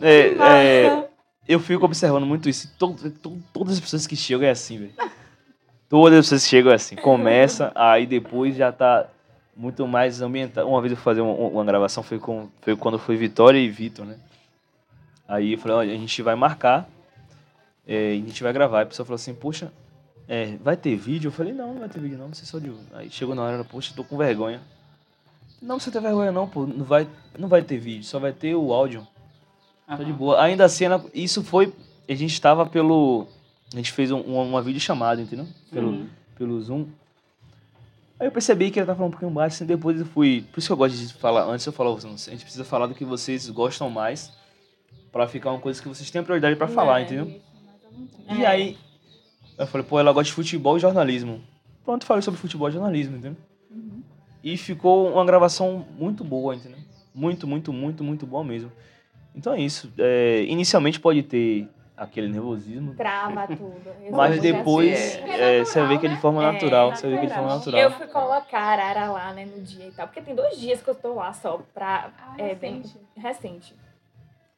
Eu fico observando muito isso. Todas as pessoas que chegam é assim, velho. Todas as pessoas que chegam é assim. Começa, aí depois já tá muito mais ambientado. Uma vez eu fui fazer uma gravação, foi quando foi Vitória e Vitor, né? Aí eu falei, olha, a gente vai marcar, e a gente vai gravar. Aí a pessoa falou assim, poxa, vai ter vídeo? Eu falei, não vai ter vídeo não, vai ser só de áudio. Aí chegou na hora, poxa, tô com vergonha. Não precisa ter vergonha não, pô, não vai ter vídeo, só vai ter o áudio. Tá de boa. Ainda assim, isso foi, a gente fez uma videochamada, entendeu? Pelo Zoom. Aí eu percebi que ele tava falando um pouquinho baixo, assim, depois eu fui... Por isso que eu gosto de falar, antes eu falava, a gente precisa falar do que vocês gostam mais, pra ficar uma coisa que vocês têm prioridade pra falar, entendeu? E aí, eu falei, pô, ela gosta de futebol e jornalismo. Pronto, falei sobre futebol e jornalismo, entendeu? E ficou uma gravação muito boa, entendeu? Muito boa mesmo. Então é isso. Inicialmente pode ter aquele nervosismo. Trava tudo. Mas depois você vê que é de forma natural. Você vê que é de forma natural. Eu fui colocar a Arara lá, né, no dia e tal. Porque tem 2 dias que eu tô lá só pra... recente.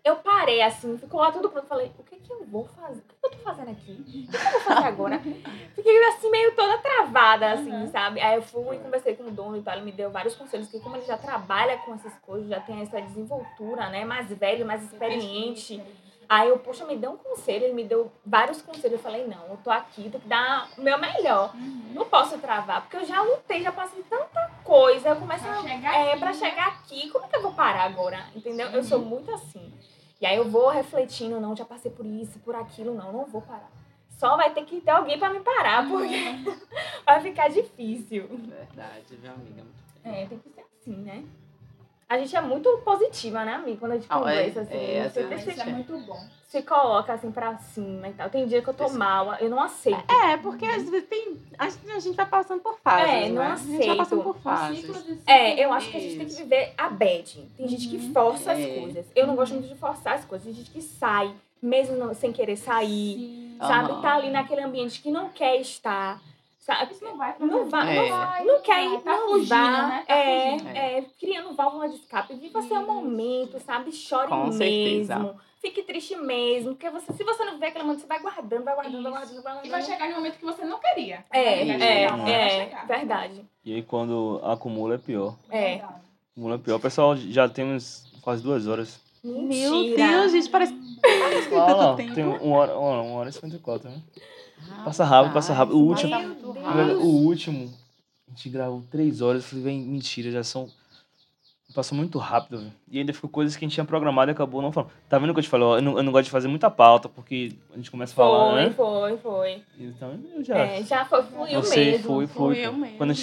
eu parei assim, ficou lá tudo pronto. Falei, o que eu vou fazer? O que eu tô fazendo aqui? O que eu vou fazer agora? Fiquei assim, meio toda travada, assim, sabe? Aí eu fui e conversei com o dono e tal, ele me deu vários conselhos, que como ele já trabalha com essas coisas, já tem essa desenvoltura, né? Mais velho, mais experiente. Aí eu, poxa, me deu um conselho, ele me deu vários conselhos. Eu falei, não, eu tô aqui, tenho que dar o meu melhor. Não posso travar, porque eu já lutei, já passei tanta coisa. Eu começo pra chegar aqui, como é que eu vou parar agora? Entendeu? Eu sou muito assim. E aí eu vou refletindo, não, já passei por isso, por aquilo, não vou parar. Só vai ter que ter alguém pra me parar, porque vai ficar difícil. Verdade, viu, amiga? Tem que ser assim, né? A gente é muito positiva, né, amiga? Quando a gente conversa, assim. Isso é muito bom. Se coloca, assim, pra cima e tal. Tem dia que eu tô mal, eu não aceito. Porque às vezes a gente vai passando por fases, não né? aceito. A gente vai passando por fases. Eu acho que a gente tem que viver a bad. Tem gente que força as coisas. Eu não gosto muito de forçar as coisas. Tem gente que sai, mesmo sem querer sair, sabe? Tá ali naquele ambiente que não quer estar. Sabe? Isso não vai não quer ir, tá não fugindo, vá. Né? Criando válvula de escape. Viva seu momento, sabe? Chore Com mesmo. certeza. Fique triste mesmo. Porque se você não vê aquele momento, você vai guardando. E vai chegar no momento que você não queria. Verdade. E aí quando acumula é pior. Acumula é pior. O pessoal já tem quase 2 horas. Mentira. Meu Deus, gente, parece que tem tanto tempo. Tem 1h e 54, né? Passa rápido. O último, a gente gravou 3 horas. Eu falei, mentira, passou muito rápido, velho. E ainda ficou coisas que a gente tinha programado e acabou não falando. Tá vendo o que eu te falei? Eu não gosto de fazer muita pauta, porque a gente começa a falar, né? Foi. Então, eu já... já fluiu Você mesmo. Fluiu mesmo. Quando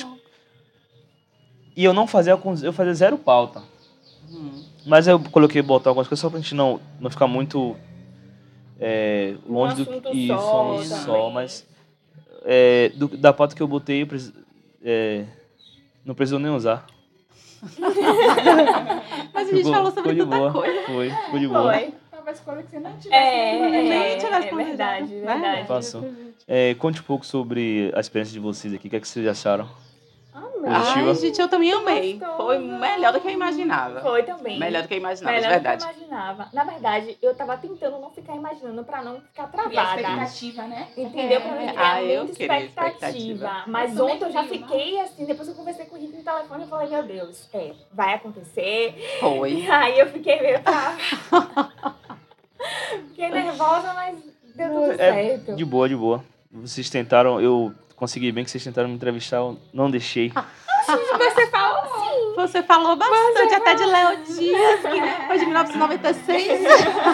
E eu não fazia... Eu fazia 0 pauta. Mas eu botar algumas coisas só pra gente não ficar muito... longe do que só, mas da pauta que eu botei, não precisou nem usar. Mas a gente falou sobre tanta coisa. Ficou de boa. Talvez coisa que você não tivesse verdade. Passou. Conte um pouco sobre a experiência de vocês aqui. O que é que vocês acharam? Ai, gente, eu também amei. Foi melhor do que eu imaginava. Foi também. Melhor do que eu imaginava, de verdade. Na verdade, eu tava tentando não ficar imaginando pra não ficar travada. Expectativa, né? Entendeu? Pra não criar muita expectativa. Mas ontem eu já fiquei assim, depois eu conversei com o Rick no telefone e falei, meu Deus, vai acontecer. Foi. Aí eu fiquei meio Fiquei nervosa, mas deu tudo certo. De boa. Vocês tentaram, eu consegui bem que vocês tentaram me entrevistar, eu não deixei. Você falou sim. Você falou bastante, até de Léo Dias, que foi de 1996.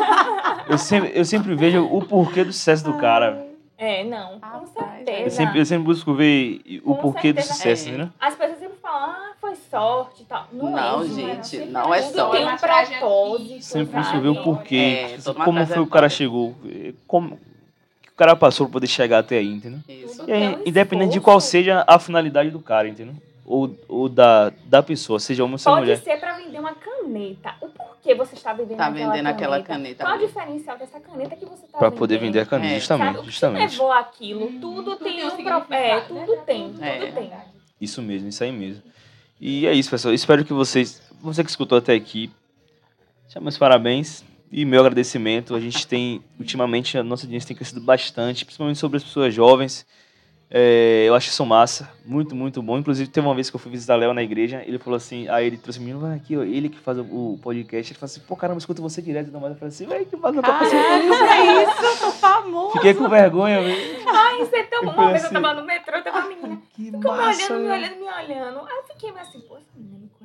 Eu sempre vejo o porquê do sucesso do cara. Com certeza. Eu sempre busco ver o porquê do sucesso, né? As pessoas sempre falam, foi sorte e tal. Não, gente, não é só. sorte. Tem um propósito. Sempre busco ver o porquê. Como foi o cara chegou. Como o cara passou pra poder chegar até aí, entendeu? Isso. E aí, independente de qual seja a finalidade do cara, entendeu? Ou da pessoa, seja homem ou seja mulher. Pode ser pra vender uma caneta. O porquê você está vendendo aquela caneta? Qual o diferencial dessa caneta que você está vendendo? Pra poder vender a caneta, justamente. O que levou aquilo? Tudo tem um propósito. Tudo tem. Isso mesmo, isso aí mesmo. E é isso, pessoal. Espero que você que escutou até aqui, meus parabéns. E meu agradecimento. A gente tem, ultimamente, a nossa audiência tem crescido bastante, principalmente sobre as pessoas jovens. Eu acho isso massa, muito, muito bom. Inclusive, teve uma vez que eu fui visitar Léo na igreja, ele falou assim, aí ele trouxe o menino, vai aqui, ó, ele que faz o podcast, ele falou assim, pô, caramba, escuta você direto, eu falei assim, velho, que massa, eu tô passando isso, eu tô famoso. Fiquei com vergonha, velho. Ai, isso é tão bom. Uma vez eu tava no metrô, tava uma menina, ficou me olhando. Aí eu fiquei meio assim, pô, essa menina me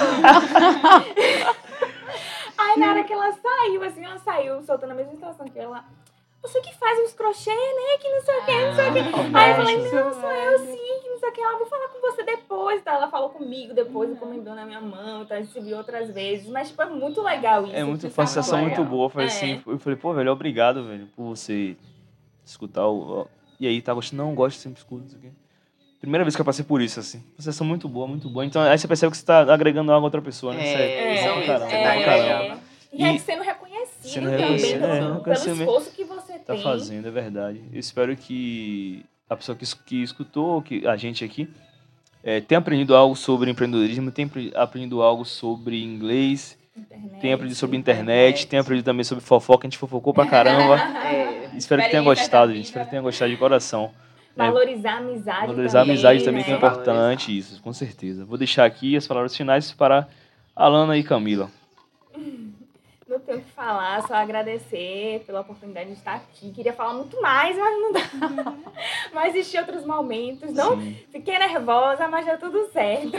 conhece. Aí na hora que ela saiu soltando a mesma situação que ela... Você que faz uns crochê, né? Que não sei o que. Aí eu falei, não, sou eu sim, que não sei o que. Ela, vou falar com você depois, tá? Ela falou comigo depois, encomendou na minha mão, tá? A gente se viu outras vezes. Mas, tipo, é muito legal isso. Uma sensação muito boa. Eu falei, pô, velho, obrigado, velho, por você escutar E aí, tá gostando? Não, gosto, sempre escuto, não sei o quê. Primeira vez que eu passei por isso, assim. Uma sensação muito boa, muito boa. Então, aí você percebe que você tá agregando algo a outra pessoa, né? Isso mesmo. E sendo reconhecido também pelo esforço que você tá fazendo, é verdade. Eu espero que a pessoa que escutou, que a gente aqui, tenha aprendido algo sobre empreendedorismo, tenha aprendido algo sobre inglês Tem aprendido sobre internet, tem aprendido também sobre fofoca, a gente fofocou pra caramba. Espero que tenha gostado, gente. Espero que tenha gostado de coração. Valorizar a amizade. Valorizar a amizade também, que é importante, isso, com certeza. Vou deixar aqui as palavras finais para Alana e Camila. Não tenho o que falar, só agradecer pela oportunidade de estar aqui. Queria falar muito mais, mas não dá. Mas existem outros momentos. Não, fiquei nervosa, mas deu tudo certo.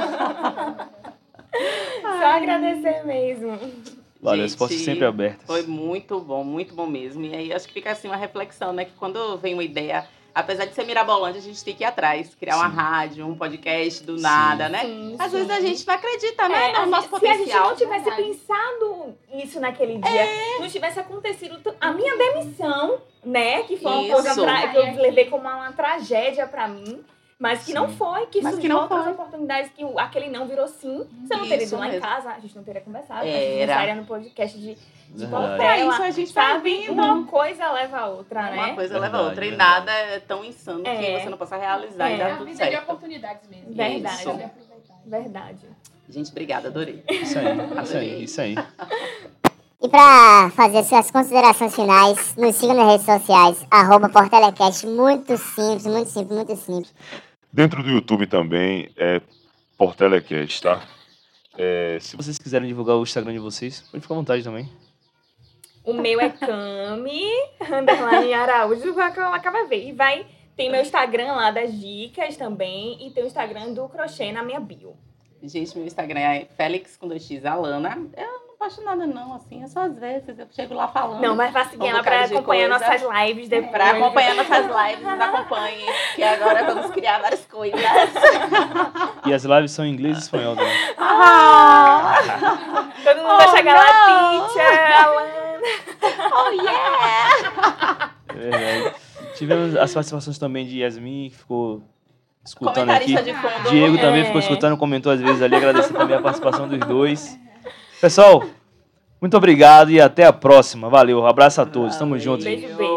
Só agradecer mesmo. Valeu, as portas sempre abertas. Foi muito bom mesmo. E aí acho que fica assim uma reflexão, né? Que quando vem uma ideia, apesar de ser mirabolante, a gente tem que ir atrás, criar uma rádio, um podcast do nada, né? Às vezes a gente não acredita, né? No nosso potencial. Se a gente não tivesse pensado isso naquele dia, não tivesse acontecido a minha demissão, né? Que foi uma coisa que eu levei como uma tragédia pra mim. Mas que não foi, que surgiu outras oportunidades, que aquele não virou sim. Você não teria ido lá em casa, a gente não teria conversado. A gente estaria no podcast de Portela. Isso a gente sabe. Uma coisa leva a outra, né? Uma coisa leva a outra. E nada é tão insano que você não possa realizar e dar tudo certo. De oportunidades mesmo. Verdade. Gente, obrigada, adorei. Isso aí. E para fazer suas considerações finais, nos siga nas redes sociais, @PortelaCast, muito simples. Dentro do YouTube também é PortelaCast, tá? Se vocês quiserem divulgar o Instagram de vocês, pode ficar à vontade também. O meu é Cami_Araújo, acaba de ver. E tem meu Instagram lá das dicas também, e tem o Instagram do crochê na minha bio. Gente, meu Instagram é Félix com 2x Alana. Eu não posto nada não, assim, é só às vezes eu chego lá falando. Não, mas vá seguir ela pra acompanhar nossas lives depois. Pra acompanhar nossas lives, nos acompanhe, que agora vamos criar várias coisas. E as lives são em inglês e espanhol também. Todo mundo vai chegar lá, teacher, Alana. Oh, yeah! É verdade. Tivemos as participações também de Yasmin, que ficou escutando aqui. De fundo. Diego também ficou escutando, comentou às vezes ali, agradecer também a participação dos dois. Pessoal, muito obrigado e até a próxima. Valeu, abraço a todos, tamo junto. Beijo.